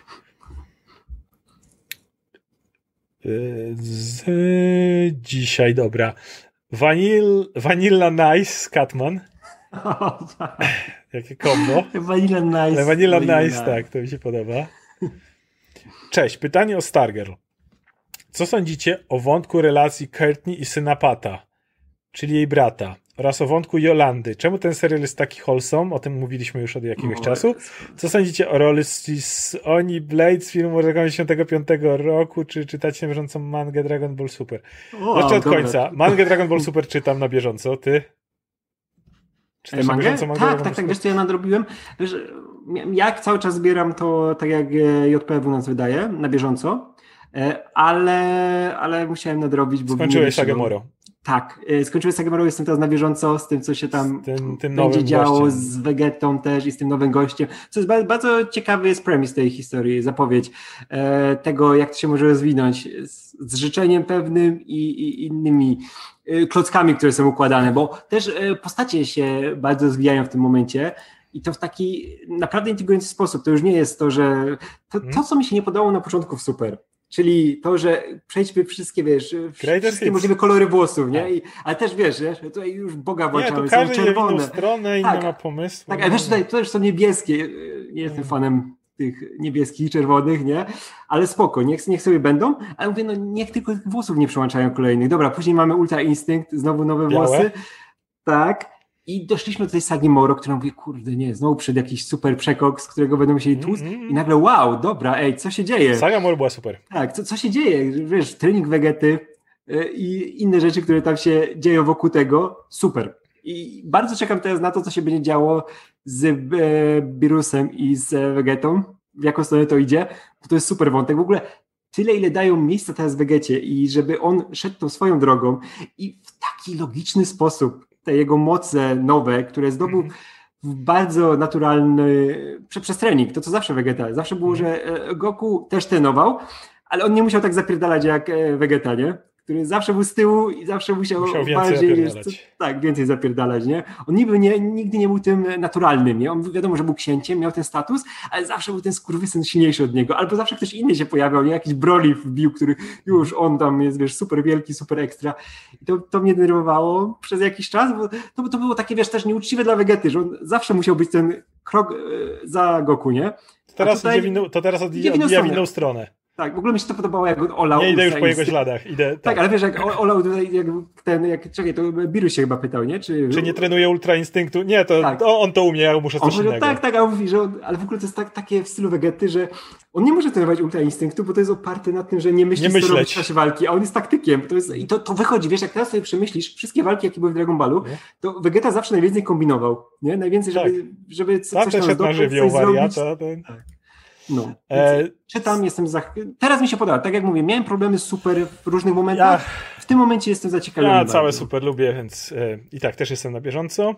Z dzisiaj, dobra. Vanil, Vanilla Nice, Catman. O, tak. Jakie kombo. Vanilla Nice. Ale Vanilla Nice, nice, tak, to mi się podoba. Cześć, pytanie o Stargirl. Co sądzicie o wątku relacji Courtney i syna Pata, czyli jej brata, oraz o wątku Jolandy? Czemu ten serial jest taki wholesome? O tym mówiliśmy już od jakiegoś o, czasu. Co sądzicie o roli z Oni Blade z filmu dziewięćdziesiątego piątego roku? Czy czytacie na bieżąco mangę Dragon Ball Super? Jeszcze od dobra. końca. Mangę Dragon Ball Super czytam na bieżąco. Ty? Czytasz na bieżąco mangę? Tak, tak, tak. Wiesz co, ja nadrobiłem. Wiesz, jak cały czas zbieram to tak jak J P W nas wydaje, na bieżąco, ale, ale musiałem nadrobić, bo... Skończyłeś Sagemoro. Tak, skończyłem Sagemoro, jestem teraz na bieżąco z tym, co się tam tym, tym będzie działo, gościem. Z Vegetą też i z tym nowym gościem. Co jest bardzo, bardzo ciekawy jest premis tej historii, zapowiedź e, tego, jak to się może rozwinąć z, z życzeniem pewnym i, i innymi e, klockami, które są układane, bo też e, postacie się bardzo rozwijają w tym momencie. I to w taki naprawdę intrygujący sposób. To już nie jest to, że to, to co mi się nie podobało na początku w Super. Czyli to, że przejdźmy wszystkie, wiesz, Great wszystkie możliwe kolory włosów, nie? I, ale też wiesz, wiesz, tutaj już Boga włączamy, są czerwone. Nie, to stronę, inna tak, ma pomysł. Tak, a wiesz, tutaj to też są niebieskie. Nie jestem fanem tych niebieskich, czerwonych, nie? Ale spoko, niech, niech sobie będą, ale mówię, no niech tylko tych włosów nie przyłączają kolejnych. Dobra, później mamy Ultra Instinct, znowu nowe Białe? włosy. Tak. I doszliśmy do tej sagi Moro, która mówi, kurde, nie, znowu przed jakiś super przekok, z którego będą musieli tłuc. Mm, mm. I nagle, wow, dobra, ej, co się dzieje? Saga Moro była super. Tak, co, co się dzieje? Wiesz, trening Vegety yy, i inne rzeczy, które tam się dzieją wokół tego, super. I bardzo czekam teraz na to, co się będzie działo z e, Birusem i z Vegetą, w jaką stronę to idzie, bo to jest super wątek. W ogóle tyle, ile dają miejsca teraz Vegecie i żeby on szedł tą swoją drogą i w taki logiczny sposób te jego moce nowe, które zdobył mm. w bardzo naturalny prze, przez trening, to co zawsze Vegeta. Zawsze było, że Goku też trenował, ale on nie musiał tak zapierdalać jak Vegeta, nie? Który zawsze był z tyłu i zawsze musiał, musiał bardziej, wiesz, co, tak, więcej zapierdalać, nie? On niby nie, nigdy nie był tym naturalnym, nie? On wiadomo, że był księciem, miał ten status, ale zawsze był ten skurwysyn silniejszy od niego, albo zawsze ktoś inny się pojawiał, nie? Jakiś Broly wbił, który już on tam jest, wiesz, super wielki, super ekstra. I to, to mnie denerwowało przez jakiś czas, bo to, to było takie, wiesz, też nieuczciwe dla Vegety, że on zawsze musiał być ten krok za Goku, nie? Teraz tutaj, idzie w inną, to teraz odbija w inną stronę. Tak, w ogóle mi się to podobało, jak on olał. Nie idę już po jego śladach. Idę, tak. tak, ale wiesz, jak olał tutaj, jak ten, jak, czekaj, to Birus się chyba pytał, nie? Czy, Czy nie trenuje Ultra Instynktu? Nie, to tak. o, on to umie, ja muszę coś on innego. Tak, tak, a on mówi, że on, ale w ogóle to jest tak, takie w stylu Vegety, że on nie może trenować Ultra Instynktu, bo to jest oparte na tym, że nie myśli, nie co robić w czasie walki, a on jest taktykiem. To jest, I to, to wychodzi, wiesz, jak teraz sobie przemyślisz wszystkie walki, jakie były w Dragon Ballu, nie? To Vegeta zawsze najwięcej kombinował, nie? Najwięcej, żeby, tak. żeby co, coś tam zdobyć, coś zrobić. To, to... Tak. No, e... czytam, jestem za... Teraz mi się podoba, tak jak mówię, miałem problemy super w różnych momentach, ja... w tym momencie jestem zaciekawiony. Ja całe super lubię, więc e, i tak też jestem na bieżąco.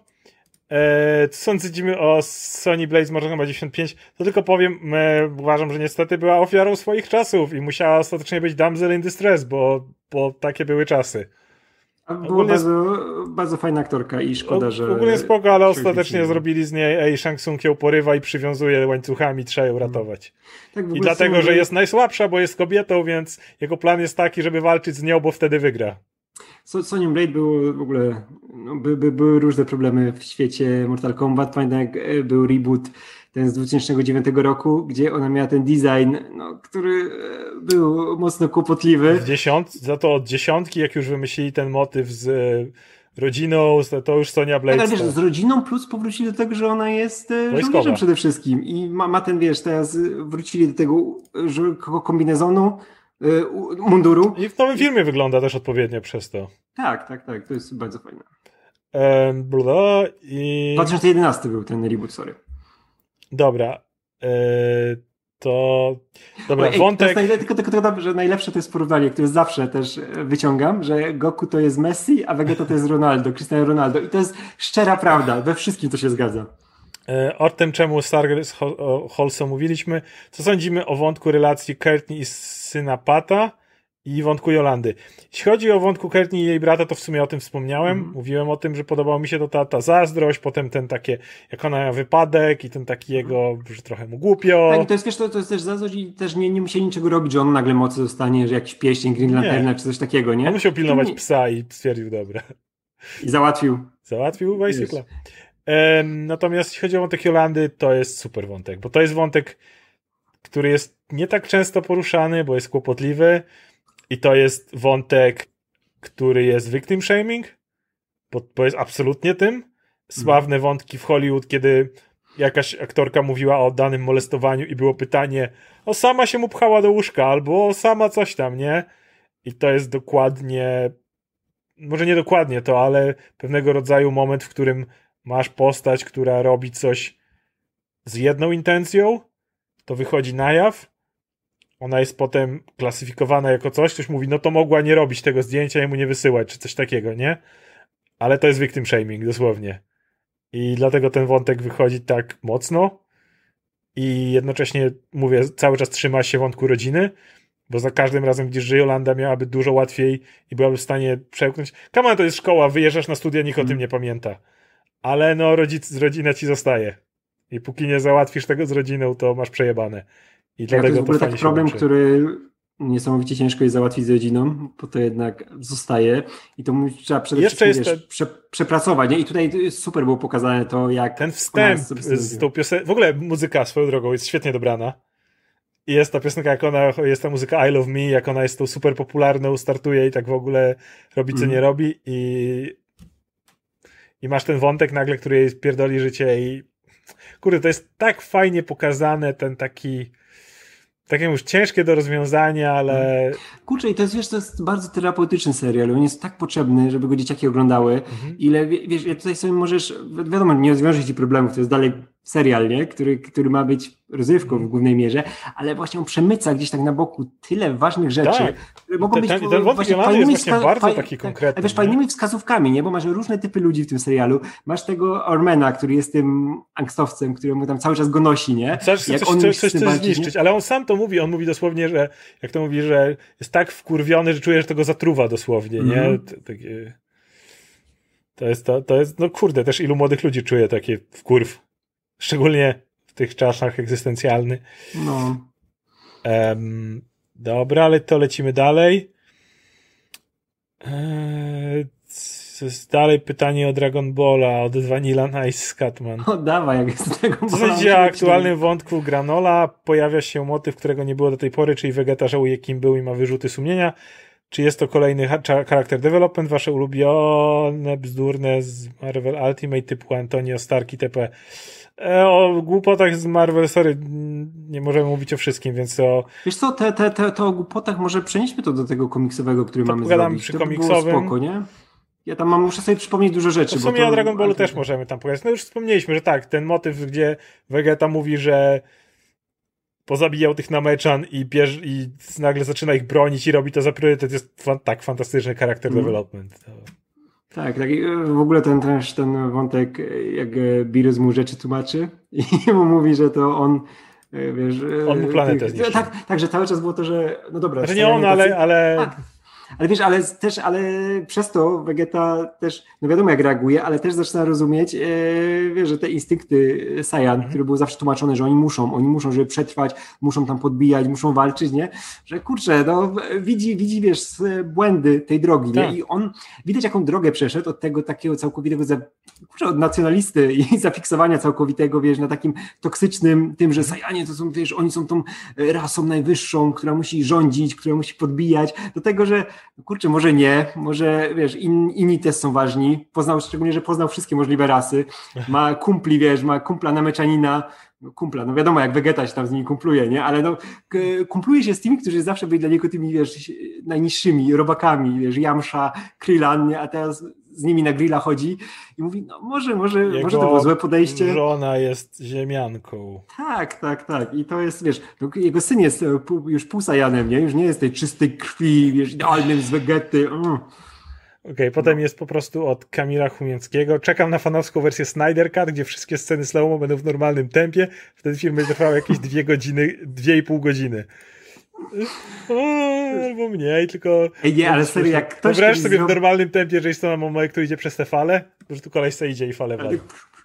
E, co sądzimy o Sony Blaze Mortal Kombat dziewięćdziesiąt pięć? To tylko powiem, e, uważam, że niestety była ofiarą swoich czasów i musiała ostatecznie być damsel in distress, bo, bo takie były czasy. A była bardzo, bardzo fajna aktorka i szkoda, o, że... Ogólnie spoko, ale ostatecznie zrobili z niej ej, Shang Tsung ją porywa i przywiązuje łańcuchami, trzeba ją ratować. Tak, I dlatego, są... że jest najsłabsza, bo jest kobietą, więc jego plan jest taki, żeby walczyć z nią, bo wtedy wygra. Sonya Blade było w ogóle... No, by, by, były różne problemy w świecie Mortal Kombat. Pamiętam, jak był reboot ten z dwa tysiące dziewiątego roku, gdzie ona miała ten design, no, który był mocno kłopotliwy. Dziesiąt, za to od dziesiątki, jak już wymyślili ten motyw z rodziną, to już Sonya Blade. Tak, ale wiesz, z rodziną plus powrócili do tego, że ona jest żołnierzem przede wszystkim i ma, ma ten, wiesz, teraz wrócili do tego kombinezonu, munduru. I w nowym filmie wygląda też odpowiednio przez to. Tak, tak, tak, to jest bardzo fajne. Um, bla, i... dwa tysiące jedenasty był ten reboot, sorry. Dobra, yy, to dobra, Ej, wątek... To najle- tylko, tylko, tylko, że najlepsze to jest porównanie, które zawsze też wyciągam, że Goku to jest Messi, a Vegeta to jest Ronaldo, Cristiano Ronaldo i to jest szczera prawda, we wszystkim to się zgadza. Yy, o tym, czemu Stargirl Wholesome mówiliśmy, co sądzimy o wątku relacji Courtney i syna Pata i wątku Jolandy. Jeśli chodzi o wątku Courtney i jej brata, to w sumie o tym wspomniałem. Mm. Mówiłem o tym, że podobało mi się to ta, ta zazdrość, potem ten takie, jak ona miała wypadek i ten taki jego, że trochę mu głupio. Tak, i to jest, wiesz, to, to jest też zazdrość i też nie, nie musieli niczego robić, że on nagle mocy dostanie, że jakiś pieścień, Green Lanterna czy coś takiego, nie? On musiał pilnować psa i stwierdził, dobra. I załatwił. Załatwił bicycla. Um, natomiast jeśli chodzi o wątek Jolandy, to jest super wątek, bo to jest wątek, który jest nie tak często poruszany, bo jest kłopotliwy. I to jest wątek, który jest victim shaming, bo, bo jest absolutnie tym. Sławne mm. wątki w Hollywood, kiedy jakaś aktorka mówiła o danym molestowaniu i było pytanie, o sama się mu pchała do łóżka, albo o sama coś tam, nie? I to jest dokładnie, może nie dokładnie to, ale pewnego rodzaju moment, w którym masz postać, która robi coś z jedną intencją, to wychodzi na jaw, ona jest potem klasyfikowana jako coś, ktoś mówi, no to mogła nie robić tego zdjęcia i mu nie wysyłać, czy coś takiego, nie? Ale to jest victim shaming, dosłownie. I dlatego ten wątek wychodzi tak mocno i jednocześnie, mówię, cały czas trzyma się wątku rodziny, bo za każdym razem widzisz, że Jolanda miałaby dużo łatwiej i byłaby w stanie przełknąć. Come on, to jest szkoła, wyjeżdżasz na studia, nikt mm. o tym nie pamięta. Ale no, rodzic, rodzina ci zostaje. I póki nie załatwisz tego z rodziną, to masz przejebane. I dlatego ja, to jest w ogóle taki problem, który niesamowicie ciężko jest załatwić z rodziną, bo to jednak zostaje i to mu trzeba przede Jeszcze wszystkim jest wiesz, prze, przepracować. Nie? I tutaj super było pokazane to, jak... ten wstęp z tą piosenką, w ogóle muzyka swoją drogą jest świetnie dobrana. I jest ta piosenka, jak ona, jest ta muzyka I Love Me, jak ona jest tą super popularną, startuje i tak w ogóle robi, co mm. nie robi i i masz ten wątek nagle, który jej pierdoli życie i kurde, to jest tak fajnie pokazane, ten taki takie już ciężkie do rozwiązania, ale... Kurczę, i to jest, wiesz, to jest bardzo terapeutyczny serial, on jest tak potrzebny, żeby go dzieciaki oglądały, mhm. ile, wiesz, ja tutaj sobie możesz, wiadomo, nie rozwiąże ci problemów, to jest dalej serial, nie? Który, który ma być rozrywką w głównej mierze, ale właśnie on przemyca gdzieś tak na boku tyle ważnych rzeczy, tak. które mogą ten, być ten, ten wątek jest właśnie wska- bardzo faj, taki konkretny. Tak, wiesz, fajnymi wskazówkami, nie? Bo masz różne typy ludzi w tym serialu. Masz tego Ormana, który jest tym angstowcem, któremu tam cały czas go nosi, nie? Coś, jak coś, on coś, coś chce zniszczyć, nie? Ale on sam to mówi, on mówi dosłownie, że jak to mówi, że jest tak wkurwiony, że czuje, że to go zatruwa dosłownie, nie? Mm. Takie... To jest, to, to jest, no kurde, też ilu młodych ludzi czuje takie wkurw. Szczególnie w tych czasach egzystencjalnych. No. Um, dobra, ale to lecimy dalej. Eee, jest dalej pytanie o Dragon Balla, od Vanilla Nice Scatman. O, dawaj, jak jest Dragon Balla. Co sądzicie o aktualnym wątku Granola? Pojawia się motyw, którego nie było do tej pory, czyli Vegeta żałuje, kim był i ma wyrzuty sumienia. Czy jest to kolejny character development, wasze ulubione, bzdurne z Marvel Ultimate typu Antonio Stark itp. O głupotach z Marvel, sorry, nie możemy mówić o wszystkim, więc o... Wiesz co, te, te, te, to o głupotach może przenieśmy to do tego komiksowego, który to mamy zrobić. Przy to komiksowym. By było spoko, nie? Ja tam mam, muszę sobie przypomnieć dużo rzeczy. To w sumie bo to... o Dragon Ballu też możemy tam pogadać. No już wspomnieliśmy, że tak, ten motyw, gdzie Vegeta mówi, że pozabijał tych Nameczan i, bierz, i nagle zaczyna ich bronić i robi to za priorytet, jest fa- tak fantastyczny character mm. development. To... Tak, tak. W ogóle ten, ten, ten wątek, jak Beerus mu rzeczy tłumaczy i mu mówi, że to on, wiesz... On mu planetę zniszczył. Tak, tak, że cały czas było to, że no dobra... Znaczy nie on, ale... ale... A, ale wiesz, ale też, ale przez to Vegeta też, no wiadomo jak reaguje, ale też zaczyna rozumieć, e, wiesz, że te instynkty Saiyan, mm-hmm. które były zawsze tłumaczone, że oni muszą, oni muszą, żeby przetrwać, muszą tam podbijać, muszą walczyć, nie? Że kurczę, no widzi, widzi, wiesz, błędy tej drogi, tak. nie? I on, widać jaką drogę przeszedł od tego takiego całkowitego, kurczę, od nacjonalisty i zafiksowania całkowitego, wiesz, na takim toksycznym tym, że Saiyanie to są, wiesz, oni są tą rasą najwyższą, która musi rządzić, która musi podbijać, do tego, że kurczę, może nie, może wiesz, in, inni też są ważni, poznał, szczególnie, że poznał wszystkie możliwe rasy, ma kumpli, wiesz, ma kumpla Nameczanina, kumpla, no wiadomo jak Vegeta się tam z nimi kumpluje, nie, ale no kumpluje się z tymi, którzy zawsze byli dla niego tymi, wiesz, najniższymi robakami, wiesz, Yamcha, Krillin, nie? A teraz z nimi na grilla chodzi i mówi, no może, może, Jego może to było złe podejście. Żona jest ziemianką. Tak, tak, tak. I to jest, wiesz, jego syn jest pół, już pół Saiyanem, nie? Już nie jest tej czystej krwi, wiesz, idealnym z Vegety. Mm. Okej, okay, potem no. jest po prostu od Kamila Chumieckiego. Czekam na fanowską wersję Snyder Cut, gdzie wszystkie sceny slow-mo będą w normalnym tempie. Wtedy film będzie trwał jakieś dwie godziny, dwie i pół godziny. O, albo mniej, tylko... Ej, nie, ale serio, jak ktoś... Wyobraź sobie w normalnym tempie, że jest to na moment, który idzie przez te fale, że tu koleś sobie idzie i fale wali.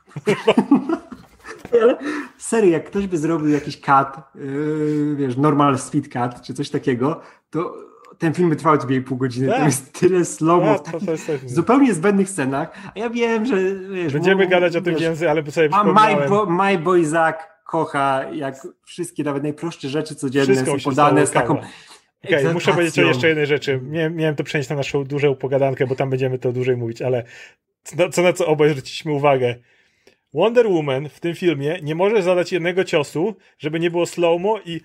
Ale serio, jak ktoś by zrobił jakiś cut, yy, wiesz, normal speed cut, czy coś takiego, to ten film by trwał dwie i pół godziny. Tak. To jest tyle slow-mo w takich zupełnie zbędnych scenach. A ja wiem, że... Wiesz, będziemy bo, gadać o tym więcej, ale sobie a my, bo, my Boy Zach kocha, jak wszystkie, nawet najprostsze rzeczy codzienne wszystko są podane z taką... Okej, okay, muszę powiedzieć o jeszcze jednej rzeczy. Miałem, miałem to przenieść na naszą dużą pogadankę, bo tam będziemy to dłużej mówić, ale co, co na co obaj zwróciliśmy uwagę. Wonder Woman w tym filmie nie może zadać jednego ciosu, żeby nie było slow-mo i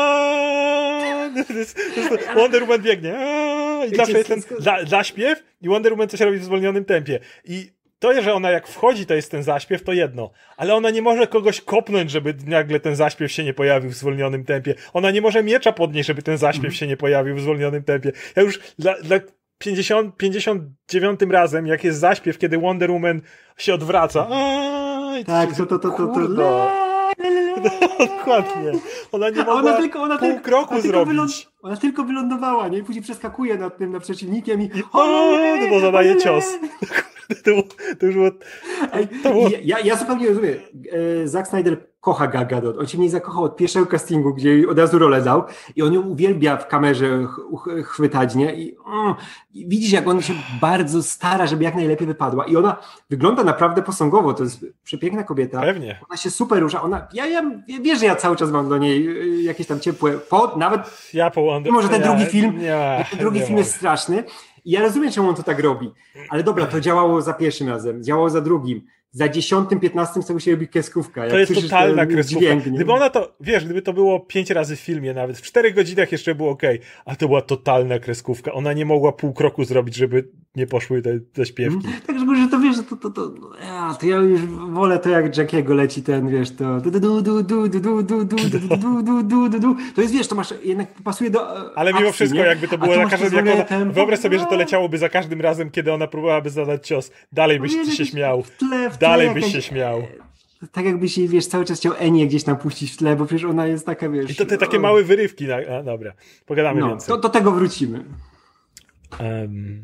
Wonder Woman biegnie i zawsze jest ten zaśpiew i Wonder Woman coś robi w zwolnionym tempie. I to, że ona jak wchodzi, to jest ten zaśpiew, to jedno. Ale ona nie może kogoś kopnąć, żeby nagle ten zaśpiew się nie pojawił w zwolnionym tempie. Ona nie może miecza podnieść, żeby ten zaśpiew mm. się nie pojawił w zwolnionym tempie. Ja już dla, dla pięćdziesiątym, pięćdziesiątym dziewiątym razem, jak jest zaśpiew, kiedy Wonder Woman się odwraca. Aaaa, tak, to, to, to, to, to, dokładnie. Ona nie mogła ona tylko, ona pół kroku ona zrobić. Wyląd... Ona tylko wylądowała, nie? I później przeskakuje nad tym, nad przeciwnikiem i... O, no bo zadaje cios. To, to już było... To było... Ja, ja zupełnie rozumiem. Zack Snyder kocha Gal Gadot. On się w niej zakochał od pierwszego castingu, gdzie jej od razu rolę dał i on ją uwielbia w kamerze ch- chwytać, nie? I, mm, I widzisz, jak on się bardzo stara, żeby jak najlepiej wypadła. I ona wygląda naprawdę posągowo. To jest przepiękna kobieta. Pewnie. Ona się super rusza. Ona, ja, ja, ja wiesz, że ja cały czas mam do niej jakieś tam ciepłe... Po, nawet... Ja połączę. Może ten ja, drugi film, nie, ten drugi nie film jest straszny. I ja rozumiem, czemu on to tak robi. Ale dobra, to działało za pierwszym razem, działało za drugim. Za dziesiątym, piętnastym sobie się robi kreskówka. To jest totalna kreskówka. Dźwięk, gdyby ona to, wiesz, gdyby to było pięć razy w filmie nawet, w czterech godzinach jeszcze było okej, okay, a to była totalna kreskówka. Ona nie mogła pół kroku zrobić, żeby nie poszły te, te śpiewki. Tak, że to wiesz, to, to, to, ja, to ja już wolę to, jak Jackiego leci ten, wiesz, to du, du, du, du, du, du, du, du, du, du, du, du, du. To jest, wiesz, to masz, jednak pasuje do ale mimo akcji, wszystko, nie? jakby to było za każdym razem, ten... wyobraź sobie, że to leciałoby za każdym razem, kiedy ona próbowałaby zadać cios. Dalej byś się śmiał. W tle, w tle Dalej byś jakaś... się śmiał. Tak jakbyś jej, wiesz, cały czas chciał Enię gdzieś tam puścić w tle, bo przecież ona jest taka, wiesz... I to te takie o... małe wyrywki. Na... A, dobra, pogadamy no, więcej. To, do tego wrócimy. Um,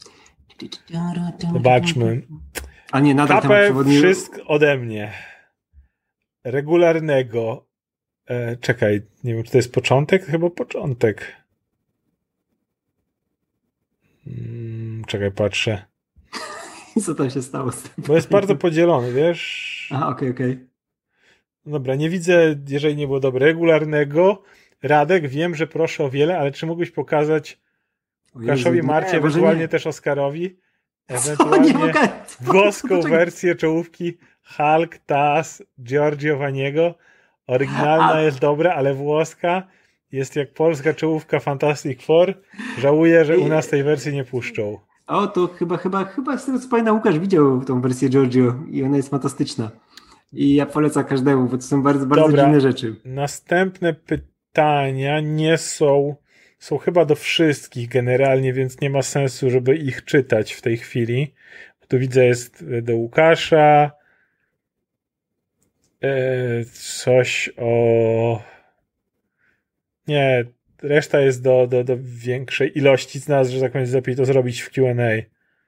zobaczmy. A nie, nadal Kapę tam przewodni... wszystko ode mnie. Regularnego. E, czekaj, nie wiem, czy to jest początek? Chyba początek. Hmm, czekaj, patrzę. Co tam się stało z tym? Bo jest bardzo podzielony, wiesz? Aha, okej, okay, okej. Okay. Dobra, nie widzę, jeżeli nie było dobre. Regularnego. Radek, wiem, że proszę o wiele, ale czy mógłbyś pokazać Łukaszowi, Marcie, ewentualnie nie. też Oskarowi, ewentualnie włoską wersję czołówki Hulk, Taz, Giorgio Vaniego. Oryginalna A... jest dobra, ale włoska jest jak polska czołówka Fantastic Four. Żałuję, że u nas tej wersji nie puszczą. O, to chyba, chyba, chyba z tego co pamiętam, Łukasz widział tą wersję Giorgio i ona jest fantastyczna. I ja polecam każdemu, bo to są bardzo, bardzo Dobra. dziwne rzeczy. Następne pytania nie są, są chyba do wszystkich generalnie, więc nie ma sensu, żeby ich czytać w tej chwili. Tu widzę, jest do Łukasza. E, coś o... Nie, reszta jest do, do, do większej ilości z nas, że tak powiem, lepiej to zrobić w Q and A.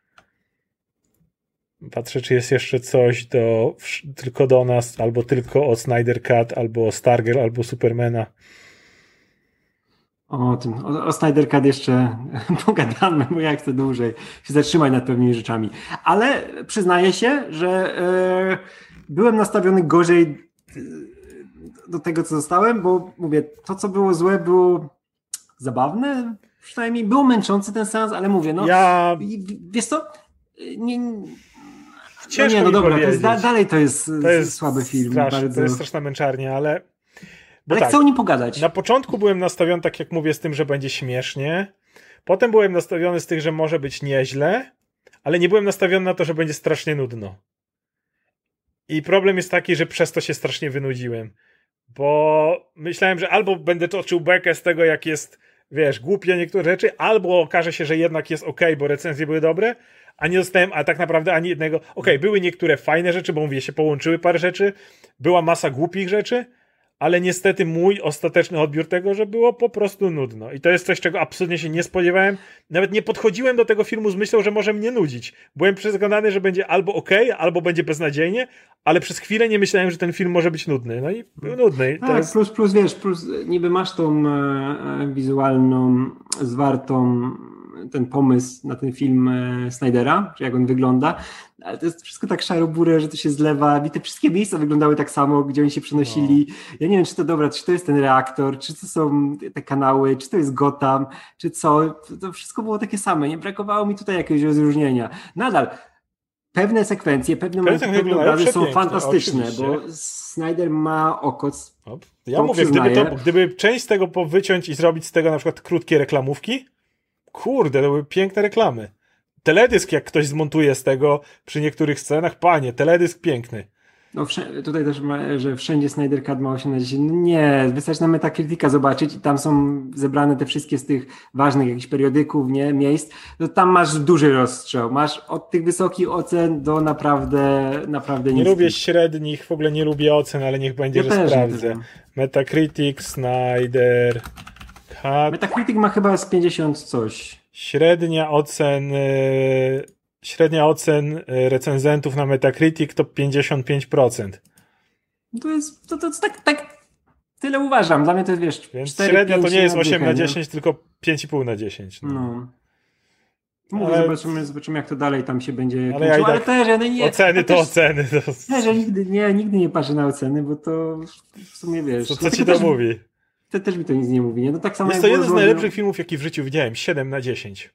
Patrzę, czy jest jeszcze coś do, tylko do nas, albo tylko o Snyder Cut, albo o Stargirl, albo Supermana. O tym, o, o Snyder Cut jeszcze pogadamy, bo ja chcę dłużej się zatrzymać nad pewnymi rzeczami. Ale przyznaję się, że e, byłem nastawiony gorzej do tego, co zostałem, bo mówię, to, co było złe, było zabawne, przynajmniej był męczący ten seans, ale mówię, no ja... wiesz co, nie... Ciężko no nie, no dobra, to jest, dalej to jest, to jest słaby film. Strasz, bardzo... To jest straszna męczarnia, ale... Bo ale tak, chcę o nim pogadać. Na początku byłem nastawiony, tak jak mówię, z tym, że będzie śmiesznie. Potem byłem nastawiony z tym, że może być nieźle, ale nie byłem nastawiony na to, że będzie strasznie nudno. I problem jest taki, że przez to się strasznie wynudziłem. Bo myślałem, że albo będę toczył bekę z tego, jak jest, wiesz, głupie niektóre rzeczy, albo okaże się, że jednak jest okej, bo recenzje były dobre, a nie dostałem, a tak naprawdę ani jednego. Okej, okay, były niektóre fajne rzeczy, bo mówię, się połączyły parę rzeczy, była masa głupich rzeczy, ale niestety mój ostateczny odbiór tego, że było po prostu nudno. I to jest coś, czego absolutnie się nie spodziewałem. Nawet nie podchodziłem do tego filmu z myślą, że może mnie nudzić. Byłem przekonany, że będzie albo okej, okay, albo będzie beznadziejnie, ale przez chwilę nie myślałem, że ten film może być nudny. No i był nudny. Tak, jest... plus, plus wiesz, plus niby masz tą e, wizualną, zwartą ten pomysł na ten film e, Snydera, czy jak on wygląda, ale to jest wszystko tak szaro-burę, że to się zlewa i te wszystkie miejsca wyglądały tak samo, gdzie oni się przenosili. No. Ja nie wiem, czy to dobra, czy to jest ten reaktor, czy to są te kanały, czy to jest Gotham, czy co. To, to wszystko było takie same. Nie brakowało mi tutaj jakiegoś rozróżnienia. Nadal pewne sekwencje, pewne momenty, pewne obrazy są fantastyczne, oczywiście. Bo Snyder ma oko. Ja mówię, gdyby, to, gdyby część z tego powyciąć i zrobić z tego na przykład krótkie reklamówki, kurde, to były piękne reklamy. Teledysk, jak ktoś zmontuje z tego przy niektórych scenach, panie, teledysk piękny. No tutaj też, ma, że wszędzie Snyder Cut ma osiem na dziesięć. No nie, wystarczy na Metacritica zobaczyć i tam są zebrane te wszystkie z tych ważnych jakichś periodyków, nie, miejsc. No tam masz duży rozstrzał. Masz od tych wysokich ocen do naprawdę, naprawdę niskich. Nie lubię średnich, w ogóle nie lubię ocen, ale niech będzie, ja że też, sprawdzę. Też. Metacritic, Snyder Cut. Metacritic ma chyba z pięćdziesiąt coś. Średnia ocen średnia ocen recenzentów na Metacritic to pięćdziesiąt pięć procent. To jest, to, to, to tak, tak tyle uważam. Dla mnie to jest, wiesz, Więc cztery, średnia to nie jest na osiem na dychę, dziesięć, nie? Tylko pięć i pół na dziesięć. No. No. Mówię, ale... zobaczymy, zobaczymy, jak to dalej tam się będzie ale, kręciło, ja tak ale też, ja no nie, oceny to też, oceny. To... Też, ja nigdy, nie, nigdy nie patrzę na oceny, bo to w sumie wiesz. To co no, ci to też, mówi? To też mi to nic nie mówi, nie? No tak samo jest to jeden z było, najlepszych filmów, jaki w życiu widziałem. siedem na dziesięć.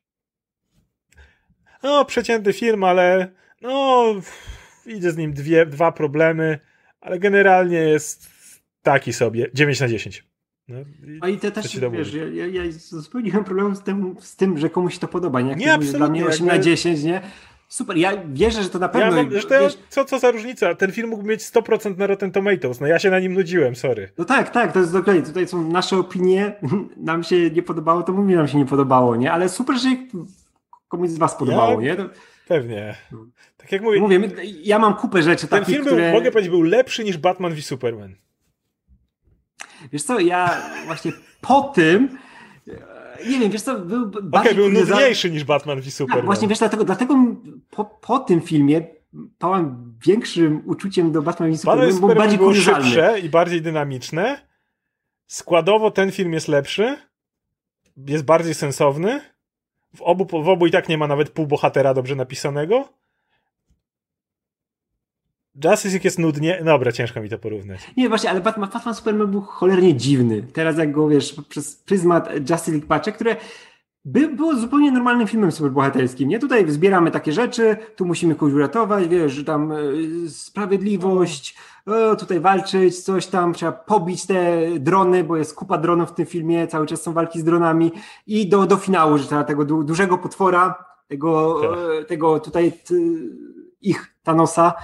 No, przeciętny film, ale no, idzie z nim dwie, dwa problemy, ale generalnie jest taki sobie. dziewięć na dziesięć. No, i a i te też, wiesz, ja, ja, ja zupełnie nie mam problemu z tym, z tym, że komuś to podoba, nie? Jak nie, mówisz, absolutnie. Dla mnie osiem na dziesięć, nie? Super, ja wierzę, że to na pewno... Ja mam, zresztą, wiesz, co, co za różnica? Ten film mógł mieć sto procent na Rotten Tomatoes. No ja się na nim nudziłem, sorry. No tak, tak, to jest dokładnie. Tutaj są nasze opinie. Nam się nie podobało, to mówię, nam się nie podobało, nie? Ale super, że komuś z was podobało, ja, nie? To... Pewnie. Tak jak mówię... mówię, ja mam kupę rzeczy ten takich, film był, które... mogę powiedzieć, był lepszy niż Batman v Superman. Wiesz co, ja właśnie po tym... Nie wiem, wiesz co, był Okej, bardziej... okay, był za... nudniejszy niż Batman v Superman. Tak, właśnie wiesz, dlatego, dlatego po, po tym filmie pałam większym uczuciem do Batman v Superman, Batman bo Superman bardziej było kuriozalny. szybsze i bardziej dynamiczne. Składowo ten film jest lepszy. Jest bardziej sensowny. W obu, w obu i tak nie ma nawet pół bohatera dobrze napisanego. Justice League jest nudnie... Dobra, ciężko mi to porównać. Nie, właśnie, ale Batman, Batman Superman był cholernie dziwny. Teraz jak go, wiesz, przez pryzmat Justice League patrzę, które by, było zupełnie normalnym filmem superbohaterskim, nie? Tutaj zbieramy takie rzeczy, tu musimy kogoś uratować, wiesz, że tam y, sprawiedliwość, o, tutaj walczyć, coś tam, trzeba pobić te drony, bo jest kupa dronów w tym filmie, cały czas są walki z dronami i do, do finału, że trzeba tego du, dużego potwora, tego, tak. tego tutaj t, ich Thanosa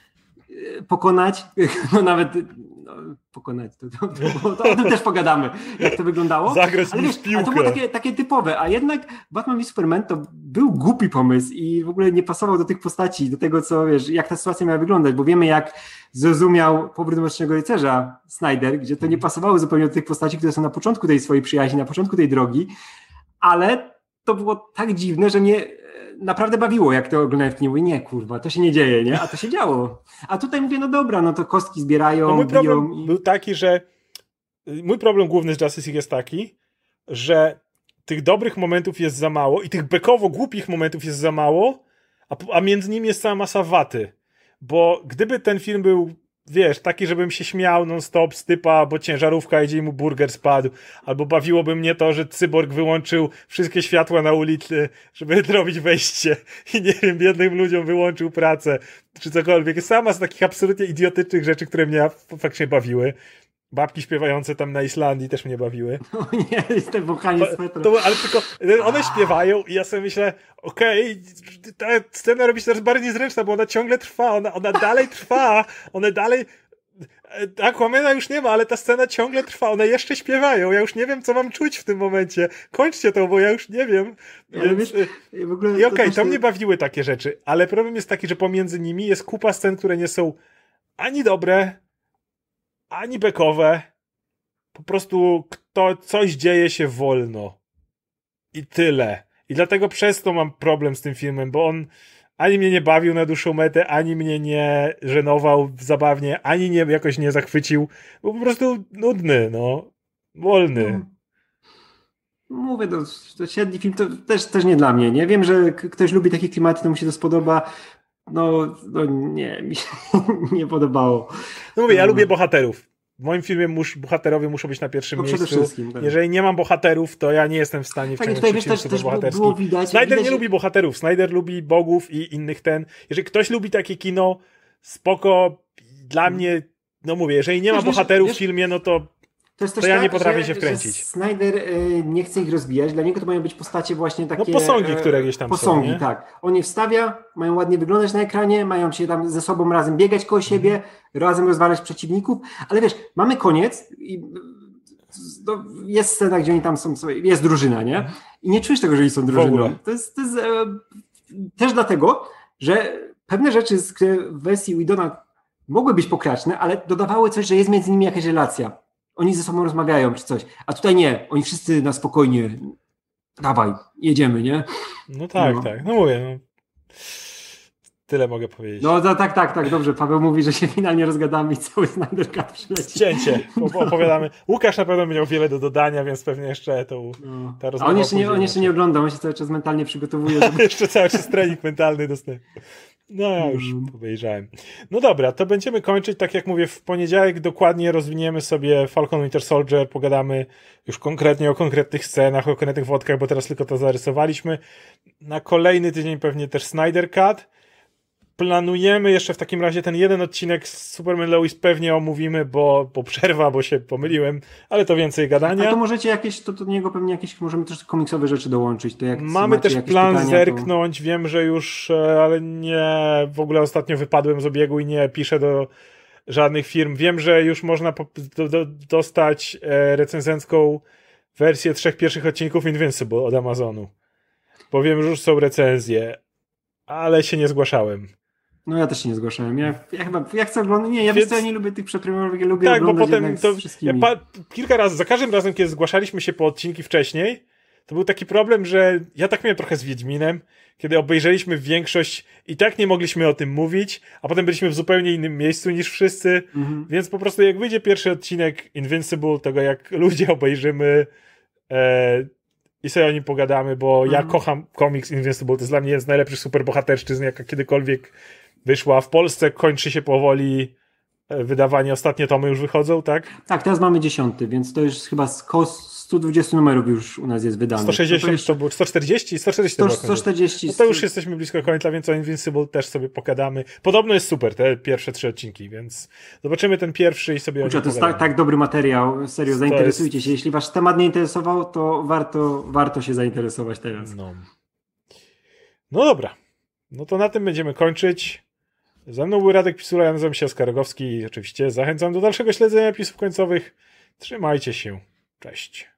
pokonać, no nawet no, pokonać, to, to, to, to o tym też pogadamy, jak to wyglądało. Zagrać ale, wiesz, piłkę. ale to było takie, takie typowe, a jednak Batman v Superman to był głupi pomysł i w ogóle nie pasował do tych postaci, do tego, co wiesz, jak ta sytuacja miała wyglądać, bo wiemy, jak zrozumiał Powrót Mrocznego Rycerza Snyder, gdzie to nie pasowało zupełnie do tych postaci, które są na początku tej swojej przyjaźni, na początku tej drogi, ale to było tak dziwne, że mnie naprawdę bawiło, jak to oglądałem w kinie. Mówię, nie, kurwa, to się nie dzieje, nie? A to się działo. A tutaj mówię, no dobra, no to kostki zbierają, no mój biją problem i... był taki, że mój problem główny z Justice League jest taki, że tych dobrych momentów jest za mało i tych bekowo głupich momentów jest za mało, a, a między nimi jest cała masa waty. Bo gdyby ten film był, wiesz, taki, żebym się śmiał non-stop z typa, bo ciężarówka idzie i mu burger spadł, albo bawiłoby mnie to, że cyborg wyłączył wszystkie światła na ulicy, żeby robić wejście i nie wiem, biednym ludziom wyłączył pracę, czy cokolwiek. Sama z takich absolutnie idiotycznych rzeczy, które mnie faktycznie bawiły. Babki śpiewające tam na Islandii też mnie bawiły. O nie, jestem wąchanie swetra. To, ale tylko one śpiewają i ja sobie myślę, okej, okay, ta scena robi się teraz bardziej niezręczna, bo ona ciągle trwa, ona, ona dalej trwa, one dalej... Aquamana już nie ma, ale ta scena ciągle trwa, one jeszcze śpiewają, ja już nie wiem, co mam czuć w tym momencie. Kończcie to, bo ja już nie wiem. Ale wiesz, w ogóle I okej, okay, to, to mnie bawiły takie rzeczy, ale problem jest taki, że pomiędzy nimi jest kupa scen, które nie są ani dobre, ani bekowe. Po prostu kto, coś dzieje się wolno. I tyle. I dlatego przez to mam problem z tym filmem, bo on ani mnie nie bawił na dłuższą metę, ani mnie nie żenował zabawnie, ani nie, jakoś nie zachwycił. Był po prostu nudny, no. Wolny. Mówię, to, to średni film to też, też nie dla mnie. Nie wiem, że ktoś lubi takie klimaty, to mu się to spodoba. No, no nie, mi się nie podobało. No mówię, ja lubię bohaterów. W moim filmie mus, bohaterowie muszą być na pierwszym no, miejscu. Przede wszystkim, tak. Jeżeli nie mam bohaterów, to ja nie jestem w stanie tak, wciągnąć tutaj, wiesz, też, też bohaterski. było widać, Snyder widać, nie lubi bohaterów. Snyder lubi bogów i innych ten. Jeżeli ktoś lubi takie kino, spoko. Dla mnie, no mówię, jeżeli nie ma wiesz, bohaterów wiesz, w filmie, no to, to, jest to też ja tak, nie potrafię że, się wkręcić. Że Snyder y, nie chce ich rozbijać. Dla niego to mają być postacie właśnie takie... No posągi, które gdzieś tam posągi, są, nie? tak. On je wstawia, mają ładnie wyglądać na ekranie, mają się tam ze sobą razem biegać koło siebie, mhm. razem rozwalać przeciwników, ale wiesz, mamy koniec i no, jest scena, gdzie oni tam są, jest drużyna, nie? I nie czujesz tego, że oni są drużyną. To jest, to jest e, też dlatego, że pewne rzeczy z w wersji Widona mogły być pokraczne, ale dodawały coś, że jest między nimi jakaś relacja. Oni ze sobą rozmawiają czy coś. A tutaj nie. Oni wszyscy na spokojnie. Dawaj, jedziemy, nie? No tak, no. tak. No mówię, no. Tyle mogę powiedzieć. No tak, tak, tak, tak, dobrze. Paweł mówi, że się finalnie rozgadamy i cały Snyder Cut przyleci. Cięcie, opowiadamy. Łukasz na pewno miał wiele do dodania, więc pewnie jeszcze to, no. ta rozmowa... A on jeszcze, nie, on jeszcze nie ogląda, on się cały czas mentalnie przygotowuje. Żeby... jeszcze cały czas trening mentalny dostępny. No ja już mm. obejrzałem. No dobra, to będziemy kończyć, tak jak mówię, w poniedziałek dokładnie rozwiniemy sobie Falcon Winter Soldier, pogadamy już konkretnie o konkretnych scenach, o konkretnych wątkach, bo teraz tylko to zarysowaliśmy. Na kolejny tydzień pewnie też Snyder Cut. Planujemy jeszcze w takim razie ten jeden odcinek z Superman Lois pewnie omówimy, bo, bo przerwa, bo się pomyliłem, ale to więcej gadania. A to możecie jakieś, to do niego pewnie jakieś, możemy też komiksowe rzeczy dołączyć. To jak Mamy też plan pytania, zerknąć, to... wiem, że już, ale nie, w ogóle ostatnio wypadłem z obiegu i nie piszę do żadnych firm. Wiem, że już można po, do, do, dostać recenzencką wersję trzech pierwszych odcinków Invincible od Amazonu. Bo wiem, że już są recenzje, ale się nie zgłaszałem. No ja też się nie zgłaszałem. Ja, ja chyba, ja chcę oglądać, nie, ja Więc... wiesz co, ja nie lubię tych przedpremierowych, ja lubię tak, oglądać bo potem to, z wszystkimi. Ja pa, kilka razy, za każdym razem, kiedy zgłaszaliśmy się po odcinki wcześniej, to był taki problem, że ja tak miałem trochę z Wiedźminem, kiedy obejrzeliśmy większość i tak nie mogliśmy o tym mówić, a potem byliśmy w zupełnie innym miejscu niż wszyscy, mhm. więc po prostu jak wyjdzie pierwszy odcinek Invincible, tego jak ludzie obejrzymy e, i sobie o nim pogadamy, bo mhm. ja kocham komiks Invincible, to jest dla mnie jeden z najlepszych superbohaterszczyzn, jaka kiedykolwiek wyszła. W Polsce kończy się powoli wydawanie, ostatnie tomy już wychodzą, tak? Tak, teraz mamy dziesiąty, więc to już chyba sto dwadzieścia numerów już u nas jest wydane. sto sześćdziesiąt to, to było, sto czterdzieści? sto czterdzieści sto, sto czterdzieści. No to już jesteśmy blisko końca, więc o Invincible też sobie pogadamy. Podobno jest super, te pierwsze trzy odcinki, więc zobaczymy ten pierwszy i sobie Kurczę, to jest tak, tak dobry materiał, serio, zainteresujcie jest... się. Jeśli wasz temat nie interesował, to warto, warto się zainteresować teraz. No. no dobra, no to na tym będziemy kończyć. Ze mną był Radek Pisula, ja nazywam się Oskar Rogowski i oczywiście zachęcam do dalszego śledzenia pisów końcowych. Trzymajcie się. Cześć.